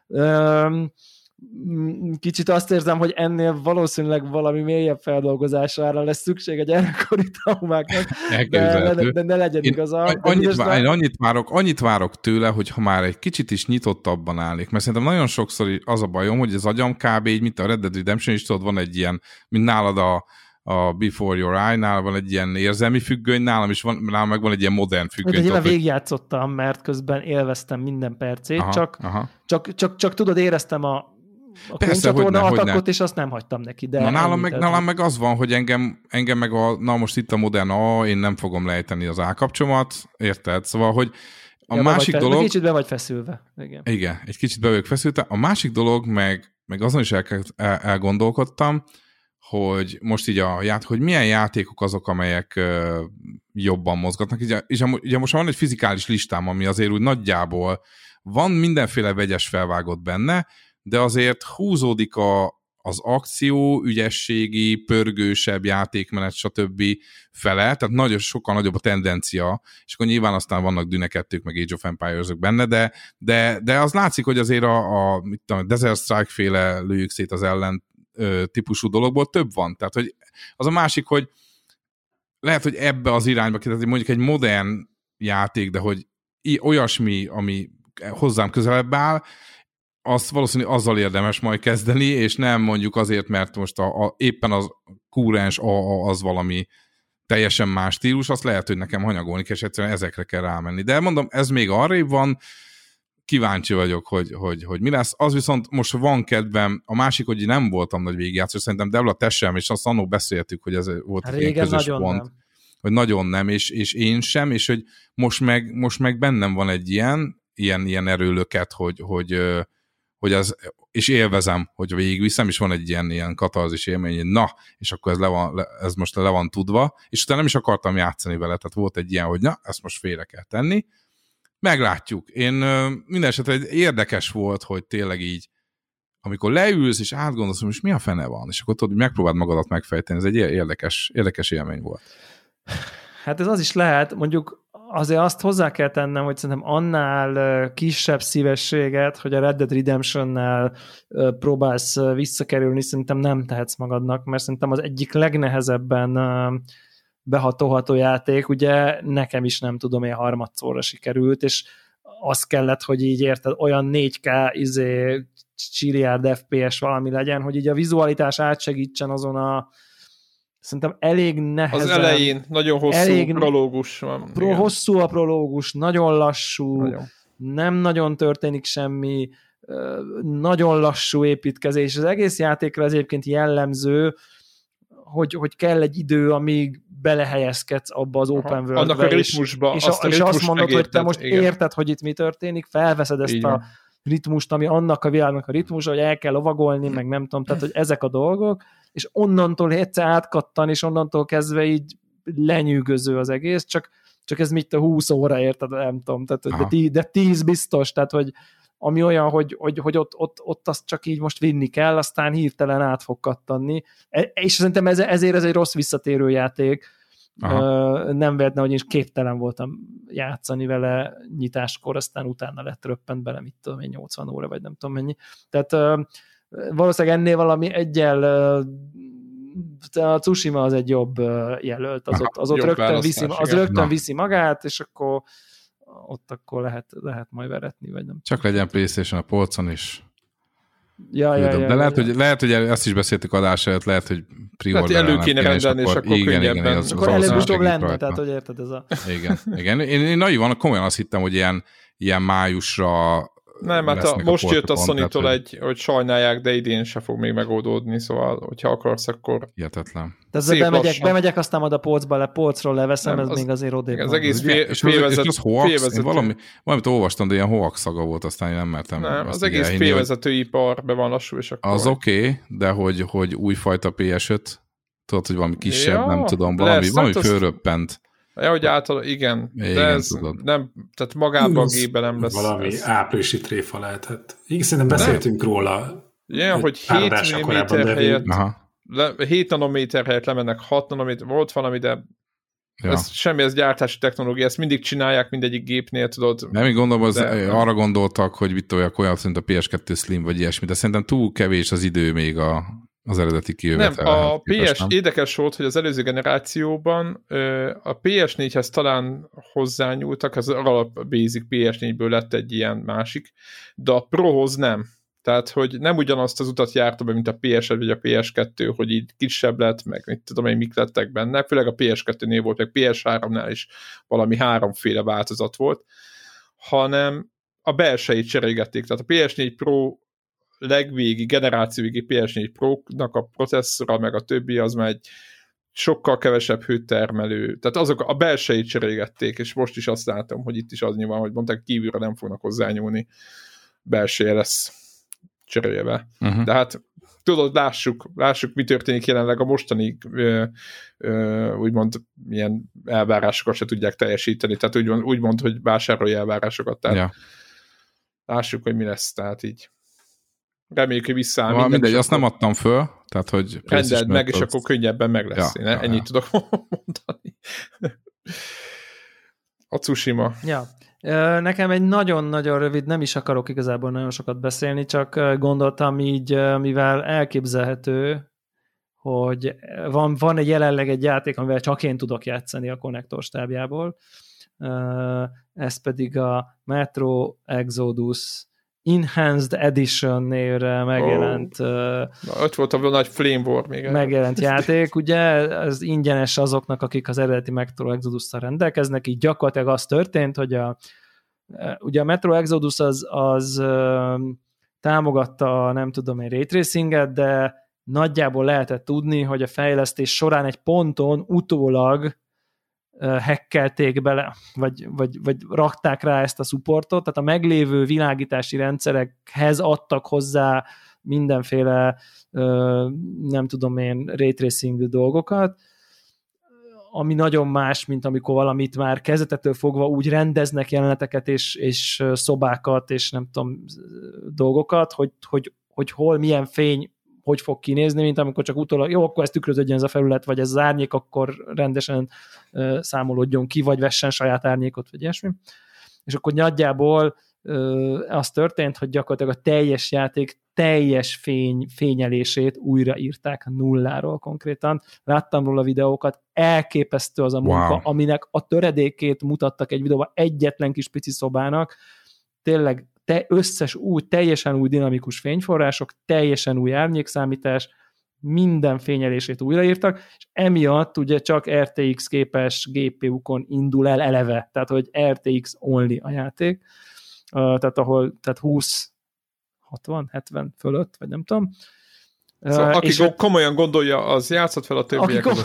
Kicsit azt érzem, hogy ennél valószínűleg valami mélyebb feldolgozására lesz szükség a gyerekkori traumáknak, de, de, de ne legyen én igaza. Annyit, vár, én annyit, várok, annyit várok tőle, hogy ha már egy kicsit is nyitottabban állik, mert szerintem nagyon sokszor az a bajom, hogy az agyam kb. Így, mint a Red Dead Redemption is tudod, van egy ilyen, mint nálad a a Before Your Eye-nál van egy ilyen érzelmi függöny, nálam is van, nálam meg van egy ilyen modern függöny. De nyilván végigjátszottam, mert közben élveztem minden percét, aha, csak, aha. Csak, csak, csak tudod, éreztem a a könyvcsatorna atakot, és azt nem hagytam neki. De na, nálam, meg, nálam meg az van, hogy engem, engem meg a, na most itt a modern, a, én nem fogom lejteni az állkapcsomat, érted? Szóval, hogy a ja, másik dolog... Egy kicsit be vagy feszülve. Igen, igen egy kicsit be vagyok feszülve. A másik dolog, meg, meg azon is el, el, elgondolkodtam, hogy most így a ját, hogy milyen játékok azok, amelyek uh, jobban mozgatnak. Ugye, ugye, ugye most van egy fizikális listám, ami azért úgy nagyjából van mindenféle vegyes felvágott benne, de azért húzódik a, az akció, ügyességi, pörgősebb játékmenet, stb. Fele, tehát nagyon, sokkal nagyobb a tendencia, és akkor nyilván aztán vannak Dune kettők, meg Age of Empires-ök benne, de, de, de az látszik, hogy azért a, a, mit tudom, Desert Strike-féle lőjük szét az ellen ö, típusú dologból több van. Tehát, hogy az a másik, hogy lehet, hogy ebbe az irányba, tehát mondjuk egy modern játék, de hogy olyasmi, ami hozzám közelebb áll, azt valószínűleg azzal érdemes majd kezdeni, és nem mondjuk azért, mert most a, a, éppen az kúrens á á az valami teljesen más stílus, azt lehet, hogy nekem hanyagolni kell, és egyszerűen ezekre kell rámenni. De mondom, ez még arrébb van, kíváncsi vagyok, hogy, hogy, hogy mi lesz. Az viszont most van kedvem, a másik, hogy nem voltam nagy végigjátszó, szerintem Debla, te sem, és azt annól beszéltük, hogy ez volt hát egy közös pont. Nem. Hogy nagyon nem, és, és én sem, és hogy most meg, most meg bennem van egy ilyen, ilyen, ilyen erőlöket, hogy, hogy, hogy ez, és élvezem, hogy végigviszem, és van egy ilyen, ilyen katarzis élmény, hogy na, és akkor ez, le van, ez most le van tudva, és utána nem is akartam játszani vele, tehát volt egy ilyen, hogy na, ezt most félre kell tenni. Meglátjuk. Én minden esetre érdekes volt, hogy tényleg így, amikor leülsz, és átgondolsz, hogy mi a fene van, és akkor tudod, megpróbáld magadat megfejteni, ez egy érdekes, érdekes élmény volt. Hát ez az is lehet, mondjuk azért azt hozzá kell tennem, hogy szerintem annál kisebb szívességet, hogy a Red Dead Redemptionnel próbálsz visszakerülni, szerintem nem tehetsz magadnak, mert szerintem az egyik legnehezebben behatolható játék, ugye nekem is nem tudom, én harmadszorra sikerült, és az kellett, hogy így érted, olyan négy ká izé, csiliárd ef pé es valami legyen, hogy így a vizualitás átsegítsen azon a szerintem elég nehezen. Az elején nagyon hosszú elég, prológus van. Pro, hosszú a prológus, nagyon lassú, nagyon. Nem nagyon történik semmi, nagyon lassú építkezés. Az egész játékra ez egyébként jellemző, hogy, hogy kell egy idő, amíg belehelyezkedsz abba az open world-be. Annak a ritmusba. És, azt, és azt mondod, megérted, hogy te most igen. érted, hogy itt mi történik, felveszed ezt igen. a ritmust, ami annak a világnak a ritmusa, hogy el kell lovagolni, meg nem tudom, tehát hogy ezek a dolgok, és onnantól egyszer átkattan, és onnantól kezdve így lenyűgöző az egész, csak, csak ez mit a húsz óra, érted, nem tudom, tehát, de, tí, de tíz biztos, tehát hogy ami olyan, hogy, hogy, hogy ott, ott, ott azt csak így most vinni kell, aztán hirtelen át fog kattanni. És szerintem ez, ezért ez egy rossz visszatérő játék. Aha. Nem vehetne, hogy én is képtelen voltam játszani vele nyitáskor, aztán utána lett röppent bele, mit tudom én, nyolcvan óra, vagy nem tudom mennyi. Tehát valószínűleg ennél valami egyel a Tsushima az egy jobb jelölt, az Aha, ott, az ott rögtön, viszi, az rögtön viszi magát, és akkor ott akkor lehet, lehet majd veretni, vagy nem. Csak legyen PlayStation a polcon is. Ja, ja, ja, De ja, lehet, ja. Hogy, lehet, hogy ezt is beszéltük adás előtt, lehet, hogy pre-order elő kéne rendelni, és akkor, és akkor igen, könnyebben. Igen, az, akkor előbb-utóbb lenne, rajta. Tehát hogy érted ez a... Igen, igen. Én, én naivan, komolyan azt hittem, hogy ilyen, ilyen májusra nem, hát a, most jött a Sony-tól egy, hogy sajnálják, de idén se fog még megoldódni, szóval, hogyha akarsz, akkor... Hihetetlen. De ezzel bemegyek, bemegyek, aztán majd a polcba, le polcról leveszem, nem, ez az, még azért odébb. Az egész félvezető... Valami, valamit olvastam, de ilyen hoax szaga volt, aztán én nem mertem. Nem, az egész félvezetőipar be van lassú, és akkor... Az oké, okay, de hogy, hogy újfajta pé es öt, tudod, hogy valami kisebb, ja, nem tudom, valami, lesz, valami fölröppent. Ja, hogy által, igen, igen, de ez tudod. Nem, tehát magában a gépben nem lesz. Valami ez. áprilisi tréfa lehetett. Igen, szerintem beszéltünk nem. róla. Igen, hogy hét milliméter helyett, le, hét nanométer helyett lemennek hat nanométer, volt valami, de ja. ez semmi, ez gyártási technológia, ezt mindig csinálják mindegyik gépnél, tudod. Nem, én gondolom, az de, arra gondoltak, hogy mit olyan, olyan szint a pé es kettő Slim, vagy ilyesmi, de szerintem túl kevés az idő még a az eredeti kijövetel. Nem, a pé es, érdekes volt, hogy az előző generációban a pé es négyhez talán hozzányúltak, az alap basic pé es négyből lett egy ilyen másik, de a Prohoz nem. Tehát, hogy nem ugyanazt az utat járta be, mint a pé es egy vagy a pé es kettő, hogy így kisebb lett, meg mit tudom én, mik lettek benne, főleg a pé es kettőnél volt, meg pé es háromnál is valami háromféle változat volt, hanem a belsejét cserélgették. Tehát a pé es négy Pro legvégi, generációvégi pé es négy Pro-nak a processzora, meg a többi, az már egy sokkal kevesebb hőtermelő. Tehát azok a belsejét cserélgették, és most is azt látom, hogy itt is az nyilván, hogy mondták, kívülre nem fognak hozzányúlni. Belseje lesz cserélve. Uh-huh. De hát tudod, lássuk, lássuk, mi történik jelenleg a mostani ö, ö, úgymond ilyen elvárásokat se tudják teljesíteni. Tehát úgymond, úgymond hogy vásárolja elvárásokat. Tehát ja. Lássuk, hogy mi lesz. Tehát így reméljük, hogy visszaáll. Minden, mindegy, azt nem adtam föl, tehát hogy... Rendeld meg, és akkor könnyebben meg lesz. Ja, Én ja, ennyit ja. tudok mondani. A Tsushima. Ja. Nekem egy nagyon-nagyon rövid, nem is akarok igazából nagyon sokat beszélni, csak gondoltam így, mivel elképzelhető, hogy van, van egy jelenleg egy játék, amivel csak én tudok játszani a konnektor stábjából. Ez pedig a Metro Exodus Enhanced Edition névre megjelent oh. Na, ott volt a nagy Flame War még. Megjelent játék, ugye, ez ingyenes azoknak, akik az eredeti Metro Exodus-szal rendelkeznek, így gyakorlatilag az történt, hogy a, ugye a Metro Exodus az, az támogatta, nem tudom én, ray tracinget, de nagyjából lehetett tudni, hogy a fejlesztés során egy ponton utólag hackelték bele, vagy, vagy, vagy rakták rá ezt a supportot, tehát a meglévő világítási rendszerekhez adtak hozzá mindenféle nem tudom én ray tracing dolgokat, ami nagyon más, mint amikor valamit már kezdetettől fogva úgy rendeznek jeleneteket és, és szobákat, és nem tudom, dolgokat, hogy, hogy, hogy hol, milyen fény, hogy fog kinézni, mint amikor csak utólag, jó, akkor ez tükröződjön ez a felület, vagy ez az árnyék, akkor rendesen uh, számolódjon ki, vagy vessen saját árnyékot, vagy ilyesmi. És akkor nagyjából uh, az történt, hogy gyakorlatilag a teljes játék teljes fény, fényelését újraírták nulláról konkrétan. Láttam róla videókat, elképesztő az a munka, wow. aminek a töredékét mutattak egy videóban egyetlen kis pici szobának, tényleg te összes új, teljesen új dinamikus fényforrások, teljesen új árnyékszámítás, minden fényelését újraírtak, és emiatt ugye csak er té iksz képes gé pé u-kon indul el eleve, tehát hogy er té iksz only a játék, uh, tehát ahol tehát húsz hatvan, hetven fölött, vagy nem tudom. Szóval uh, aki és komolyan gondolja, az játszott fel a többiek. Kom-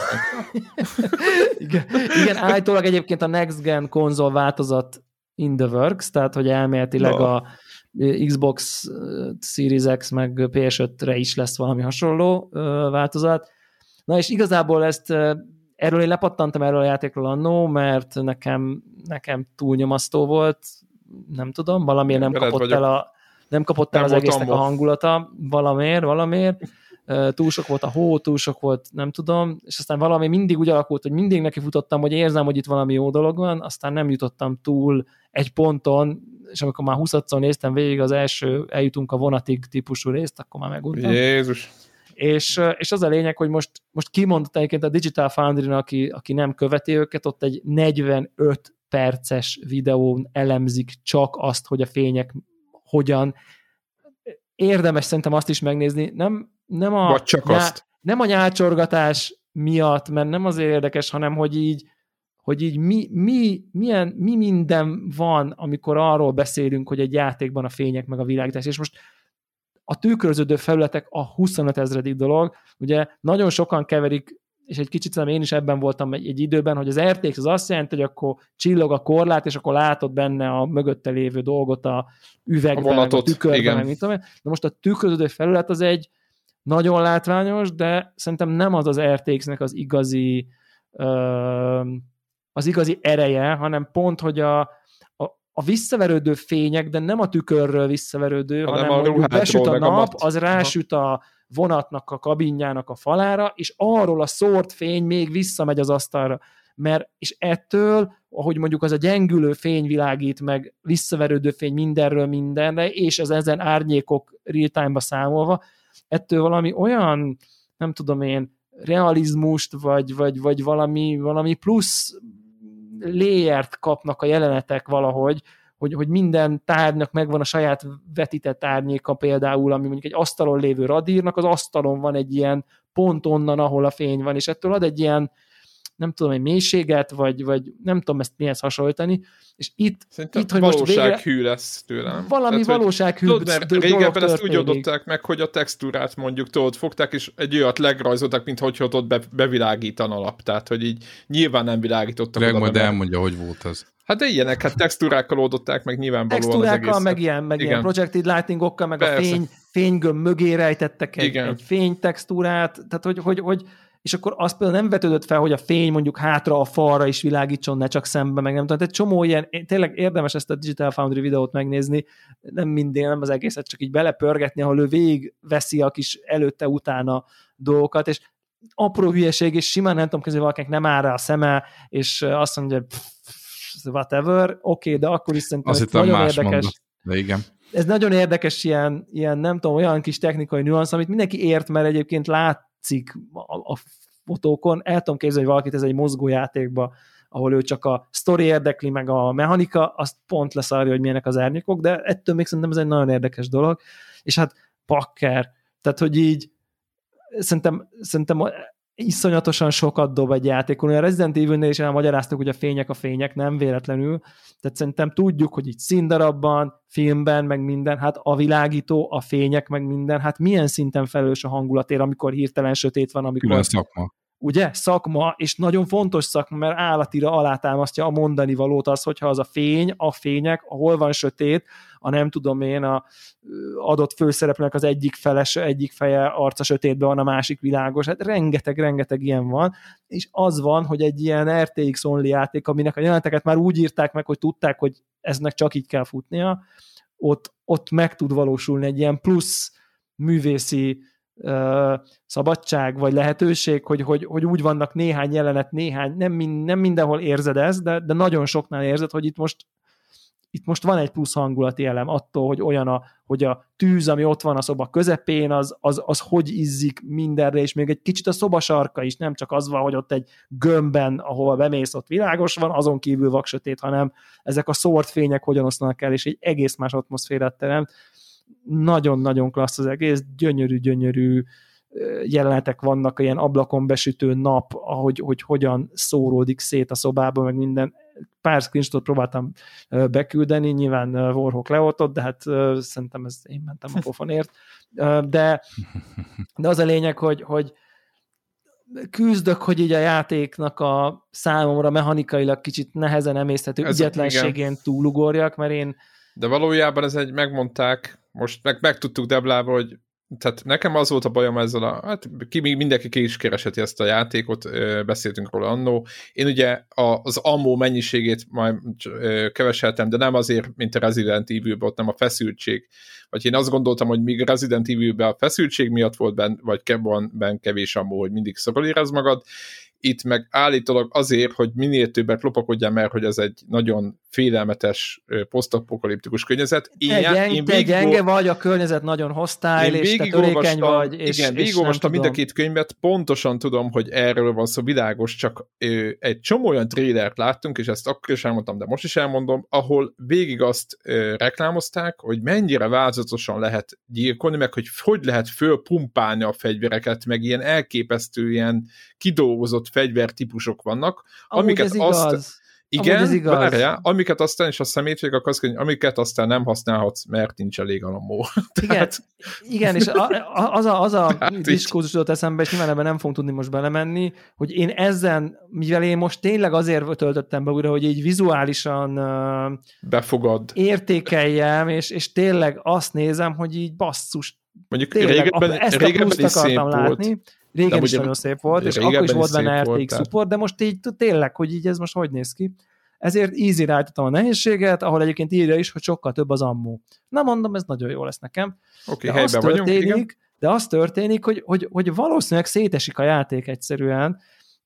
igen, igen, állítólag egyébként a Next Gen konzol változat in the works, tehát hogy elméletileg no. a Xbox Series X meg pé es ötre is lesz valami hasonló uh, változat. Na és igazából ezt uh, erről én lepattantam erről a játékról annó, mert nekem, nekem túlnyomasztó volt, nem tudom, valamiért nem Veled kapott vagyok. el a nem kapott el nem az egésznek a hangulata, valamiért, valamiért. Túl sok volt a hó, túl sok volt, nem tudom, és aztán valami mindig úgy alakult, hogy mindig neki futottam, hogy érzem, hogy itt valami jó dolog van, aztán nem jutottam túl egy ponton, és amikor már huszadszor néztem végig az első eljutunk a vonatig típusú részt, akkor már meguntam. Jézus! És, és az a lényeg, hogy most, most kimondott egyébként a Digital Foundry-nak, aki, aki nem követi őket, ott egy negyvenöt perces videón elemzik csak azt, hogy a fények hogyan. Érdemes szerintem azt is megnézni, nem, nem, a, Vagy csak nyá, azt. nem a nyálcsorgatás miatt, mert nem azért érdekes, hanem hogy így, hogy így mi, mi, milyen, mi minden van, amikor arról beszélünk, hogy egy játékban a fények meg a világítás, és most a tükröződő felületek a huszonöt ezredik dolog, ugye nagyon sokan keverik, és egy kicsit szerintem én is ebben voltam egy, egy időben, hogy az er té iksz az azt jelenti, hogy akkor csillog a korlát, és akkor látod benne a mögötte lévő dolgot a üvegben, a, a tükörben, meg mit tudom én. Na most a tükröződő felület az egy nagyon látványos, de szerintem nem az az er té iksz-nek az igazi az igazi ereje, hanem pont, hogy a, a, a visszaverődő fények, de nem a tükörről visszaverődő, hanem, hanem mondjuk besüt a nap, a az rásüt a vonatnak a kabinjának a falára, és arról a szórt fény még visszamegy az asztalra. Mert, és ettől, ahogy mondjuk az a gyengülő fény világít, meg visszaverődő fény mindenről mindenre, és az ezen árnyékok real-time-ba számolva, ettől valami olyan, nem tudom én, realizmust, vagy, vagy, vagy valami, valami plusz layert kapnak a jelenetek valahogy, hogy, hogy minden tárgynak megvan a saját vetített árnyéka például, ami mondjuk egy asztalon lévő radírnak, az asztalon van egy ilyen pont onnan, ahol a fény van, és ettől ad egy ilyen, nem tudom, egy mélységet, vagy, vagy nem tudom ezt mihez hasonlítani, és itt, itt hogy most végre... hű lesz tőlem. Valami Tehát, valósághű tudod, mert régebben ezt úgy oldották meg, hogy a textúrát mondjuk tudod, fogták, és egy olyat legrajzoltak, mint hogy ott be, bevilágítan alap. Tehát, hogy így nyilván nem világítottak. Greg majd elmondja, hogy volt ez. Hát de ilyenek, hát textúrákkal oldották meg nyilvánvalóan textúrákkal, az meg ilyen, meg ilyen projected lightingokkal, meg Persze. a fény, fénygömb mögé rejtettek egy, egy fénytextúrát, tehát hogy, hogy, hogy és akkor az például nem vetődött fel, hogy a fény mondjuk hátra a falra is világítson, ne csak szembe, meg nem tudom. Tehát egy csomó ilyen, tényleg érdemes ezt a Digital Foundry videót megnézni, nem mindig, nem az egészet, csak így belepörgetni, ahol ő végig veszi a kis előtte-utána dolgokat, és apró hülyeség, és simán nem tudom kezdeni, valakinek nem áll rá a szeme, és azt mondja, pff, whatever, oké, okay, de akkor is szerintem ez nagyon érdekes. Mondod. De igen. Ez nagyon érdekes ilyen, ilyen, nem tudom, olyan kis technikai nüansz, amit mindenki ért, mert egyébként látszik a, a fotókon. El tudom képzelni, hogy valakit ez egy mozgójátékba, ahol ő csak a sztori érdekli, meg a mechanika, azt pont leszarja, hogy milyenek az árnyékok, de ettől még szerintem ez egy nagyon érdekes dolog. És hát pakker, tehát hogy így szerintem, szerintem iszonyatosan sokat dob egy játékon. A Resident Evil-nél is elmagyaráztuk, hogy a fények a fények, nem véletlenül. Tehát szerintem tudjuk, hogy itt színdarabban, filmben, meg minden, hát a világító, a fények, meg minden, hát milyen szinten felelős a hangulatért, amikor hirtelen sötét van, amikor, ugye, szakma, és nagyon fontos szakma, mert állatira alátámasztja a mondani valót az, hogyha az a fény, a fények, ahol van sötét, a nem tudom én, a adott főszereplőnek az egyik feles, egyik feje arca sötétben van, a másik világos, hát rengeteg, rengeteg ilyen van, és az van, hogy egy ilyen er té iksz only játék, aminek a jeleneteket már úgy írták meg, hogy tudták, hogy eznek csak így kell futnia, ott, ott meg tud valósulni egy ilyen plusz művészi uh, szabadság, vagy lehetőség, hogy, hogy, hogy úgy vannak néhány jelenet, néhány, nem, min, nem mindenhol érzed ezt, de, de nagyon soknál érzed, hogy itt most itt most van egy plusz hangulati elem attól, hogy olyan, a, hogy a tűz, ami ott van a szoba közepén, az, az, az hogy izzik mindenre, és még egy kicsit a szoba sarka is, nem csak az van, hogy ott egy gömbben, ahova bemész, ott világos van, azon kívül vaksötét, hanem ezek a szórt fények hogyan osztanak el, és egy egész más atmoszférát teremt. Nagyon-nagyon klassz az egész, gyönyörű-gyönyörű jelenetek vannak, ilyen ablakon besütő nap, ahogy hogy hogyan szóródik szét a szobában, meg minden. Pár screenshotot próbáltam beküldeni, nyilván Warhawk leoltott, de hát szerintem ez én mentem a pofonért. De, de az a lényeg, hogy, hogy küzdök, hogy így a játéknak a számomra mechanikailag kicsit nehezen emészthető ez ügyetlenségén túlugorjak, mert én... De valójában ez egy, megmondták, most meg, megtudtuk Deblával, hogy tehát nekem az volt a bajom ezzel a, hát ki, mindenki ki is kereseti ezt a játékot, beszéltünk róla annó. Én ugye a, az ammo mennyiségét majd keveseltem, de nem azért, mint a Resident Evil-ben, ott nem a feszültség. Vagy én azt gondoltam, hogy míg Resident Evil-ben a feszültség miatt volt benn, vagy van benn kevés ammo, hogy mindig szorul érez magad, itt meg állítólag azért, hogy minél többet lopakodjál, mert hogy ez egy nagyon félelmetes posztapokaliptikus környezet. Én, te gyeng, én te gyenge vagy, a környezet nagyon hostile, és te törékeny vagy. És, igen, végigolvastam mind a két könyvet, pontosan tudom, hogy erről van szó, világos, csak ö, egy csomó olyan trélert láttunk, és ezt akkor is elmondtam, de most is elmondom, ahol végig azt ö, reklámozták, hogy mennyire változatosan lehet gyilkolni, meg hogy hogy lehet fölpumpálni a fegyvereket, meg ilyen elképesztő, ilyen kidolgozott fegyvertípusok vannak, amúgy amiket ez azt... Igaz. Igen, várjál, amiket aztán, és a szemétvég akarsz, amiket aztán nem használhatsz, mert nincs elég alamó. Igen, igen, és a, a, az a, az a diskurzus jutott eszembe, és nyilván ebben nem fogunk tudni most belemenni, hogy én ezen, mivel én most tényleg azért töltöttem be újra, hogy így vizuálisan uh, befogad. Értékeljem, és, és tényleg azt nézem, hogy így basszus, mondjuk tényleg, régebben, a, ezt régebben a pluszt akartam látni. Volt. Régen is nagyon szép volt, és akkor is volt benne er té iksz volt, support, de most így tényleg, hogy így ez most hogy néz ki. Ezért easy rájtottam a nehézséget, ahol egyébként írja is, hogy sokkal több az ammó. Na mondom, ez nagyon jó lesz nekem. Oké, okay, helyben vagyunk, történik, igen. De az történik, hogy, hogy, hogy valószínűleg szétesik a játék egyszerűen,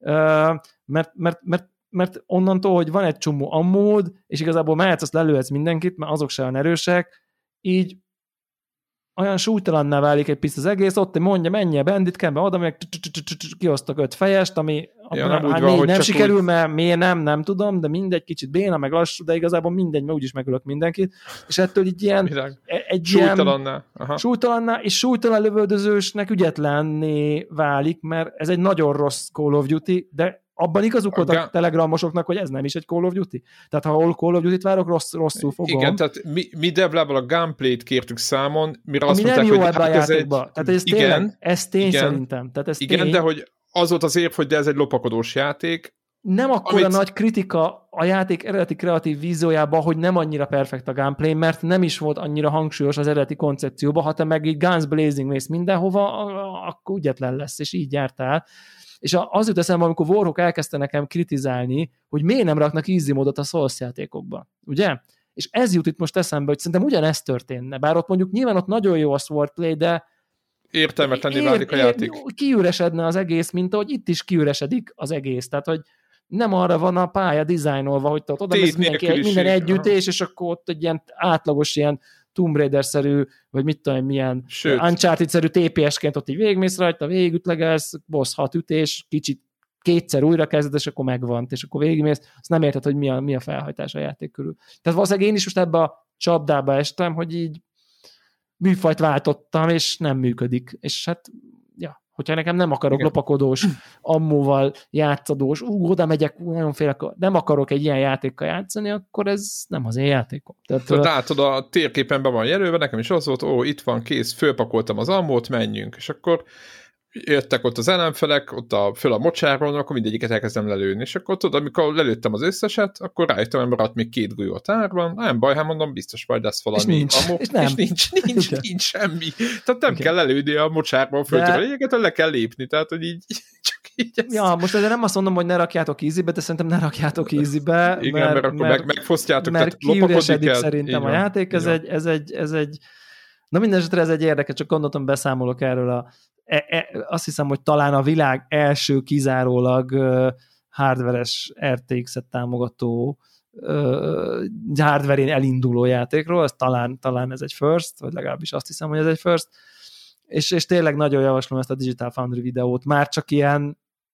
mert, mert, mert, mert onnantól, hogy van egy csomó ammód, és igazából mehetsz, azt lelőhetsz mindenkit, mert azok se olyan erősek, így olyan súlytalanná válik egy picit az egész, ott mondja, menj a banditkembe, oda meg kiosztok öt fejest, ami ja, nem, hát van, nem sikerül, úgy... mert miért nem, nem tudom, de mindegy, kicsit béna, meg lassú, de igazából mindegy, mert úgyis megölök mindenkit, és ettől így ilyen Virág. egy súlytalanná. Ilyen, súlytalanná, és súlytalan lövöldözősnek ügyetlenné válik, mert ez egy nagyon rossz Call of Duty, de abban igazuk volt a telegramosoknak, hogy ez nem is egy Call of Duty. Tehát ha ahol Call of Duty-t várok, rossz, rosszul fogom. Igen, tehát mi, mi Devlával a gameplayt kértük számon, mire ami azt mondták, nem jó hogy ebben hát a ez játékban. egy... Tehát ez igen, tényleg, ez tény igen, szerintem. Tehát ez igen, tény. de hogy az volt az érv, hogy de ez egy lopakodós játék. Nem akkora amit... nagy kritika a játék eredeti kreatív víziójában, hogy nem annyira perfekt a gameplay, mert nem is volt annyira hangsúlyos az eredeti koncepcióban, ha te meg így guns blazing mész mindenhova, akkor ügyetlen lesz, és így jártál. És az jut eszembe, amikor Warhawk elkezdte nekem kritizálni, hogy miért nem raknak easy módot a Souls játékokba. Ugye? És ez jut itt most eszembe, hogy szerintem ugyanezt történne. Bár ott mondjuk nyilván ott nagyon jó a swordplay, de értelmetlenné válik a játék. Kiüresedne az egész, mint ahogy itt is kiüresedik az egész. Tehát, hogy nem arra van a pálya dizájnolva, hogy te ott oda mindenki, minden együttés, és akkor ott egy ilyen átlagos ilyen Tomb Raider-szerű, vagy mit tudom, milyen Uncharted-szerű té pé es-ként ott így végigmész rajta, végigütlegelsz, boss hat ütés, kicsit kétszer újra kezded, és akkor megvan, és akkor végigmész, azt nem érted, hogy mi a, mi a felhajtás a játék körül. Tehát valószínűleg én is most ebbe a csapdába estem, hogy így műfajt váltottam, és nem működik. És hát, ja, hogyha nekem nem akarok igen. lopakodós, ammóval játszadós, ú, oda megyek, ú, nagyon félek, nem akarok egy ilyen játékkal játszani, akkor ez nem az én játékom. Tehát, Tehát látod, a térképen be van jelölve, nekem is az volt, ó, itt van, kész, fölpakoltam az ammót, menjünk, és akkor jöttek ott az ellenfelek, ott a, föl a mocsáron, akkor mindegyiket elkezdem lelőni, és akkor tudod, amikor lelőttem az összeset, akkor rájöttem, hogy maradt még két golyó a tárban, nem baj, hát mondom, biztos majd lesz valami. És nincs, amok, és nem. És nincs, nincs, nincs semmi. Tehát nem Igen. kell lelőni a mocsárban földre, De... a lényeget, le kell lépni, tehát, hogy így csak így ezt... Ja, most ezzel nem azt mondom, hogy ne rakjátok easybe, de szerintem ne rakjátok easybe, Igen, mert, mert akkor mert, meg, megfosztjátok, mert tehát lopakodik el. szerintem a játék, ez egy, ez egy, ez egy na mindenesetre ez egy érdekes, csak gondoltam, beszámolok erről a E, e, azt hiszem, hogy talán a világ első kizárólag uh, hardveres er té iksz-et támogató uh, hardverén elinduló játékról, az talán, talán ez egy first, vagy legalábbis azt hiszem, hogy ez egy first, és, és tényleg nagyon javaslom ezt a Digital Foundry videót, már csak ilyen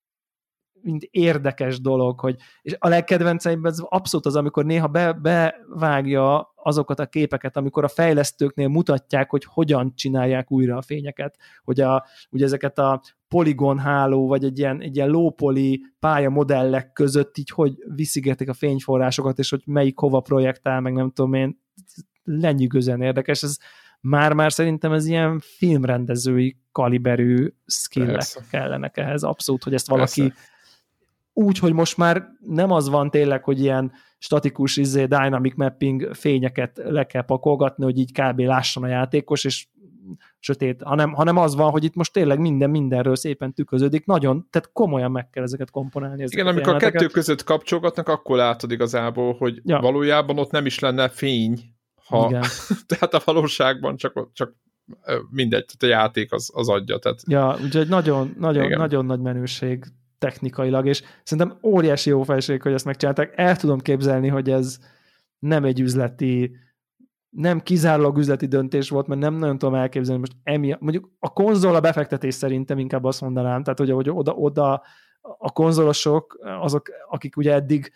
mint érdekes dolog, hogy, és a legkedvenceimben ez abszolút az, amikor néha be, bevágja azokat a képeket, amikor a fejlesztőknél mutatják, hogy hogyan csinálják újra a fényeket, hogy a, ugye ezeket a poligon háló, vagy egy ilyen, egy ilyen low-poly pályamodellek között így hogy viszigetik a fényforrásokat, és hogy melyik hova projektál, meg nem tudom én, lenyűgözően érdekes, ez már-már szerintem ez ilyen filmrendezői kaliberű skillek Persze. kellenek ehhez, abszolút, hogy ezt valaki Persze. úgy, hogy most már nem az van tényleg, hogy ilyen statikus izé, dynamic mapping fényeket le kell pakolgatni, hogy így kb. Lásson a játékos, és sötét, hanem, hanem az van, hogy itt most tényleg minden mindenről szépen tükröződik, nagyon, tehát komolyan meg kell ezeket komponálni. Ezeket Igen, amikor a kettő között kapcsolgatnak, akkor látod igazából, hogy ja. valójában ott nem is lenne fény, ha, tehát a valóságban csak, csak mindegy, tehát a játék az, az adja. Tehát... Ja, úgyhogy nagyon, nagyon, nagyon nagy menőség technikailag, és szerintem óriási jó felség, hogy ezt megcsinálták. El tudom képzelni, hogy ez nem egy üzleti, nem kizárólag üzleti döntés volt, mert nem nagyon tudom elképzelni, most emiatt, mondjuk a konzol a befektetés szerintem inkább azt mondanám, tehát hogy, hogy oda, oda a konzolosok, azok, akik ugye eddig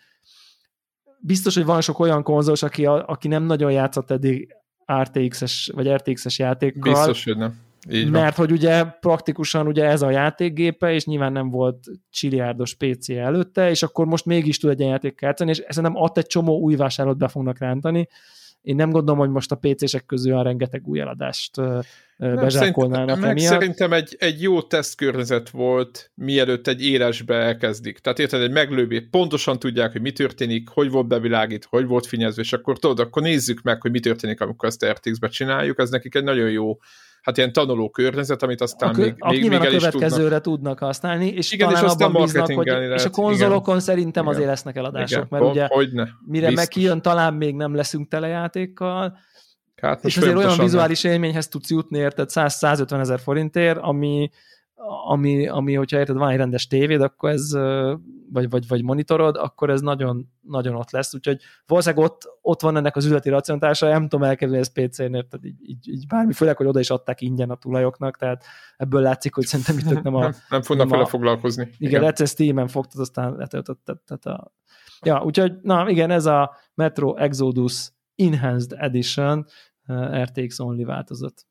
biztos, hogy van sok olyan konzolos, aki, aki nem nagyon játszott eddig er té iksz-es vagy er té iksz-es játékkal. Biztos, hogy nem. Így mert van. hogy ugye praktikusan ugye ez a játékgépe, és nyilván nem volt csiliárdos pé cé előtte, és akkor most mégis tud egy ilyen játékkal játszani, és szerintem ott egy csomó új vásárlót be fognak rántani. Én nem gondolom, hogy most a pé cések közül a rengeteg új eladást bezsákolnának meg emiatt. Szerintem egy, egy jó tesztkörnyezet volt, mielőtt egy élesbe elkezdik. Tehát érted, egy meglővé, pontosan tudják, hogy mi történik, hogy volt bevilágít, hogy volt fényezve, és akkor tudod, akkor nézzük meg, hogy mi történik, amikor ezt er té iksz-be csináljuk. Ez nekik egy nagyon jó, hát ilyen tanuló környezet, amit aztán a kö, még, még, még el is következőre tudnak. tudnak használni, és igen, talán és abban bíznak, hogy lehet. És a konzolokon igen. szerintem igen. azért lesznek eladások, igen. mert ugye Hogyne. mire Biztos. megijön, talán még nem leszünk telejátékkal, hát és azért olyan vizuális élményhez tudsz jutni, érted, száz-százötven ezer forintért, ami, ami, ami, hogyha érted, van egy rendes tévéd, akkor ez, vagy, vagy, vagy monitorod, akkor ez nagyon, nagyon ott lesz, úgyhogy valószínűleg ott, ott van ennek az üzleti racionálása, nem tudom elkerülni ezt pé cén, érted, így, így, így bármi, főleg, hogy oda is adták ingyen a tulajoknak, tehát ebből látszik, hogy szerintem itt nem a... Nem, nem fognak vele foglalkozni. Igen, igen. egyszer Steam-en fogtad, aztán letöltötted. Tehát a... Ja, úgyhogy, na igen, ez a Metro Exodus Enhanced Edition er té iksz only változat.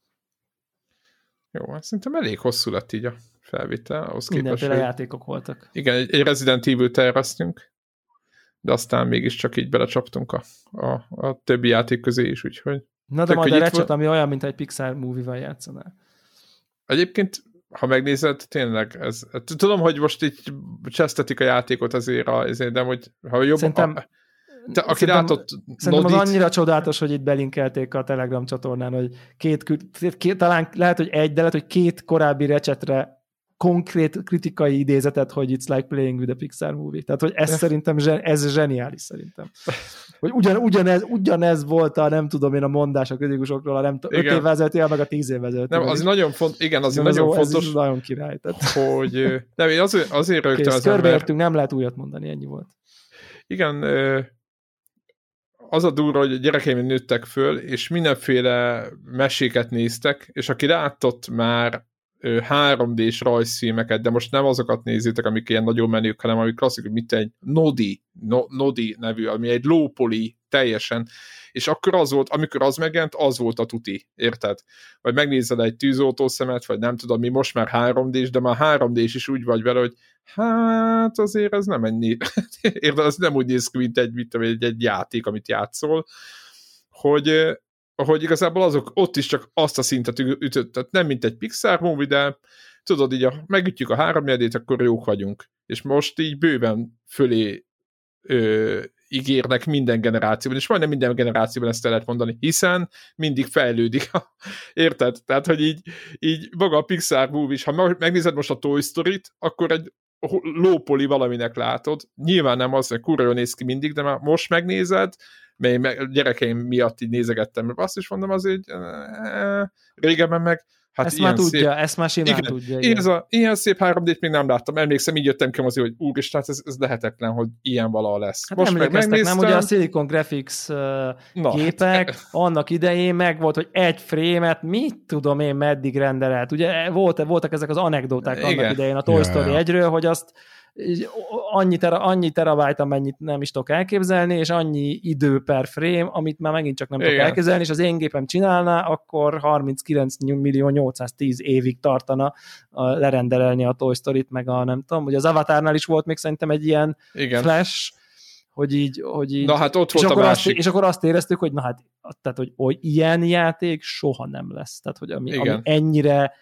Jó, hát szerintem elég hosszú lett így a felvétel. Ahhoz Mindenféle képest, játékok voltak. Igen, egy, egy Resident Evil terveztünk, de aztán mégiscsak így belecsaptunk a, a, a többi játék közé is, úgyhogy... Na de majd a Ratchet, ami olyan, mint egy Pixar movie-val játszanál. Egyébként, ha megnézed, tényleg, ez, tudom, hogy most így csesztetik a játékot azért, azért de hogy ha jobb... Szerintem... A, Te, aki látott Szerintem az annyira csodálatos, hogy itt belinkelték a Telegram csatornán, hogy két, két, talán lehet, hogy egy, de lehet, hogy két korábbi Ratchetre konkrét kritikai idézetet, hogy it's like playing with a Pixar movie. Tehát, hogy ez szerintem, ez zseniális szerintem. Hogy ugyan, ugyanez, ugyanez volt a, nem tudom én, a mondás a kritikusokról, a nem t- öt évvel ezelőtt, meg a tíz évvel ezelőtt. Nem, az nagyon font, igen, az nagyon az, fontos. Ez nagyon király. Tehát. Hogy, nem, én azért, azért rögtön okay, az körbeértünk, ember... nem lehet újat mondani, ennyi volt. Igen, az a durva, hogy a gyerekeim nőttek föl, és mindenféle meséket néztek, és aki látott már három dés rajzfilmeket, de most nem azokat nézzétek, amik ilyen nagyon menők, hanem amik klasszikus, mint egy Nodi, no, Nodi nevű, ami egy low-poly teljesen, és akkor az volt, amikor az megjelent, az volt a tuti, érted? Vagy megnézed egy tűzoltószemet, vagy nem tudom mi, most már három dés, de már három dés is úgy vagy vele, hogy hát azért ez nem ennyi, érted? Az nem úgy néz ki, mint egy, mint egy, egy játék, amit játszol, hogy, hogy igazából azok ott is csak azt a szintet ütött, tehát nem mint egy Pixar movie, de tudod, így a, megütjük a háromnegyedét, akkor jók vagyunk. És most így bőven fölé ö, ígérnek minden generációban, és majdnem minden generációban ezt el lehet mondani, hiszen mindig fejlődik. Érted? Tehát, hogy így, így maga a Pixar movie is, ha megnézed most a Toy Story-t, akkor egy lópoli valaminek látod. Nyilván nem az, hogy kurva jól néz ki mindig, de már most megnézed, mely gyerekeim miatt így nézegettem, mert azt is mondom azért, régebben meg hát ezt már tudja, szép, ezt már simán igen, tudja. Igen. Ez a, ilyen szép három dét még nem láttam. Emlékszem, így jöttem ki azért, hogy úristen, ez, ez lehetetlen, hogy ilyen valaha lesz. Hát most meg megnéztem. Nem, ugye a Silicon Graphics uh, Na, gépek hát. Annak idején meg volt, hogy egy frame-et, mit tudom én meddig rendelhet. Ugye volt, voltak ezek az anekdóták igen. Annak idején a Toy Story ja, ja. egyről, hogy azt annyi, tera, annyi terabájt, amennyit nem is tudok elképzelni, és annyi idő per frame, amit már megint csak nem igen. tudok elképzelni, és az én gépem csinálná, akkor harminckilenc millió nyolcszáztíz évig tartana a, lerendelni a Toy Story-t, meg a nem tudom, hogy az Avatarnál is volt még szerintem egy ilyen igen. flash, hogy így, hogy így na hát ott és, volt akkor a azt, és akkor azt éreztük, hogy na hát, tehát, hogy, hogy ilyen játék soha nem lesz. Tehát, hogy ami, ami ennyire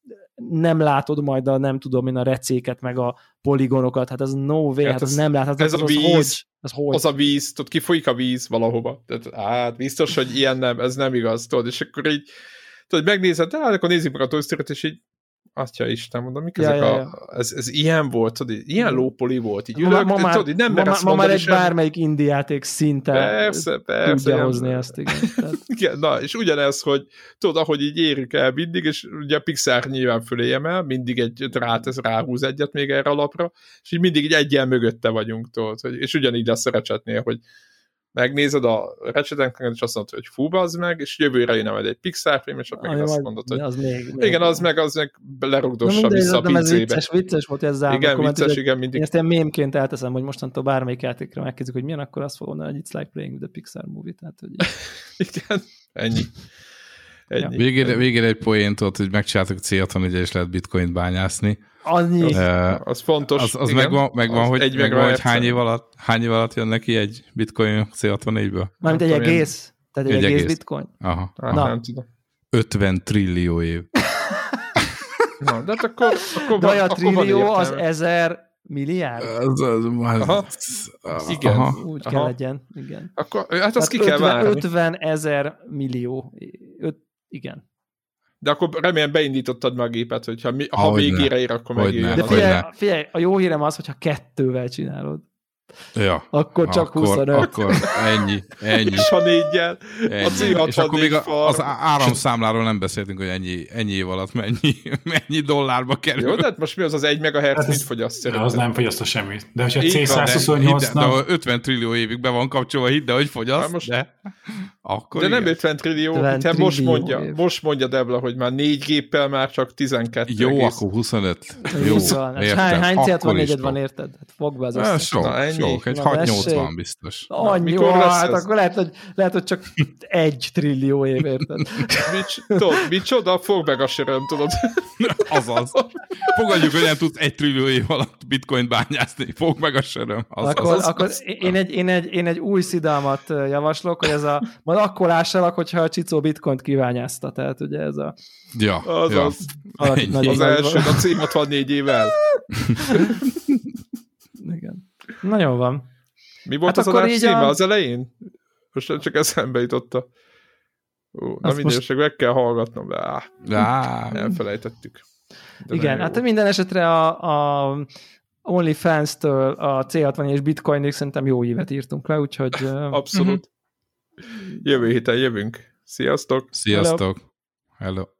nem látod majd a, nem tudom én, a recéket, meg a poligonokat, hát az no way, hát, hát az nem látod. Ez az, a víz, az, az, hogy? az a víz, tudod, kifolyik a víz valahova. Tehát, hát biztos, hogy ilyen nem, ez nem igaz, tudod, és akkor így, tudod, megnézed, de hát akkor nézzük meg a Toy Story-t, és így atya Isten, mondom, mik ja, ezek ja, a... Ja. Ez, ez ilyen volt, tudod, ilyen lópoli volt, így ülök, ma, ma tudod, így nem ma, meresz ma, ma már egy bármelyik indie játék szinten persze, persze, tudja ilyen, hozni ezt, igen. Tehát... igen. Na, és ugyanez, hogy tudod, ahogy így érjük el mindig, és ugye a Pixar nyilván fölé emel, mindig egy drát, ez ráhúz egyet még erre a lapra, és így mindig így egyen mögötte vagyunk, tudod, hogy, és ugyanígy lesz a Ratchetnél, hogy megnézed a Ratchet and Clank-et, és azt mondod, hogy fú, bazd meg, és jövőre jön majd egy Pixar film, és akkor meg azt mondod, hogy az még, igen, az meg, az meg lerugdossa vissza a pincébe. Ez vicces, vicces volt ez zárva. Igen, vicces, ugye, igen, mindig. Én ezt ilyen mémként elteszem, hogy mostantól bármelyik játékra megkezdjük, hogy milyen, akkor azt fogom mondani, hogy it's like playing with a Pixar movie. Tehát, hogy igen, ennyi. ennyi. Ja. Végére, végére egy poént ott, hogy megcsináltak cé hatvanegy és lehet bitcoint bányászni. Annyi. Uh, az fontos. Az, az megvan, megvan, az hogy, egy megvan hogy hány, év alatt, hány év alatt jön neki egy bitcoin cé hatvanegyből? Mármint egy egész? Tehát egy, egy egész, egész bitcoin? Aha. Ah, Na. Nem tudom. ötven trillió év. Na, de hát akkor, akkor de a trillió az ezer milliárd? Az, az, az, aha. Az, igen, aha. úgy aha. kell legyen. Igen. Akkor, hát azt ki kell várni. ötven ezer millió. Öt, igen. De akkor remélem beindítottad meg a gépet, hogyha mi, ha hogy végére ér, akkor megjöjjön. De figyelj, figyelj, a jó hírem az, hogyha kettővel csinálod. Ja. Akkor csak akkor, huszonöt. Akkor ennyi, ennyi. És ha négyel. És akkor még az áramszámláról nem beszéltünk, hogy ennyi, ennyi év alatt mennyi, mennyi dollárba kerül. Jó, de hát most mi az az egy megahertz, mit fogyaszt szerintem? Az nem fogyaszt semmit. De hogyha cé százhuszonnyolcnak... De ötven trillió évig be van kapcsolva, hidd el, hogy fogyaszt, most, de... Akkor de igen. nem ötven trillió, te most mondja, év. most mondja Debla, hogy már négy géppel már csak tizenkettő. Jó, egész. Akkor huszonöt. Jó, értem. Hány, hány cé hatvannégyed van, érted? Hát fogd be az összes. Sok, sok, egy hat nyolcvan biztos. Annyi, mikor lesz hát akkor lehet hogy, lehet, hogy csak egy trillió év, érted? Micsoda, fogd meg a söröm, tudod? Azaz. Fogadjuk, hogy nem tudsz egy trillió év alatt bitcoint bányászni. Fogd meg a söröm. Az, akkor az, akkor az, én, egy, én, egy, én egy új szidalmat javaslok, hogy ez a majd akkor lássalak, hogyha a Csicó bitcoint kiványázta. Tehát ugye ez a... Ja, az, ja. Az, az, az első, a cé hatvannégy évvel. Igen. Nagyon van. Mi volt hát az adás címe a... az elején? Most csak eszembe jutotta. Ó, na mindjárt, meg kell hallgatnom, de áh, áh. elfelejtettük. De igen, hát minden esetre a, a OnlyFans-től a cé hatvannégy és bitcoinig szerintem jó évet írtunk le, úgyhogy... Abszolút. Jövő héten jövünk. Sziasztok! Sziasztok! Hello! Hello.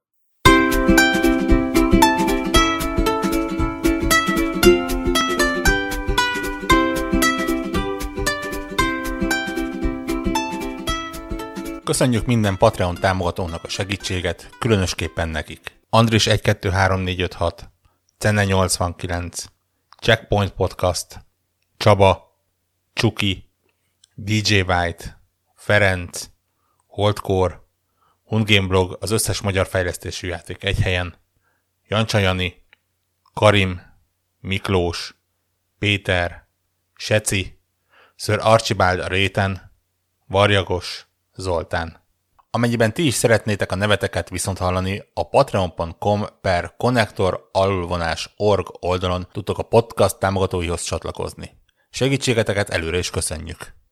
Köszönjük minden Patreon támogatónak a segítséget, különösképpen nekik. Andris egy kettő három négy öt hat, Cenne nyolcvankilenc, Checkpoint Podcast, Csaba, Csuki, dé dzsé White, Ferenc, Holdcore, Hundgameblog, az összes magyar fejlesztésű játék egy helyen, Jancsa Jani, Karim, Miklós, Péter, Seci, Sir Archibald a réten, Varjagos, Zoltán. Amennyiben ti is szeretnétek a neveteket viszont hallani, a patreon.com per connector alulvonás org oldalon tudtok a podcast támogatóihoz csatlakozni. Segítségeteket előre is köszönjük!